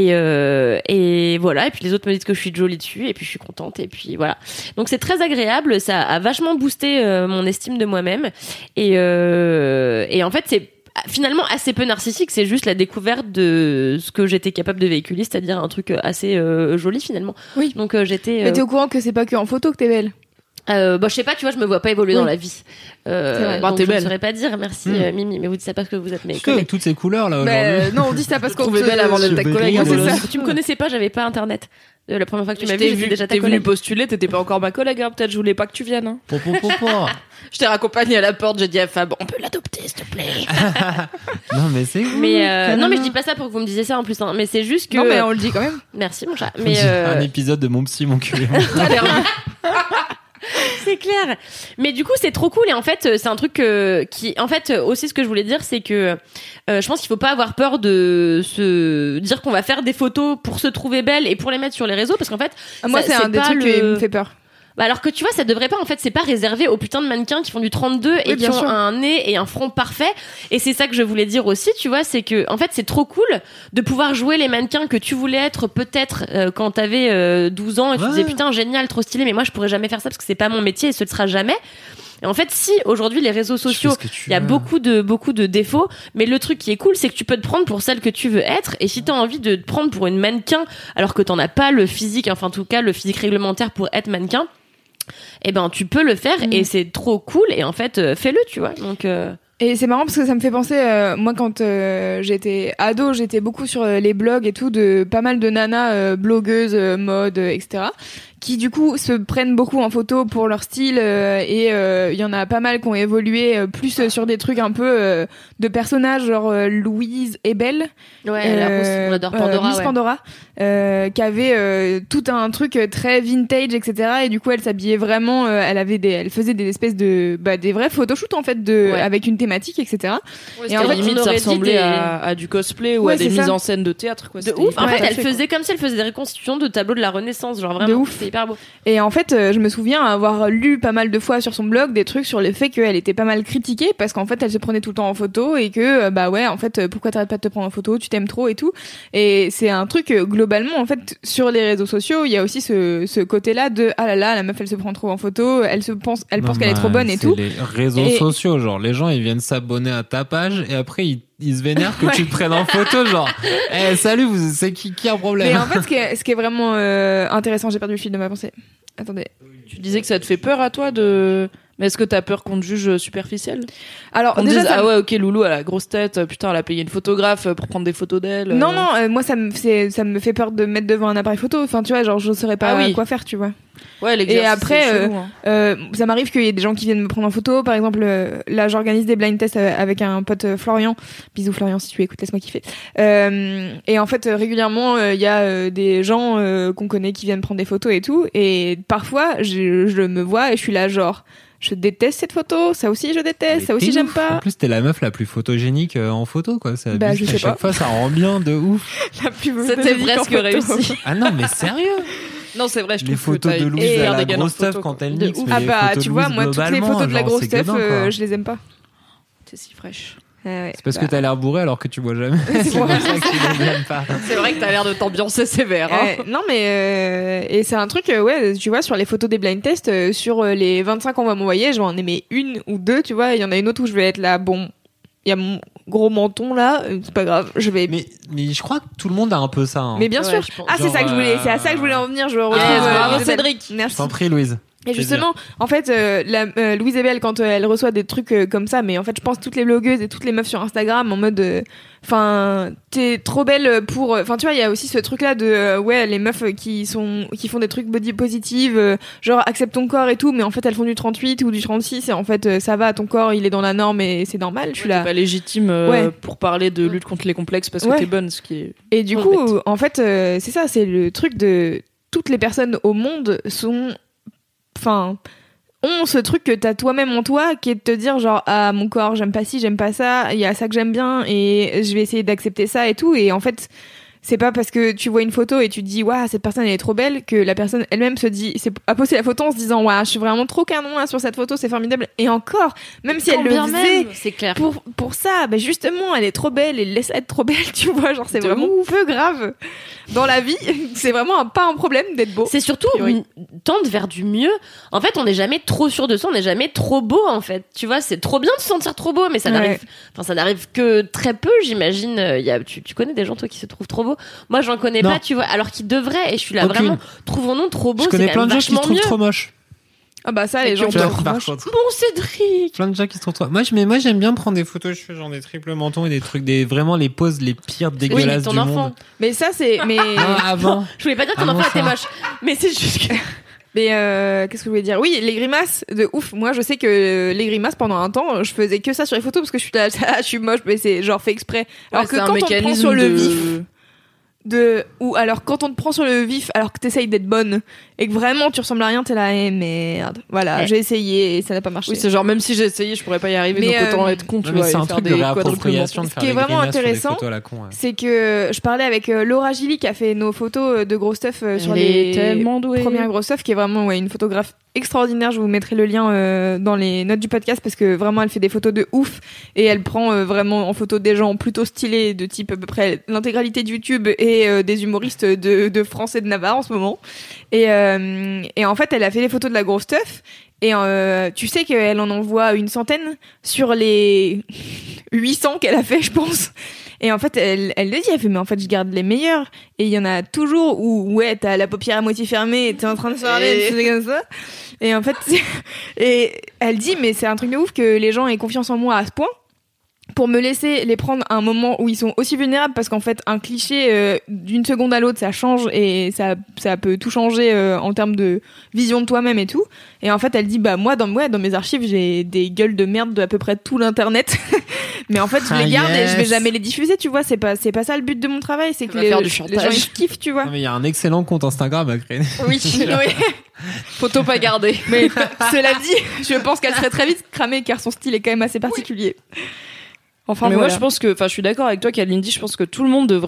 et voilà. Et puis les autres me disent que je suis jolie dessus, et puis je suis contente, et puis voilà. Donc c'est très agréable, ça a vachement boosté mon estime de moi-même, et en fait c'est finalement assez peu narcissique, c'est juste la découverte de ce que j'étais capable de véhiculer, c'est-à-dire un truc assez joli finalement. Oui. Donc j'étais. Mais t'es au courant que c'est pas que en photo que t'es belle? Je sais pas, tu vois, je me vois pas évoluer dans la vie. Donc t'es je belle. ne saurais pas dire, merci Mimi, mais vous dites ça parce que vous êtes mes avec collègues. toutes ces couleurs là aujourd'hui. Non, on dit ça parce qu'on trouvais belle avant d'être ta collègue. C'est ça. Tu me connaissais pas, j'avais pas internet. La première fois que tu m'as Je t'ai vu, j'étais déjà ta t'es venu collègue. postuler, t'étais pas encore ma collègue, hein. Peut-être je voulais pas que tu viennes. Hein. Je t'ai raccompagné à la porte, j'ai dit à Fab, on peut l'adopter, s'il te plaît. Non mais c'est cool. Mais non, mais je dis pas ça pour que vous me disiez ça en plus, hein. Mais c'est juste que. Non, mais on le dit quand même. Merci mon chat. On Mais dit un épisode de Mon psy, mon culé. c'est clair. Mais du coup, c'est trop cool, et en fait, c'est un truc qui, en fait, aussi ce que je voulais dire, c'est que je pense qu'il faut pas avoir peur de se dire qu'on va faire des photos pour se trouver belle et pour les mettre sur les réseaux, parce qu'en fait, Moi, c'est un des trucs qui me fait peur. Alors que tu vois, ça devrait pas, en fait, c'est pas réservé aux putains de mannequins qui font du 32 et qui ont un nez et un front parfait. Et c'est ça que je voulais dire aussi, tu vois, c'est que, en fait, c'est trop cool de pouvoir jouer les mannequins que tu voulais être peut-être quand t'avais 12 ans et tu disais putain, génial, trop stylé, mais moi je pourrais jamais faire ça parce que c'est pas mon métier et ce ne sera jamais. Et en fait, si aujourd'hui les réseaux sociaux, il y a beaucoup de défauts, mais le truc qui est cool, c'est que tu peux te prendre pour celle que tu veux être. Et si t'as envie de te prendre pour une mannequin alors que t'en as pas le physique, enfin en tout cas le physique réglementaire pour être mannequin, eh ben tu peux le faire et c'est trop cool. Et en fait, fais-le, tu vois. Donc Et c'est marrant parce que ça me fait penser, moi quand j'étais ado, j'étais beaucoup sur les blogs et tout de pas mal de nanas blogueuses, mode, etc. qui du coup se prennent beaucoup en photo pour leur style et il y en a pas mal qui ont évolué plus sur des trucs un peu de personnages genre Louise et Belle, on adore Pandora, Miss Pandora, qui avait tout un truc très vintage, etc. Et du coup elle s'habillait vraiment, elle faisait des espèces de des vrais photoshoots en fait avec une thématique, etc. Et en fait limite ça ressemblait à du cosplay ou à des mises en scène de théâtre, quoi. De ouf. En fait elle faisait comme si elle faisait des reconstitutions de tableaux de la Renaissance, genre vraiment. De ouf. hyper beau. Et en fait, je me souviens avoir lu pas mal de fois sur son blog des trucs sur le fait qu'elle était pas mal critiquée parce qu'en fait, elle se prenait tout le temps en photo et que, bah ouais, en fait, pourquoi t'arrêtes pas de te prendre en photo, tu t'aimes trop et tout. Et c'est un truc, globalement, en fait, sur les réseaux sociaux, il y a aussi ce côté-là de, ah là là, la meuf, elle se prend trop en photo, elle pense qu'elle est trop bonne et tout. Les réseaux sociaux, genre, les gens, ils viennent s'abonner à ta page et après, ils se vénèrent que tu te prennes en photo, genre, salut, c'est qui a un problème? Mais en fait, ce qui est vraiment intéressant, j'ai perdu le fil de ma pensée. Attendez. Tu disais que ça te fait peur à toi de... Mais est-ce que t'as peur qu'on te juge superficiel? Alors, on déjà, dise, ah ouais, ok, Loulou, elle a la grosse tête, putain, elle a payé une photographe pour prendre des photos d'elle. Non, moi, ça me fait peur de me mettre devant un appareil photo. Enfin, tu vois, genre, je saurais pas quoi faire, tu vois. Ouais, l'exercice. Et après, c'est chelou, ça m'arrive qu'il y ait des gens qui viennent me prendre en photo. Par exemple, là, j'organise des blind tests avec un pote Florian. Bisous Florian, si tu écoutes, laisse-moi kiffer. Et en fait, régulièrement, il y a des gens qu'on connaît qui viennent prendre des photos et tout. Et parfois, je me vois et je suis là, genre, je déteste cette photo, ça aussi je déteste, Mais ça aussi j'aime pas. En plus, t'es la meuf la plus photogénique en photo, quoi. Ça bah, je sais chaque pas. fois, ça rend bien de ouf. La plus c'était presque réussi. Ah non, mais sérieux? Non, c'est vrai, je les trouve photos que de Louise à la grosse stuff quand elle nique. Ah bah, tu vois, moi, toutes les photos de la grosse stuff, je les aime pas. C'est si fraîche. Ouais, c'est parce que t'as l'air bourré alors que tu bois jamais. C'est pour ça que tu les aimes pas. C'est vrai que t'as l'air de t'ambiancer sévère. Hein. Non mais et c'est un truc ouais, tu vois, sur les photos des blind tests, sur les 25 qu'on va m'envoyer, je vais en aimer une ou deux, tu vois. Il y en a une autre où je vais être là, bon, il y a mon gros menton là, c'est pas grave, je vais. Mais je crois que tout le monde a un peu ça. Hein. Mais bien sûr. Ah, c'est ça que je voulais, c'est à ça que je voulais en venir. Je retrouve. Bravo Cédric. Merci. Je t'en prie, Louise. Et justement, en fait, Louise Ebel, quand elle reçoit des trucs comme ça, mais en fait, je pense toutes les blogueuses et toutes les meufs sur Instagram en mode, enfin, t'es trop belle pour, enfin, tu vois, il y a aussi ce truc-là de, ouais, les meufs qui font des trucs body positive, genre accepte ton corps et tout, mais en fait, elles font du 38 ou du 36 et en fait, ça va, ton corps, il est dans la norme et c'est normal. Je suis là. T'es pas légitime pour parler de lutte contre les complexes parce que t'es bonne, ce qui est. Et du coup, en fait, c'est ça, c'est le truc de toutes les personnes au monde ont ce truc que t'as toi-même en toi qui est de te dire genre ah mon corps j'aime pas ci, j'aime pas ça, il y a ça que j'aime bien et je vais essayer d'accepter ça et tout. Et en fait c'est pas parce que tu vois une photo et tu te dis waouh cette personne elle est trop belle que la personne elle-même se dit a posté la photo en se disant waouh je suis vraiment trop canon là sur cette photo, c'est formidable. Et encore même si elle le faisait c'est clair. pour ça, bah justement elle est trop belle et laisse être trop belle, tu vois, genre c'est vraiment peu grave dans la vie. C'est vraiment pas un problème d'être beau. C'est surtout une tente vers du mieux. En fait, on n'est jamais trop sûr de soi, on n'est jamais trop beau en fait. Tu vois, c'est trop bien de se sentir trop beau, mais ça n'arrive que très peu, j'imagine. Tu connais des gens toi qui se trouvent trop beaux. Moi, j'en connais pas, tu vois, alors qu'ils devraient. Et je suis là vraiment. Trouvons-nous trop beau. Je connais plein de gens qui se trouvent trop moches. Ah bah ça, les gens qui se trouvent moches. Bon, Cédric. Plein de gens qui se trouvent trop. Moi, j'aime bien prendre des photos. Je fais genre des triples mentons et des trucs, vraiment les poses les pires dégueulasses ton du enfant. monde. Mais ça, c'est. Mais avant. Je voulais pas dire que ton enfant était moche, mais c'est juste que. Mais qu'est-ce que je voulais dire? Oui, les grimaces de ouf. Moi, je sais que les grimaces pendant un temps, je faisais que ça sur les photos parce que je suis là, je suis moche, mais c'est genre fait exprès. Alors que quand on te prend sur le vif. Ou alors quand on te prend sur le vif alors que t'essayes d'être bonne et que vraiment tu ressembles à rien, t'es là merde, voilà, j'ai essayé et ça n'a pas marché. Oui, c'est genre même si j'ai essayé je pourrais pas y arriver, donc autant être con, tu vois. C'est un truc de réappropriation de faire des vraiment grimaces intéressant, sur des photos à la con, c'est que je parlais avec Laura Gilly qui a fait nos photos de gros stuff sur les premières gros stuff, qui est vraiment une photographe extraordinaire. Je vous mettrai le lien dans les notes du podcast parce que vraiment elle fait des photos de ouf et elle prend vraiment en photo des gens plutôt stylés de type à peu près l'intégralité de YouTube et des humoristes de France et de Navarre en ce moment. Et en fait elle a fait les photos de la grosse stuff et tu sais qu'elle en envoie une centaine sur les 800 qu'elle a fait, je pense. Et en fait, elle le dit, elle fait, mais en fait, je garde les meilleurs. Et il y en a toujours où, ouais, t'as la paupière à moitié fermée et t'es en train de parler, c'est comme ça. Et en fait, et elle dit, mais c'est un truc de ouf que les gens aient confiance en moi à ce point pour me laisser les prendre à un moment où ils sont aussi vulnérables, parce qu'en fait, un cliché d'une seconde à l'autre, ça change et ça peut tout changer en termes de vision de toi-même et tout. Et en fait, elle dit, bah, moi, dans mes archives, j'ai des gueules de merde de à peu près tout l'internet. Mais en fait, je les garde et je vais jamais les diffuser, tu vois. C'est pas ça le but de mon travail, c'est que les gens ils kiffent, tu vois. Non, mais il y a un excellent compte Instagram à créer. Oui, oui. Photo pas gardée. Mais cela dit, je pense qu'elle serait très vite cramée car son style est quand même assez particulier. Enfin, mais voilà. Moi, je pense que, je suis d'accord avec toi, Kalindi. Je pense que tout le monde devrait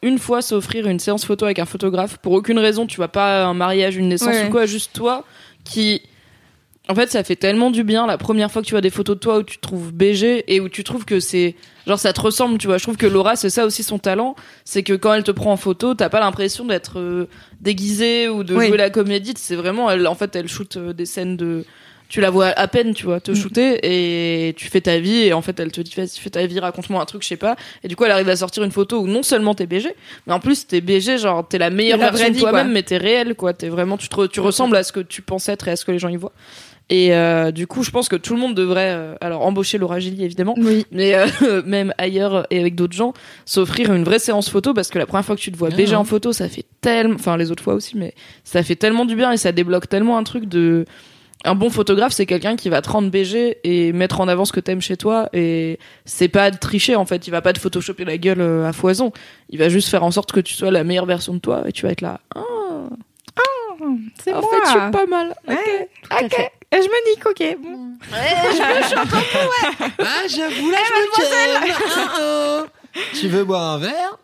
une fois s'offrir une séance photo avec un photographe pour aucune raison, tu vois, pas un mariage, une naissance ou quoi, juste toi qui... En fait, ça fait tellement du bien la première fois que tu vois des photos de toi où tu te trouves BG et où tu trouves que c'est... Genre, ça te ressemble, tu vois. Je trouve que Laura, c'est ça aussi son talent. C'est que quand elle te prend en photo, t'as pas l'impression d'être déguisée ou de jouer la comédie. C'est vraiment... En fait, elle shoot des scènes de... Tu la vois à peine, tu vois, te shooter et tu fais ta vie et en fait, elle te dit, vas-y, fais ta vie, raconte-moi un truc, je sais pas. Et du coup, elle arrive à sortir une photo où non seulement t'es BG, mais en plus, t'es BG, genre, t'es la meilleure version de toi-même, mais t'es réelle, quoi. T'es vraiment... Tu ressembles à ce que tu penses être et à ce que les gens y voient. Et du coup, je pense que tout le monde devrait, alors embaucher Laura Gilly évidemment, mais même ailleurs et avec d'autres gens, s'offrir une vraie séance photo parce que la première fois que tu te vois BG en photo, ça fait tellement, enfin les autres fois aussi, mais ça fait tellement du bien et ça débloque tellement un truc de. Un bon photographe, c'est quelqu'un qui va te rendre BG et mettre en avant ce que t'aimes chez toi. Et c'est pas de tricher, en fait. Il va pas te photoshopper la gueule à foison. Il va juste faire en sorte que tu sois la meilleure version de toi et tu vas être là. C'est en moi. fait, je suis pas mal. Ouais. Ok. Et je me nique, ok. Bon. Ah, j'avoue, là, je me calme. Tu veux boire un verre?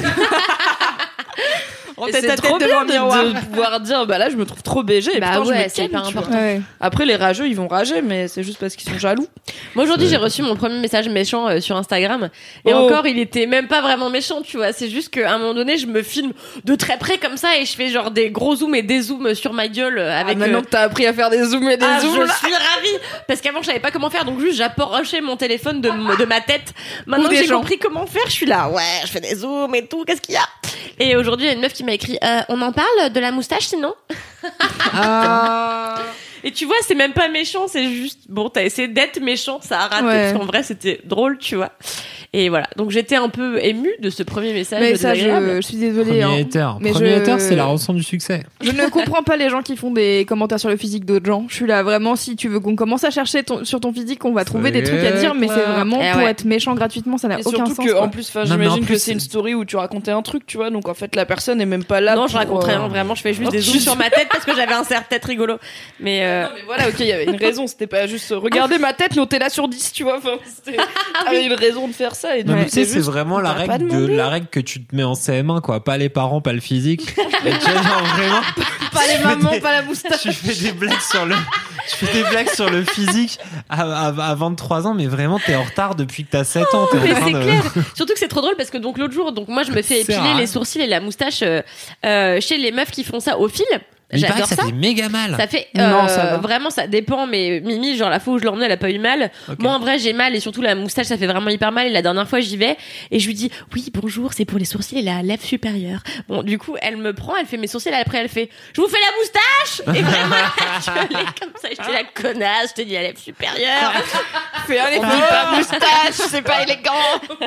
C'est trop bien de pouvoir dire bah là je me trouve trop BG et putain, je me c'est hyper important. Après les rageux ils vont rager mais c'est juste parce qu'ils sont jaloux. Moi aujourd'hui j'ai reçu mon premier message méchant sur Instagram et encore il était même pas vraiment méchant, tu vois, c'est juste qu'à un moment donné je me filme de très près comme ça et je fais genre des gros zooms et des zooms sur ma gueule avec maintenant que t'as appris à faire des zooms et des zooms je suis ravie parce qu'avant je savais pas comment faire donc juste j'approchais mon téléphone de ma tête. Maintenant que j'ai compris comment faire, je suis là je fais des zooms et tout, qu'est-ce qu'il y a? Et aujourd'hui il y a une meuf qui m'a écrit on en parle de la moustache sinon? Et tu vois, c'est même pas méchant, c'est juste bon, t'as essayé d'être méchant, ça a raté parce qu'en vrai c'était drôle, tu vois. Et voilà, donc j'étais un peu émue de ce premier message désagréable. Je suis désolée. Premier hater, c'est la rançon du succès. Je ne comprends pas les gens qui font des commentaires sur le physique d'autres gens. Je suis là vraiment, si tu veux qu'on commence à chercher sur ton physique, on va trouver des trucs à dire, mais c'est vraiment pour être méchant gratuitement, ça n'a aucun sens. Surtout qu'en plus, j'imagine que c'est une story où tu racontais un truc, tu vois, donc en fait la personne est même pas là. Non, je raconte rien, vraiment, je fais juste des zooms sur ma tête parce que j'avais un serre-tête rigolo. Mais non, mais voilà, ok, il y avait une raison, c'était pas juste regardez ma tête, notez-la sur 10, tu vois, enfin, t'avais une raison de faire ça. Et non, mais tu sais, c'est vraiment la règle que tu te mets en CM1, quoi. Pas les parents, pas le physique. Et tu vois, genre vraiment. Pas les mamans, pas la moustache. Tu fais des blagues sur le physique à 23 ans, mais vraiment, t'es en retard depuis que t'as 7 ans. Mais c'est clair. Surtout que c'est trop drôle parce que donc l'autre jour, donc moi je me fais épiler les sourcils et la moustache chez les meufs qui font ça au fil. J'adore ça. Ça fait méga mal. Ça fait non, ça vraiment ça dépend, mais Mimi, genre la fois où je l'emmenais, elle a pas eu mal. Okay. Moi en vrai j'ai mal et surtout la moustache ça fait vraiment hyper mal. Et la dernière fois j'y vais et je lui dis oui bonjour, c'est pour les sourcils et la lèvre supérieure. Bon du coup elle me prend, elle fait mes sourcils, après elle fait je vous fais la moustache et vraiment je l'ai comme ça, j'étais la connasse, je te dis la lèvre supérieure. Fais un effort, la moustache, c'est pas élégant.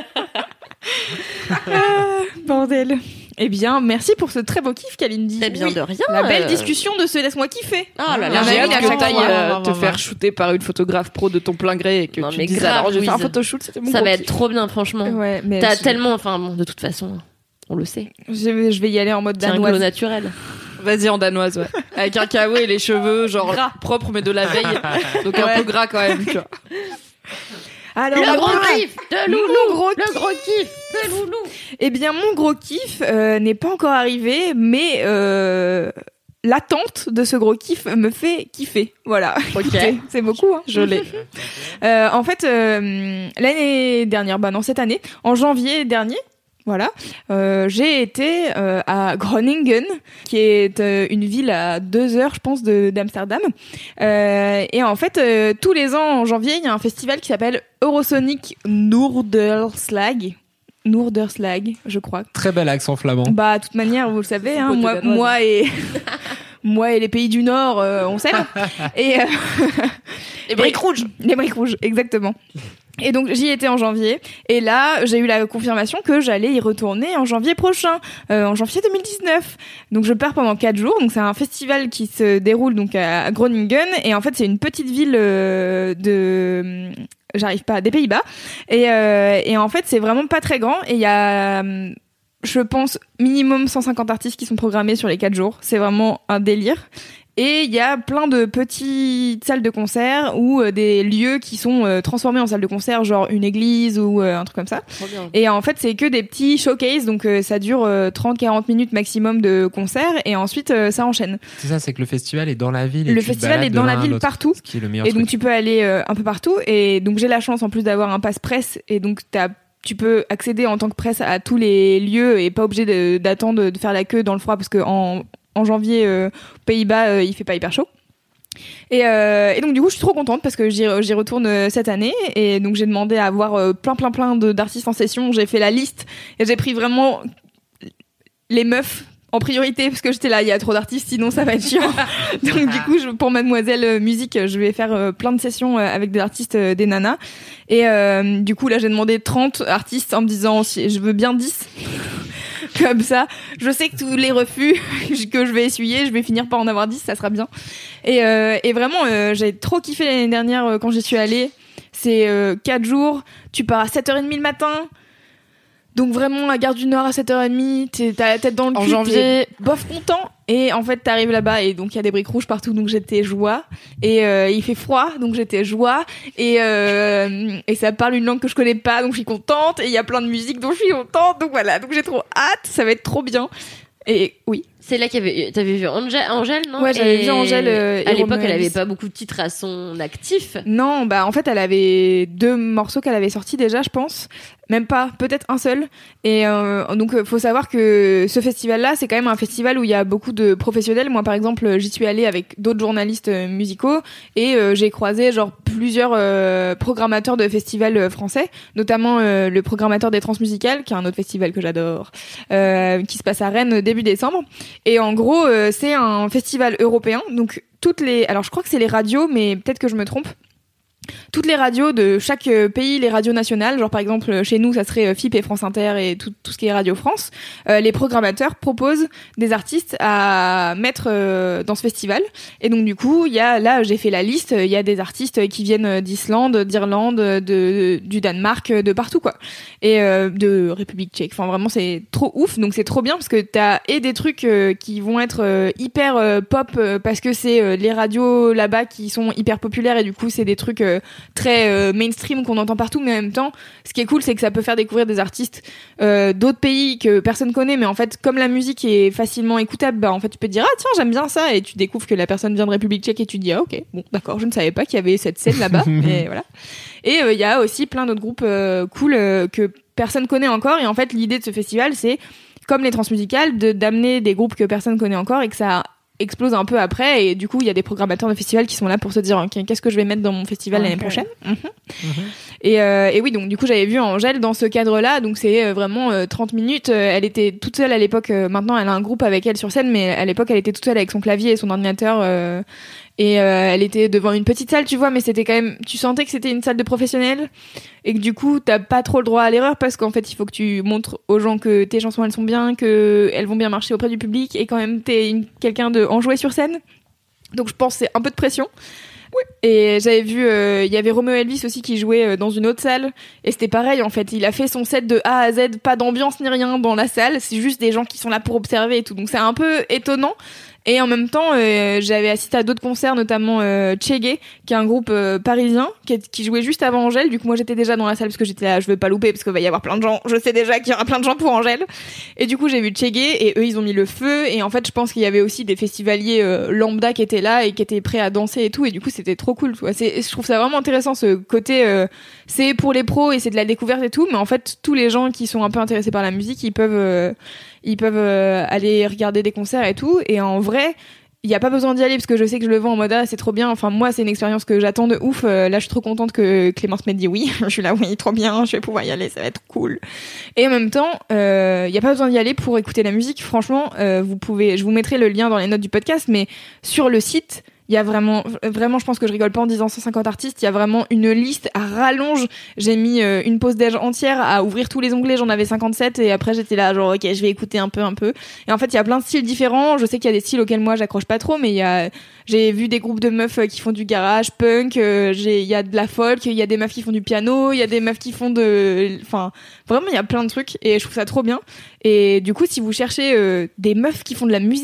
Bordel. Eh bien, merci pour ce très beau kiff, Kalindi. C'est bien de rien. La belle discussion de ce laisse-moi kiffer. Oh là là, j'ai hâte que t'ailles te faire shooter par une photographe pro de ton plein gré et que tu dises alors je vais faire un photoshoot, c'était mon ça va être trop bien, franchement. Ouais, mais t'as tellement, enfin bon, de toute façon, on le sait. Je vais y aller en mode danoise. C'est un glow naturel. Vas-y en danoise, ouais. Avec un kawaii et les cheveux genre gras, propres mais de la veille, donc un peu gras quand même, tu vois. Alors, le gros kiff de Loulou, le gros kiff de Loulou. Eh bien, mon gros kiff n'est pas encore arrivé, mais l'attente de ce gros kiff me fait kiffer. Voilà. Okay. C'est beaucoup, hein. Je l'ai. En fait, l'année dernière, non, cette année, en janvier dernier, voilà, j'ai été à Groningen, qui est une ville à 2 heures, je pense, d'Amsterdam. Et en fait, tous les ans, en janvier, il y a un festival qui s'appelle Eurosonic Noorderslag, je crois. Très bel accent flamand. Bah, de toute manière, vous le savez, hein, moi et les pays du Nord, on s'aime. Et les briques rouges. Les briques rouges, exactement. Et donc j'y étais en janvier et là j'ai eu la confirmation que j'allais y retourner en janvier prochain, en janvier 2019. Donc je pars pendant 4 jours. Donc c'est un festival qui se déroule donc à Groningen et en fait c'est une petite ville des Pays-Bas et en fait c'est vraiment pas très grand et il y a je pense minimum 150 artistes qui sont programmés sur les 4 jours. C'est vraiment un délire. Et il y a plein de petites salles de concert ou des lieux qui sont transformés en salle de concert, genre une église ou un truc comme ça. Trop bien. Et en fait, c'est que des petits showcases, donc ça dure 30-40 minutes maximum de concert et ensuite ça enchaîne. C'est ça, c'est que le festival est dans la ville. Et Le tu te festival balades est dans de la l'un à ville l'autre, partout. ce qui est le meilleur Et donc truc. tu peux aller un peu partout. Et donc j'ai la chance en plus d'avoir un passe presse et donc tu peux accéder en tant que presse à tous les lieux et pas obligé d'attendre de faire la queue dans le froid parce que en janvier aux Pays-Bas il fait pas hyper chaud. Et donc du coup je suis trop contente parce que j'y retourne cette année et donc j'ai demandé à avoir plein d'artistes en session. J'ai fait la liste et j'ai pris vraiment les meufs en priorité parce que j'étais là, il y a trop d'artistes sinon ça va être chiant. Donc du coup pour Mademoiselle Musique je vais faire plein de sessions avec des artistes, des nanas et du coup là j'ai demandé 30 artistes en me disant si je veux bien 10 comme ça je sais que tous les refus que je vais essuyer je vais finir par en avoir 10, ça sera bien. Et vraiment j'ai trop kiffé l'année dernière quand j'y suis allée. C'est 4 jours, tu pars à 7h30 le matin. Donc vraiment à Gare du Nord à 7h30, t'as la tête dans le cul, en janvier, t'es bof content et en fait t'arrives là-bas et donc il y a des briques rouges partout donc j'étais joie et il fait froid donc j'étais joie et ça parle une langue que je connais pas donc je suis contente et il y a plein de musique donc je suis contente donc voilà donc j'ai trop hâte, ça va être trop bien. Et oui. C'est là t'avais vu Angèle, non? Ouais, j'avais vu Angèle. À l'époque, elle avait Alice. pas beaucoup de titres à son actif. Non, bah en fait, elle avait 2 morceaux qu'elle avait sortis déjà, je pense. Même pas, peut-être un seul. Et donc, faut savoir que ce festival-là, c'est quand même un festival où il y a beaucoup de professionnels. Moi, par exemple, j'y suis allée avec d'autres journalistes musicaux et j'ai croisé genre plusieurs programmateurs de festivals français, notamment le programmateur des Transmusicales, qui est un autre festival que j'adore, qui se passe à Rennes début décembre. Et en gros, c'est un festival européen. Donc alors je crois que c'est les radios, mais peut-être que je me trompe. Toutes les radios de chaque pays, les radios nationales, genre par exemple chez nous ça serait FIP et France Inter et tout ce qui est Radio France, les programmateurs proposent des artistes à mettre dans ce festival. Et donc du coup là j'ai fait la liste, il y a des artistes qui viennent d'Islande, d'Irlande, du Danemark, de partout quoi, et de République Tchèque. Enfin vraiment c'est trop ouf, donc c'est trop bien parce que t'as des trucs qui vont être hyper pop parce que c'est les radios là-bas qui sont hyper populaires et du coup c'est des trucs très mainstream qu'on entend partout, mais en même temps ce qui est cool c'est que ça peut faire découvrir des artistes d'autres pays que personne connaît, mais en fait comme la musique est facilement écoutable, bah en fait tu peux te dire ah tiens j'aime bien ça et tu découvres que la personne vient de République Tchèque et tu dis ah ok bon d'accord je ne savais pas qu'il y avait cette scène là-bas. Et voilà. Et il y a aussi plein d'autres groupes cool que personne connaît encore et en fait l'idée de ce festival c'est comme les Transmusicales d'amener des groupes que personne connaît encore et que ça explose un peu après et du coup il y a des programmateurs de festivals qui sont là pour se dire okay, qu'est-ce que je vais mettre dans mon festival l'année prochaine. Et oui donc du coup j'avais vu Angèle dans ce cadre-là donc c'est vraiment 30 minutes, elle était toute seule à l'époque, maintenant elle a un groupe avec elle sur scène mais à l'époque elle était toute seule avec son clavier et son ordinateur et elle était devant une petite salle tu vois mais c'était quand même, tu sentais que c'était une salle de professionnels et que du coup t'as pas trop le droit à l'erreur parce qu'en fait il faut que tu montres aux gens que tes chansons elles sont bien, que elles vont bien marcher auprès du public et quand même t'es quelqu'un de enjoué sur scène donc je pense que c'est un peu de pression. Oui. Et j'avais vu, il y avait Romeo Elvis aussi qui jouait dans une autre salle et c'était pareil en fait, il a fait son set de A à Z, pas d'ambiance ni rien dans la salle, c'est juste des gens qui sont là pour observer et tout donc c'est un peu étonnant. Et en même temps, j'avais assisté à d'autres concerts, notamment Tchégué, qui est un groupe parisien, qui jouait juste avant Angèle. Du coup, moi, j'étais déjà dans la salle parce que j'étais là, je veux pas louper parce qu'il va y avoir plein de gens. Je sais déjà qu'il y aura plein de gens pour Angèle. Et du coup, j'ai vu Tchégué et eux, ils ont mis le feu. Et en fait, je pense qu'il y avait aussi des festivaliers lambda qui étaient là et qui étaient prêts à danser et tout. Et du coup, c'était trop cool. Je trouve ça vraiment intéressant, ce côté, c'est pour les pros et c'est de la découverte et tout. Mais en fait, tous les gens qui sont un peu intéressés par la musique, ils peuvent aller regarder des concerts et tout. Et en vrai, il y a pas besoin d'y aller parce que je sais que je le vends en mode c'est trop bien. Enfin moi c'est une expérience que j'attends de ouf. Là je suis trop contente que Clémence m'ait dit oui. Je suis là oui trop bien, je vais pouvoir y aller, ça va être cool. Et en même temps il y a pas besoin d'y aller pour écouter la musique. Franchement vous pouvez, je vous mettrai le lien dans les notes du podcast, mais sur le site il y a vraiment, je pense que je rigole pas en disant 150 artistes, il y a vraiment une liste à rallonge. J'ai mis une pause déj entière à ouvrir tous les onglets, j'en avais 57 et après j'étais là genre ok je vais écouter un peu. Et en fait il y a plein de styles différents, je sais qu'il y a des styles auxquels moi j'accroche pas trop, mais j'ai vu des groupes de meufs qui font du garage, punk, il y a de la folk, il y a des meufs qui font du piano, il y a des meufs qui font enfin vraiment il y a plein de trucs et je trouve ça trop bien. Et du coup si vous cherchez des meufs qui font de la musique,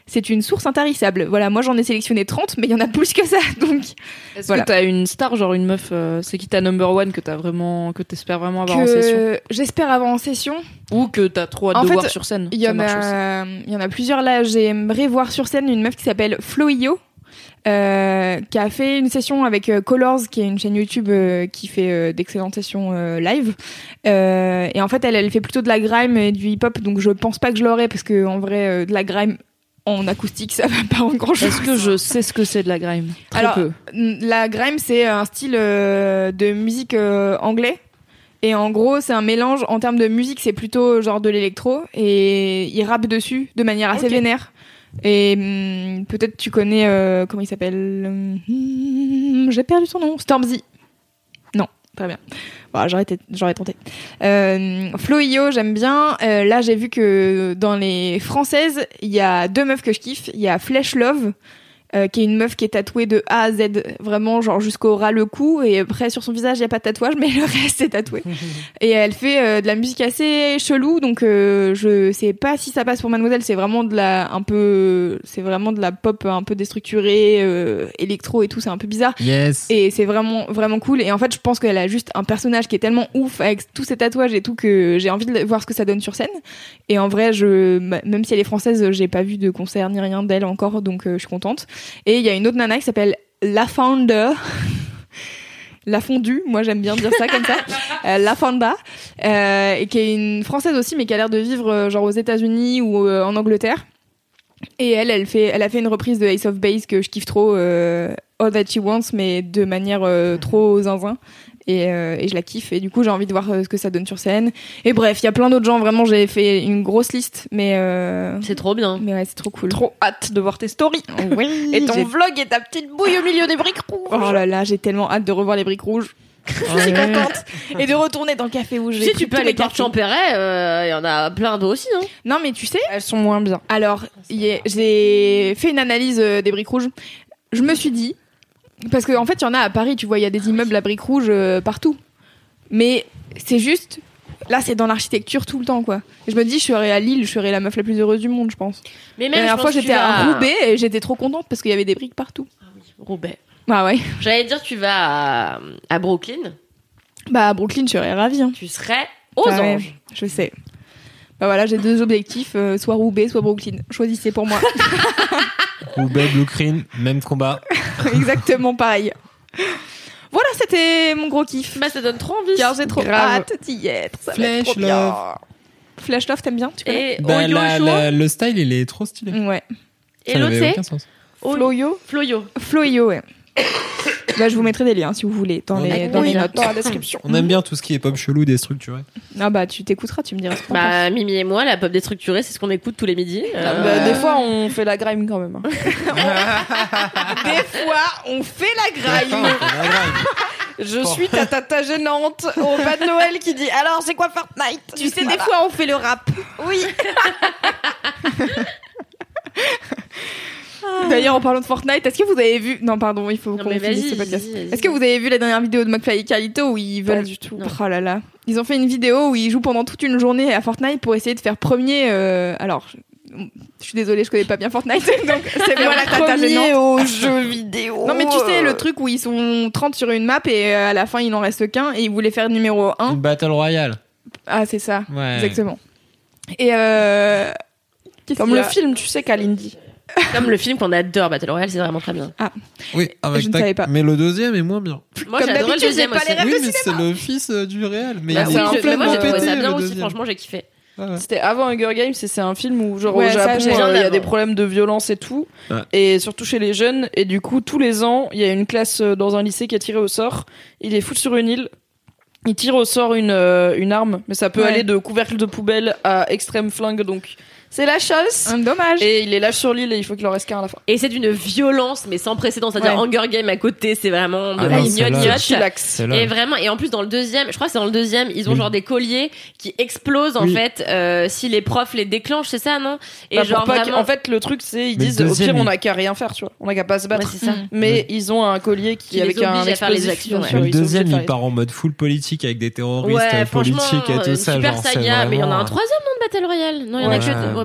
c'est une source intarissable. Voilà, moi j'en ai sélectionné 30, mais il y en a plus que ça. Donc, Est-ce voilà. que t'as une star, genre une meuf, c'est qui ta number one que t'espères vraiment avoir en session, j'espère avoir en session. ou que t'as trop hâte En de fait, voir sur scène? Il y Ça en marche aussi. il y en a plusieurs là. J'aimerais voir sur scène une meuf qui s'appelle Floio. Qui a fait une session avec Colors, qui est une chaîne YouTube qui fait d'excellentes sessions live. Et en fait, elle fait plutôt de la grime et du hip-hop, donc je pense pas que je l'aurai parce que en vrai, de la grime en acoustique, ça va pas en grand-chose. Est-ce que je sais ce que c'est de la grime? Très Alors, peu. la grime, c'est un style de musique anglais. Et en gros, c'est un mélange. En termes de musique, c'est plutôt genre de l'électro. Et ils rappent dessus de manière assez vénère. Et peut-être tu connais comment il s'appelle, j'ai perdu son nom. Stormzy. Non, très bien. Bon, j'aurais tenté. Floio, j'aime bien. Là, j'ai vu que dans les françaises, il y a 2 meufs que je kiffe. Il y a Flesh Love, qui est une meuf qui est tatouée de A à Z, vraiment genre jusqu'au ras le cou, et après sur son visage il y a pas de tatouage, mais le reste c'est tatoué. Et elle fait de la musique assez chelou, donc je sais pas si ça passe pour Mademoiselle. C'est vraiment de la pop un peu déstructurée, électro et tout, c'est un peu bizarre. Yes. Et c'est vraiment vraiment cool. Et en fait, je pense qu'elle a juste un personnage qui est tellement ouf avec tous ses tatouages et tout que j'ai envie de voir ce que ça donne sur scène. Et en vrai, même si elle est française, j'ai pas vu de concert ni rien d'elle encore, donc je suis contente. Et il y a une autre nana qui s'appelle La Fonda. La fondue, moi j'aime bien dire ça comme ça. La Fonda, et qui est une française aussi, mais qui a l'air de vivre genre aux États-Unis ou en Angleterre. Et elle a fait une reprise de Ace of Base que je kiffe trop, All That She Wants, mais de manière trop zinzin. Et je la kiffe, et du coup j'ai envie de voir ce que ça donne sur scène. Et bref, il y a plein d'autres gens, vraiment j'ai fait une grosse liste, mais C'est trop bien. mais ouais, c'est trop cool. Trop hâte de voir tes stories. Oui, Et ton j'ai- vlog et ta petite bouille au milieu des briques rouges. Oh là là, j'ai tellement hâte de revoir les briques rouges. Je suis contente. Et de retourner dans le café où j'ai Si pris tu peux tous aller mes Porte cafés. Champéret, il y en a plein d'autres aussi. Hein. Non mais tu sais, Elles sont moins bien. alors j'ai fait une analyse des briques rouges. Je me suis dit, parce qu'en fait il y en a à Paris, tu vois, il y a des immeubles à briques rouges partout. Mais c'est juste, là c'est dans l'architecture tout le temps quoi. Et je me dis, je serais à Lille, je serais la meuf la plus heureuse du monde, je pense. Mais La même, dernière je fois pense que j'étais tu à vas Roubaix et j'étais trop contente parce qu'il y avait des briques partout. Roubaix. Bah ouais. J'allais dire, tu vas à Brooklyn, Bah à Brooklyn je serais ravie. Hein. tu serais aux Bah ouais, anges. je sais. Bah voilà, j'ai 2 objectifs, soit Roubaix, soit Brooklyn. Choisissez pour moi. Roubaix, Blue Green, même combat. Exactement pareil. Voilà, c'était mon gros kiff. Bah, ça donne trop envie. Car j'ai trop Grave. hâte d'y être. Ça va Flash être trop bien. Love. Flash Love, t'aimes bien? Tu connais? Et Bah, Oyo Show. le style, il est trop stylé. Ouais. Et Ça l'autre, n'avait c'est aucun sens. Floyo. Floyo. Floyo, ouais. Bah, je vous mettrai des liens si vous voulez dans les notes. Dans la description. On aime bien tout ce qui est pop chelou, déstructuré. Ah bah tu t'écouteras, tu me diras ce que t'en Bah, Mimi et moi, la pop déstructurée, c'est ce qu'on écoute tous les midis. Des fois, on fait la grime quand même. penses. Des fois, on fait la graille. Je suis ta tata gênante au pas de Noël qui dit alors c'est quoi Fortnite? Tu sais, des fois, on fait le rap. Oui. D'ailleurs, en parlant de Fortnite, est-ce que vous avez vu... Non, pardon, il faut Non, qu'on mais finisse vas-y, ce podcast. vas-y. Est-ce que vous avez vu la dernière vidéo de McFly et Carlito où ils veulent... Pas du tout. Oh là là. Ils ont fait une vidéo où ils jouent pendant toute une journée à Fortnite pour essayer de faire premier... Alors, je suis désolée, je connais pas bien Fortnite, donc c'est moi la tata gênante. aux jeux vidéo. Non mais tu sais, le truc où ils sont 30 sur une map et à la fin il en reste qu'un et ils voulaient faire numéro 1. Une Battle Royale. Ah c'est ça, Ouais. exactement. Et qu'est-ce Comme qu'il y le a film, tu sais, Kalindi. Comme le film qu'on adore, Battle Royale, c'est vraiment très bien. Oui, avec Je ne savais pas. Mais le deuxième est moins bien. Moi, Comme j'ai adoré le d'habitude, deuxième j'ai pas aussi. les rêves Oui, de mais c'est le fils du réel. Mais Bah il oui, est c'est un mais complètement moi, j'ai trouvé pété, ça bien le aussi. deuxième. Franchement, j'ai kiffé. Ah ouais. C'était avant Hunger Games et c'est un film où genre Ouais, au ça, Japon j'ai il y bien a avant. des problèmes de violence et tout, Ouais. et surtout chez les jeunes, et du coup tous les ans il y a une classe dans un lycée qui est tirée au sort, il les fout sur une île, il tire au sort une arme, mais ça peut Ouais. aller de couvercle de poubelle à extrême flingue, donc c'est la chasse. Dommage. Et il les lâche sur l'île et il faut qu'il en reste qu'un à la fin. Et c'est d'une violence, mais sans précédent. C'est-à-dire Ouais. Hunger Game à côté, c'est vraiment de Ah la non, celle-là, gnognotte. Chillax. C'est là. Et vraiment, et en plus dans le deuxième, je crois que c'est dans le deuxième, ils ont Oui. genre des colliers qui explosent en Oui. fait si les profs les déclenchent, c'est ça, non? Et Bah, pour genre pas vraiment, en fait le truc c'est ils Mais disent le au deuxième, pire on il- a qu'à rien faire, tu vois, on a qu'à pas se ouais, battre. c'est ça. Mais ils ont un collier qui Qui avec les un oblige à faire les explosif, actions, bien ouais. sûr, Le ils sont obligés de deuxième, faire il les- part en mode full politique avec des terroristes Ouais, franchement, politiques et tout ça. super genre, c'est saga, mais il y en a un vraiment- troisième non de Battle Royale. Non, il y en a Ouais. que. Ouais,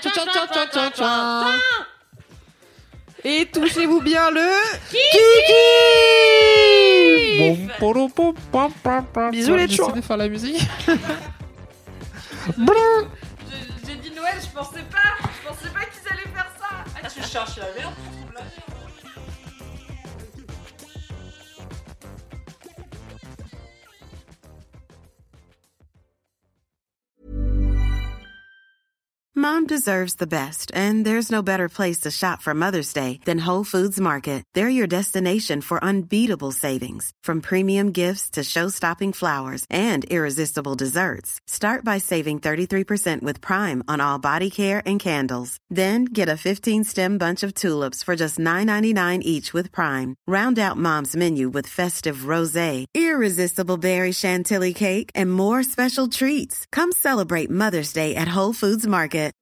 Et touchez-vous bien le... Bisous les chouans. J'essaie de faire la musique. J'ai dit Noël, je pensais pas qu'ils allaient faire ça. Ah, tu cherches la merde, tu trouves la merde. Mom deserves the best, and there's no better place to shop for Mother's Day than Whole Foods Market. They're your destination for unbeatable savings, from premium gifts to show-stopping flowers and irresistible desserts. Start by saving 33% with Prime on all body care and candles. Then get a 15-stem bunch of tulips for just $9.99 each with Prime. Round out Mom's menu with festive rosé, irresistible berry chantilly cake, and more special treats. Come celebrate Mother's Day at Whole Foods Market.